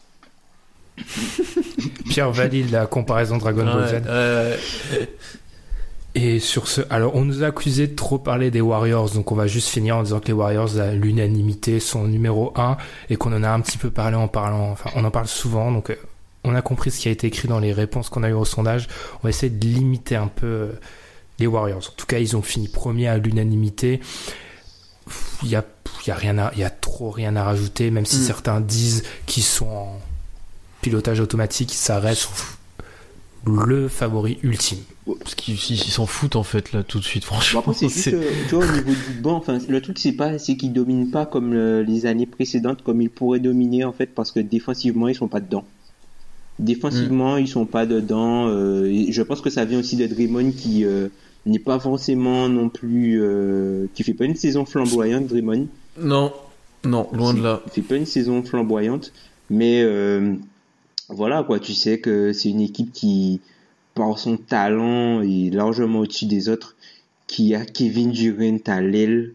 Pierre valide la comparaison Dragon Ball Z. Ouais, euh... Et sur ce, alors on nous a accusé de trop parler des Warriors, donc on va juste finir en disant que les Warriors à l'unanimité sont numéro un et qu'on en a un petit peu parlé en parlant, enfin on en parle souvent, donc euh, on a compris ce qui a été écrit dans les réponses qu'on a eues au sondage. On va essayer de limiter un peu euh, les Warriors. En tout cas, ils ont fini premier à l'unanimité. Il y a, il y a rien à, il y a trop rien à rajouter, même si mm. certains disent qu'ils sont en pilotage automatique, ça reste le favori ultime. Parce qu'ils ils s'en foutent en fait là tout de suite, franchement. Bon, après, c'est juste, c'est... euh, tu vois, au niveau du banc, enfin, le truc c'est pas, c'est qu'ils dominent pas comme le, les années précédentes, comme ils pourraient dominer en fait, parce que défensivement ils sont pas dedans. Défensivement, mm. ils sont pas dedans. Euh, et je pense que ça vient aussi de Draymond qui euh, n'est pas forcément non plus, euh, qui fait pas une saison flamboyante, Draymond. Non, non, loin il, de là. Il fait pas une saison flamboyante, mais euh, voilà quoi. Tu sais que c'est une équipe qui, par son talent, est largement au-dessus des autres. Qui a Kevin Durant à l'aile.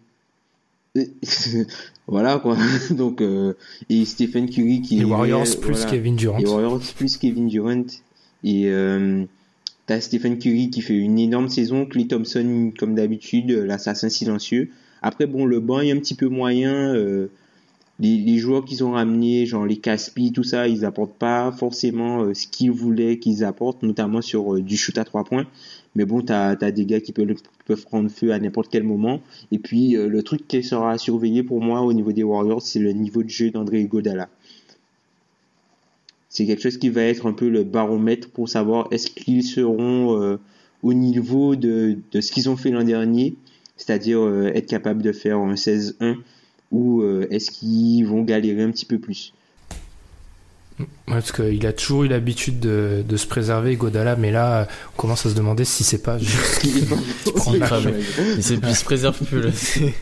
Voilà quoi. Donc euh, et Stephen Curry qui les est Warriors réel, plus voilà. Kevin Durant. Les Warriors plus Kevin Durant et euh, t'as Stephen Curry qui fait une énorme saison, Klay Thompson comme d'habitude, l'assassin silencieux. Après bon, le banc est un petit peu moyen. Euh, les, les joueurs qu'ils ont ramenés, genre les Caspi, tout ça, ils apportent pas forcément euh, ce qu'ils voulaient qu'ils apportent, notamment sur euh, du shoot à trois points. Mais bon, t'as, t'as des gars qui peuvent, peuvent prendre feu à n'importe quel moment. Et puis, euh, le truc qui sera à surveiller pour moi au niveau des Warriors, c'est le niveau de jeu d'André Iguodala. C'est quelque chose qui va être un peu le baromètre pour savoir est-ce qu'ils seront euh, au niveau de, de ce qu'ils ont fait l'an dernier, c'est-à-dire euh, être capable de faire un seize un, ou euh, est-ce qu'ils vont galérer un petit peu plus. Ouais, parce qu'il a toujours eu l'habitude de, de se préserver, Iguodala, mais là, on commence à se demander si c'est pas juste qu'il prend le match. Il se préserve plus, là.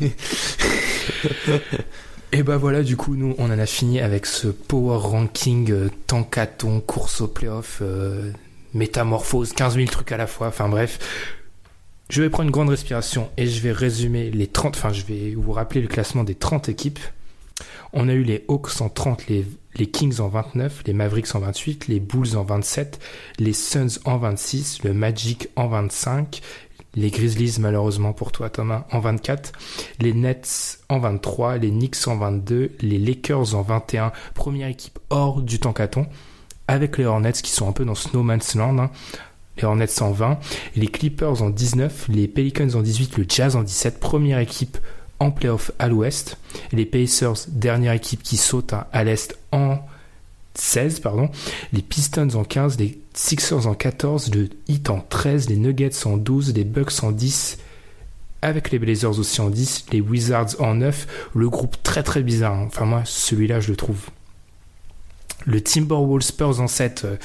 Et bah voilà, du coup, nous, on en a fini avec ce power ranking, euh, tankathon, course au playoff, euh, métamorphose, quinze mille trucs à la fois, enfin bref. Je vais prendre une grande respiration et je vais résumer les trente, enfin, je vais vous rappeler le classement des trente équipes. On a eu les Hawks en trente, les, les Kings en vingt-neuf, les Mavericks en vingt-huit, les Bulls en vingt-sept, les Suns en vingt-six, le Magic en vingt-cinq, les Grizzlies, malheureusement pour toi Thomas, en vingt-quatre, les Nets en vingt-trois, les Knicks en vingt-deux, les Lakers en vingt et un, première équipe hors du tankathon, avec les Hornets qui sont un peu dans No Man's Land, hein. Les Hornets en vingt, les Clippers en dix-neuf, les Pelicans en dix-huit, le Jazz en dix-sept, première équipe en play-off à l'ouest, les Pacers, dernière équipe qui saute hein, à l'est en seize, pardon, les Pistons en quinze, les Sixers en quatorze, le Heat en treize, les Nuggets en douze, les Bucks en dix, avec les Blazers aussi en dix, les Wizards en neuf, le groupe très très bizarre, hein. Enfin moi celui-là je le trouve. Le Timberwolves Spurs en sept, euh,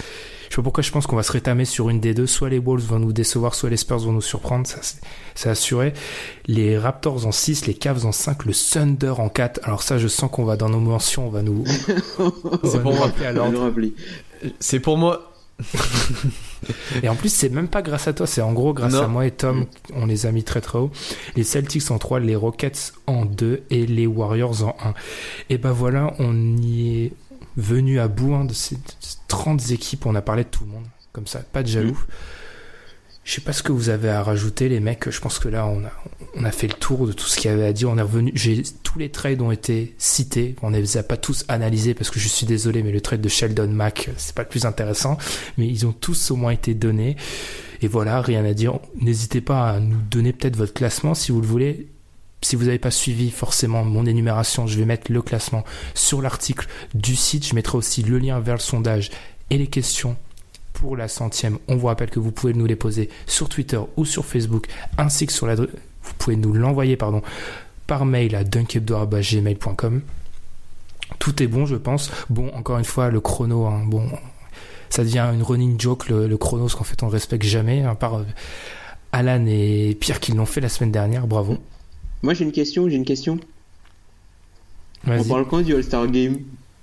Je sais pas pourquoi je pense qu'on va se rétamer sur une des deux. Soit les Wolves vont nous décevoir, soit les Spurs vont nous surprendre. Ça, c'est, c'est assuré. Les Raptors en six, les Cavs en cinq, le Thunder en quatre. Alors ça, je sens qu'on va dans nos mentions, on va nous... c'est pour moi. À l'ordre. C'est pour moi. Et en plus, c'est même pas grâce à toi, c'est en gros grâce non. à moi et Tom, on les a mis très très haut. Les Celtics en trois, les Rockets en deux et les Warriors en un. Et ben voilà, on y est venu à bout hein, de ces trente équipes, on a parlé de tout le monde, comme ça, pas de jaloux. Mmh. Je sais pas ce que vous avez à rajouter les mecs, je pense que là on a, on a fait le tour de tout ce qu'il y avait à dire, on est revenu, j'ai, tous les trades ont été cités, on ne les a pas tous analysés parce que je suis désolé mais le trade de Sheldon Mack c'est pas le plus intéressant, mais ils ont tous au moins été donnés, et voilà, rien à dire, n'hésitez pas à nous donner peut-être votre classement si vous le voulez. Si vous n'avez pas suivi forcément mon énumération, je vais mettre le classement sur l'article du site, je mettrai aussi le lien vers le sondage et les questions pour la centième. On vous rappelle que vous pouvez nous les poser sur Twitter ou sur Facebook, ainsi que sur l'adresse, vous pouvez nous l'envoyer pardon, par mail à dunkebdo arobase gmail point com. Tout est bon, je pense. Bon, encore une fois, le chrono, hein, bon, ça devient une running joke, le, le chrono, parce qu'en fait, on ne respecte jamais, à part euh, Alan et Pierre qui l'ont fait la semaine dernière, bravo. Moi, j'ai une question, j'ai une question. Vas-y. On parle quand du All-Star Game?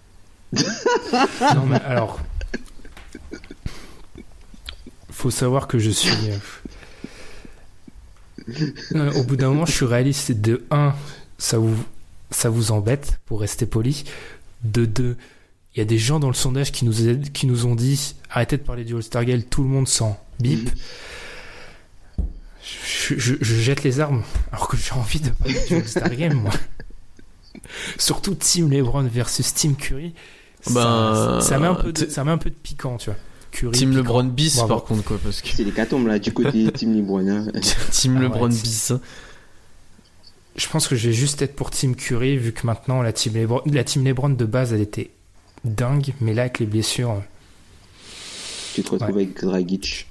Non, mais alors... faut savoir que je suis... Euh... Au bout d'un moment, je suis réaliste. De un, ça vous, ça vous embête, pour rester poli. De deux, il y a des gens dans le sondage qui nous, a... qui nous ont dit arrêtez de parler du All-Star Game, tout le monde s'en bip. Je, je, je jette les armes, alors que j'ai envie de parler du All-Star Game, moi. Surtout Team LeBron versus Team Curry. Ben, ça, ça, met un peu de, ça met un peu de piquant, tu vois. Curry, Team piquant. LeBron bis Bravo. par contre quoi parce que c'est l'hécatombe là du côté Team LeBron hein. Team ah, LeBron ouais, bis hein. Je pense que je vais juste être pour Team Curry vu que maintenant la Team LeBron, la Team LeBron de base elle était dingue, mais là avec les blessures tu te retrouves ouais. avec Dragic.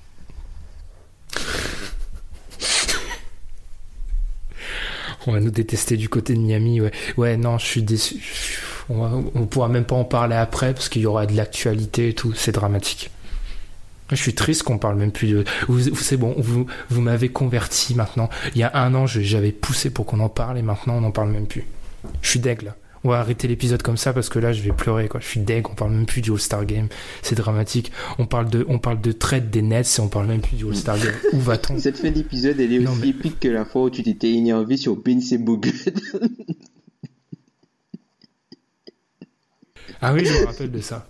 On va nous détester du côté de Miami, ouais. Ouais, non, je suis déçu. On, va, on pourra même pas en parler après parce qu'il y aura de l'actualité et tout. C'est dramatique. Je suis triste qu'on parle même plus de... Vous, c'est bon, vous, vous m'avez converti maintenant. Il y a un an, je, j'avais poussé pour qu'on en parle et maintenant, on n'en parle même plus. Je suis deg, là. On va arrêter l'épisode comme ça parce que là, je vais pleurer, quoi. Je suis deg, on parle même plus du All-Star Game. C'est dramatique. On parle de, on parle de trade des Nets et on parle même plus du All-Star Game. Où va-t-on? Cette fin d'épisode, elle est non, aussi mais... épique que la fois où tu t'étais énervé sur Vince Bogut. Ah oui, je me rappelle de ça.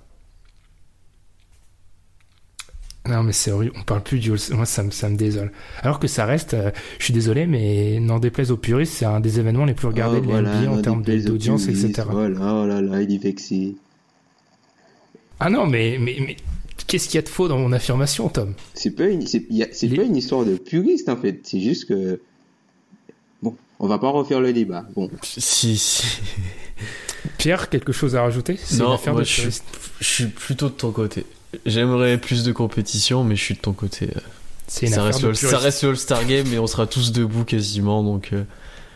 Non mais c'est horrible, on parle plus du All-Star, moi ça me, ça me désole. Alors que ça reste, euh, je suis désolé, mais n'en déplaise aux puristes, c'est un des événements les plus regardés oh, de voilà, l'N B A en termes d'audience, et cetera. Voilà, oh là là, il est vexé. Ah non, mais, mais, mais qu'est-ce qu'il y a de faux dans mon affirmation, Tom? C'est pas une, c'est, y a, c'est les... pas une histoire de puriste en fait, c'est juste que... Bon, on va pas refaire le débat. Bon. Si, si. Pierre, quelque chose à rajouter? C'est non, une affaire moi de je suis, je suis plutôt de ton côté. J'aimerais plus de compétition, mais je suis de ton côté. C'est une ça, affaire reste de le, ça reste le All-Star Game, mais on sera tous debout quasiment, donc... Euh...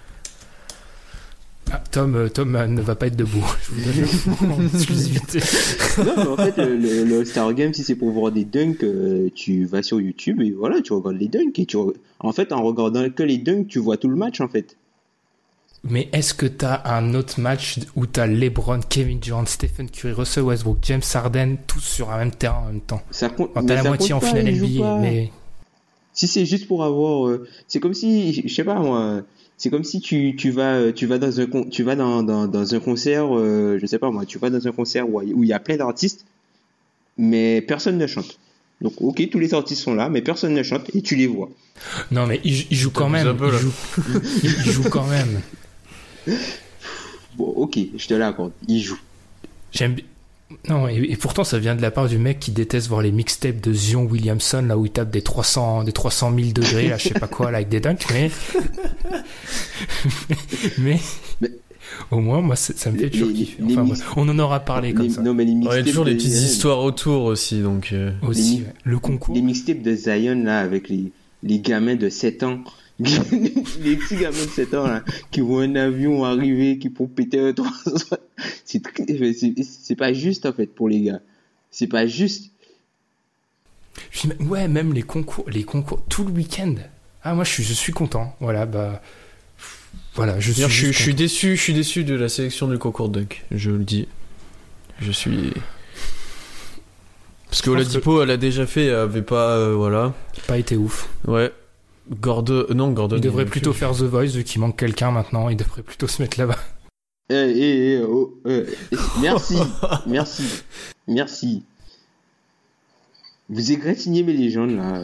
Ah, Tom, euh, Tom euh, ne va pas être debout. Je vous donne en exclusivité. Non, mais en fait, le, le, le All-Star Game, si c'est pour voir des dunks, euh, tu vas sur YouTube et voilà, tu regardes les dunks. Et tu re... En fait, en regardant que les dunks, tu vois tout le match, en fait. Mais est-ce que t'as un autre match où t'as LeBron, Kevin Durant, Stephen Curry, Russell Westbrook, James Harden, tous sur un même terrain en même temps? Ça compte. Enfin, t'as la moitié en finale N B A, mais... Si c'est juste pour avoir... Euh, c'est comme si... Je sais pas, moi... C'est comme si tu, tu vas, tu vas dans un, tu vas dans, dans, dans un concert... Euh, je sais pas, moi. Tu vas dans un concert où il y a plein d'artistes, mais personne ne chante. Donc, ok, tous les artistes sont là, mais personne ne chante et tu les vois. Non, mais ils, ils jouent quand même. Peu, ils, jouent, ils jouent quand même. Bon, ok, je te l'accorde, il joue. J'aime bien. Non, et, et pourtant, ça vient de la part du mec qui déteste voir les mixtapes de Zion Williamson, là où il tape des trois cents, des trois cent mille degrés, là, je sais pas quoi, là, avec des dunks, mais. mais. mais... Au moins, moi, ça me fait toujours kiffer. Enfin, mix... on en aura parlé les, comme ça. Non, mais les mixtapes. Il y a toujours des petites de... histoires autour aussi, donc. Euh... Aussi, les, ouais. Le concours. Les mixtapes de Zion, là, avec les, les gamins de sept ans. Les petits gamins de sept ans là, qui voient un avion arriver, qui pour péter un trois c'est, c'est, c'est pas juste en fait pour les gars. C'est pas juste. Puis, ouais, même les concours, les concours, tout le week-end. Ah, moi, je suis, je suis content. Voilà, bah. Voilà, je suis. Je, je, je suis déçu, je suis déçu de la sélection du concours dunk. Je le dis. Je suis. Parce que Oladipo, que... elle a déjà fait, elle avait pas, euh, voilà. Pas été ouf. Ouais. Gordon, non, Gordon. Il devrait plutôt faire The Voice vu qu'il manque quelqu'un maintenant. Il devrait plutôt se mettre là-bas. Eh, eh, eh, oh, eh, merci, merci, merci. Vous égratignez mes légendes là.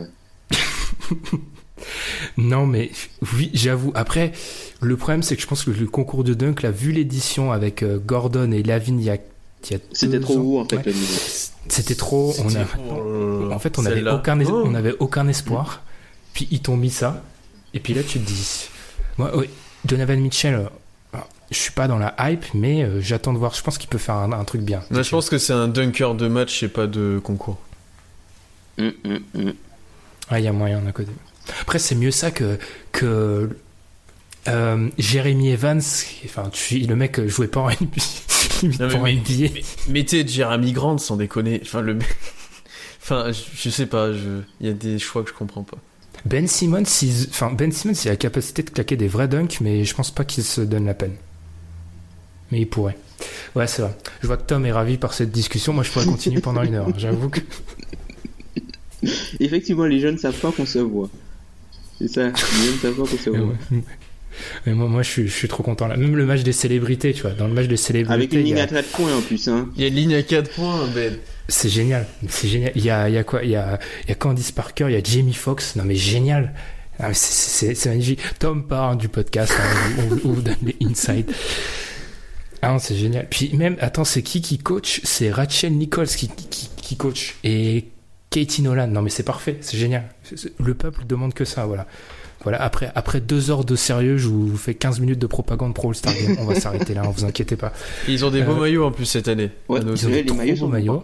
Non mais oui, j'avoue. Après, le problème c'est que je pense que le concours de dunk, là, vu l'édition avec euh, Gordon et Lavin, il y a, il y a c'était trop haut en fait. Ouais. Le niveau. C'était trop. On a, euh, en fait, on avait aucun, es... oh. on avait aucun espoir. Puis ils t'ont mis ça. Et puis là, tu te dis, moi, oui, Donovan Mitchell. Euh, Je suis pas dans la hype, mais euh, j'attends de voir. Je pense qu'il peut faire un, un truc bien. Moi, je pense que c'est un dunker de match et pas de concours. Mm, mm, mm. Ah, il y a moyen d'un côté. Après, c'est mieux ça que que euh, Jeremy Evans. Enfin, tu, le mec jouait pas en N B A. Non, mais, mais, mais, mettez Jeremy Grant sans déconner. Enfin, le. Enfin, je, je sais pas. Je... Il y a des choix que je comprends pas. Ben Simmons, il... enfin Ben Simmons, il a la capacité de claquer des vrais dunks, mais je pense pas qu'il se donne la peine. Mais il pourrait. Ouais, c'est vrai. Je vois que Tom est ravi par cette discussion. Moi, je pourrais continuer pendant une heure. J'avoue que. Effectivement, les jeunes ne savent pas qu'on se voit. C'est ça. Les jeunes ne savent pas qu'on se voit. Ouais. Mais moi, moi je, suis, je suis trop content là. Même le match des célébrités, tu vois. Dans le match des célébrités. Avec une ligne a... à quatre points en plus. Hein. Il y a une ligne à quatre points, Ben. C'est génial. C'est génial. Il y a, il y a quoi il y a, il y a Candice Parker, il y a Jamie Foxx. Non, mais génial. Ah, mais c'est, c'est, c'est magnifique. Tom part du podcast. Hein, on, on vous donne les insights. Ah non, c'est génial. Puis même, attends, c'est qui qui coach? C'est Rachel Nichols qui, qui, qui coach. Et Katie Nolan. Non, mais c'est parfait. C'est génial. Le peuple demande que ça, voilà. Voilà, après, après deux heures de sérieux, je vous fais quinze minutes de propagande pro All-Star Game. On va s'arrêter là, ne vous inquiétez pas. Et ils ont des beaux euh, maillots en plus cette année. Ouais, ils ont les des maillots beaux maillots.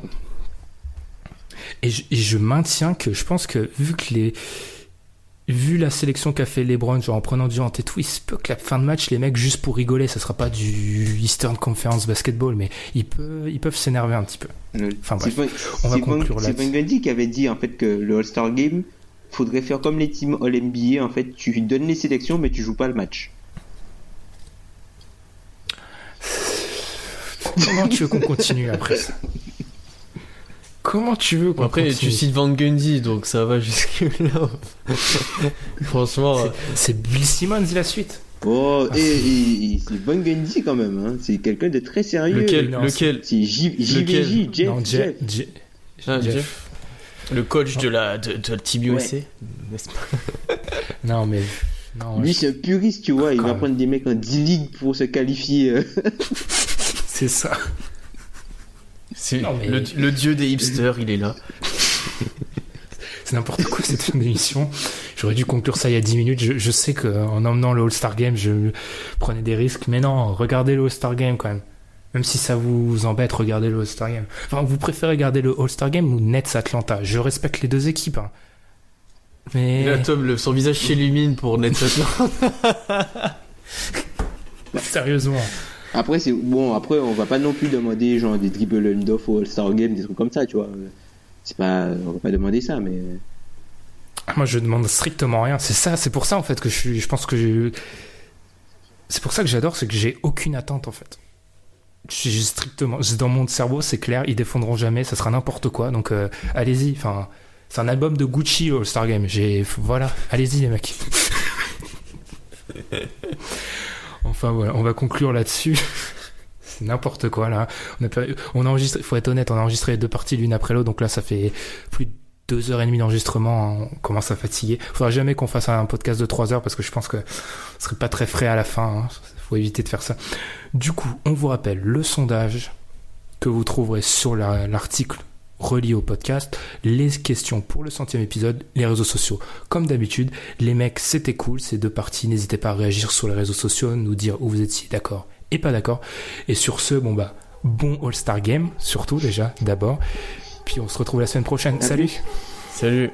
Et je, et je maintiens que je pense que vu que les. Vu la sélection qu'a fait LeBron, genre en prenant du Ant et tout, il se peut que la fin de match, les mecs, juste pour rigoler, ça sera pas du Eastern Conference Basketball, mais ils peuvent, ils peuvent s'énerver un petit peu. Enfin bref, c'est on va c'est conclure là. C'est Van Gundy qui avait dit en fait que le All-Star Game, faudrait faire comme les teams All-N B A, en fait, tu donnes les sélections, mais tu joues pas le match. Comment tu veux qu'on continue après ça? Comment tu veux qu'on Après, continue? tu cites Van Gundy, donc ça va jusque-là. Franchement... C'est, c'est Bill Simmons la suite. Oh, et, et, et c'est Van Gundy quand même, hein. C'est quelqu'un de très sérieux. Lequel, non, lequel C'est J V J, Jeff. Non, Jeff. Jeff. Ah, Jeff. Jeff. Le coach de la, de, de la Team U S A, Ouais. n'est-ce pas? Non, mais... Non, Lui, je... c'est un puriste, tu vois. Il Quand va même. prendre des mecs en D-League pour se qualifier. C'est ça. C'est Non, mais- le, le dieu des hipsters, il est là. C'est n'importe quoi cette fin d'émission. J'aurais dû conclure ça il y a dix minutes. Je, je sais qu'en emmenant le All-Star Game, je prenais des risques. Mais non, regardez le All-Star Game quand même. Même si ça vous embête, regardez le All-Star Game. Enfin, vous préférez regarder le All-Star Game ou Nets Atlanta? Je respecte les deux équipes. Hein. Mais... Et là, Tom, le, son visage s'illumine pour Nets Atlanta. Sérieusement. Après, c'est bon. Après, on va pas non plus demander genre des dribble end-off au All-Star Game, des trucs comme ça, tu vois. C'est pas, on va pas demander ça, mais. Moi, je demande strictement rien. C'est ça, c'est pour ça en fait que je suis. Je pense que j'ai... c'est pour ça que j'adore, c'est que j'ai aucune attente en fait. J'ai strictement, dans mon cerveau, c'est clair, ils défendront jamais, ça sera n'importe quoi. Donc, euh, allez-y. Enfin, c'est un album de Gucci au All-Star Game. J'ai, voilà, allez-y les mecs. Enfin voilà, on va conclure là-dessus. C'est n'importe quoi là. On a, perdu... on a enregistré, faut être honnête, on a enregistré les deux parties l'une après l'autre, donc là ça fait plus de deux heures et demie d'enregistrement. On commence à fatiguer. Faudra jamais qu'on fasse un podcast de trois heures parce que je pense que ce serait pas très frais à la fin. Hein. Faut éviter de faire ça. Du coup, on vous rappelle le sondage que vous trouverez sur la, l'article relié au podcast, les questions pour le centième épisode, les réseaux sociaux. Comme d'habitude, les mecs, c'était cool, ces deux parties. N'hésitez pas à réagir sur les réseaux sociaux, nous dire où vous étiez d'accord et pas d'accord. Et sur ce, bon bah, bon All-Star Game, surtout déjà, d'abord. Puis on se retrouve la semaine prochaine. Salut. Salut.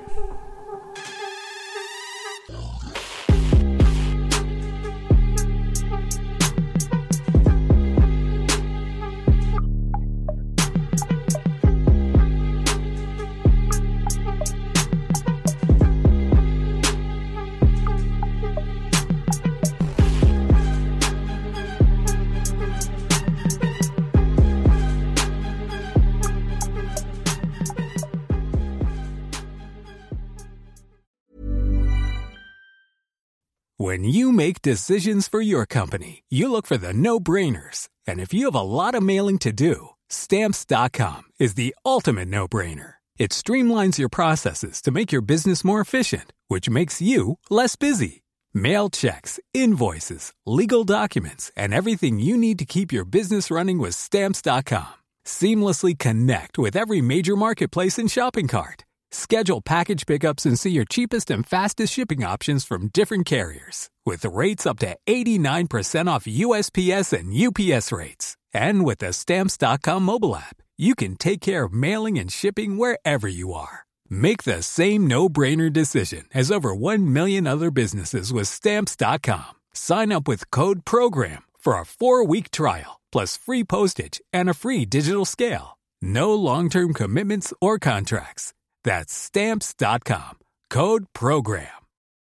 When you make decisions for your company, you look for the no-brainers. And if you have a lot of mailing to do, Stamps dot com is the ultimate no-brainer. It streamlines your processes to make your business more efficient, which makes you less busy. Mail checks, invoices, legal documents, and everything you need to keep your business running with Stamps dot com. Seamlessly connect with every major marketplace and shopping cart. Schedule package pickups and see your cheapest and fastest shipping options from different carriers. With rates up to eighty-nine percent off U S P S and U P S rates. And with the Stamps dot com mobile app, you can take care of mailing and shipping wherever you are. Make the same no-brainer decision as over one million other businesses with Stamps dot com. Sign up with code PROGRAM for a four-week trial, plus free postage and a free digital scale. No long-term commitments or contracts. That's Stamps dot com. Code PROGRAM.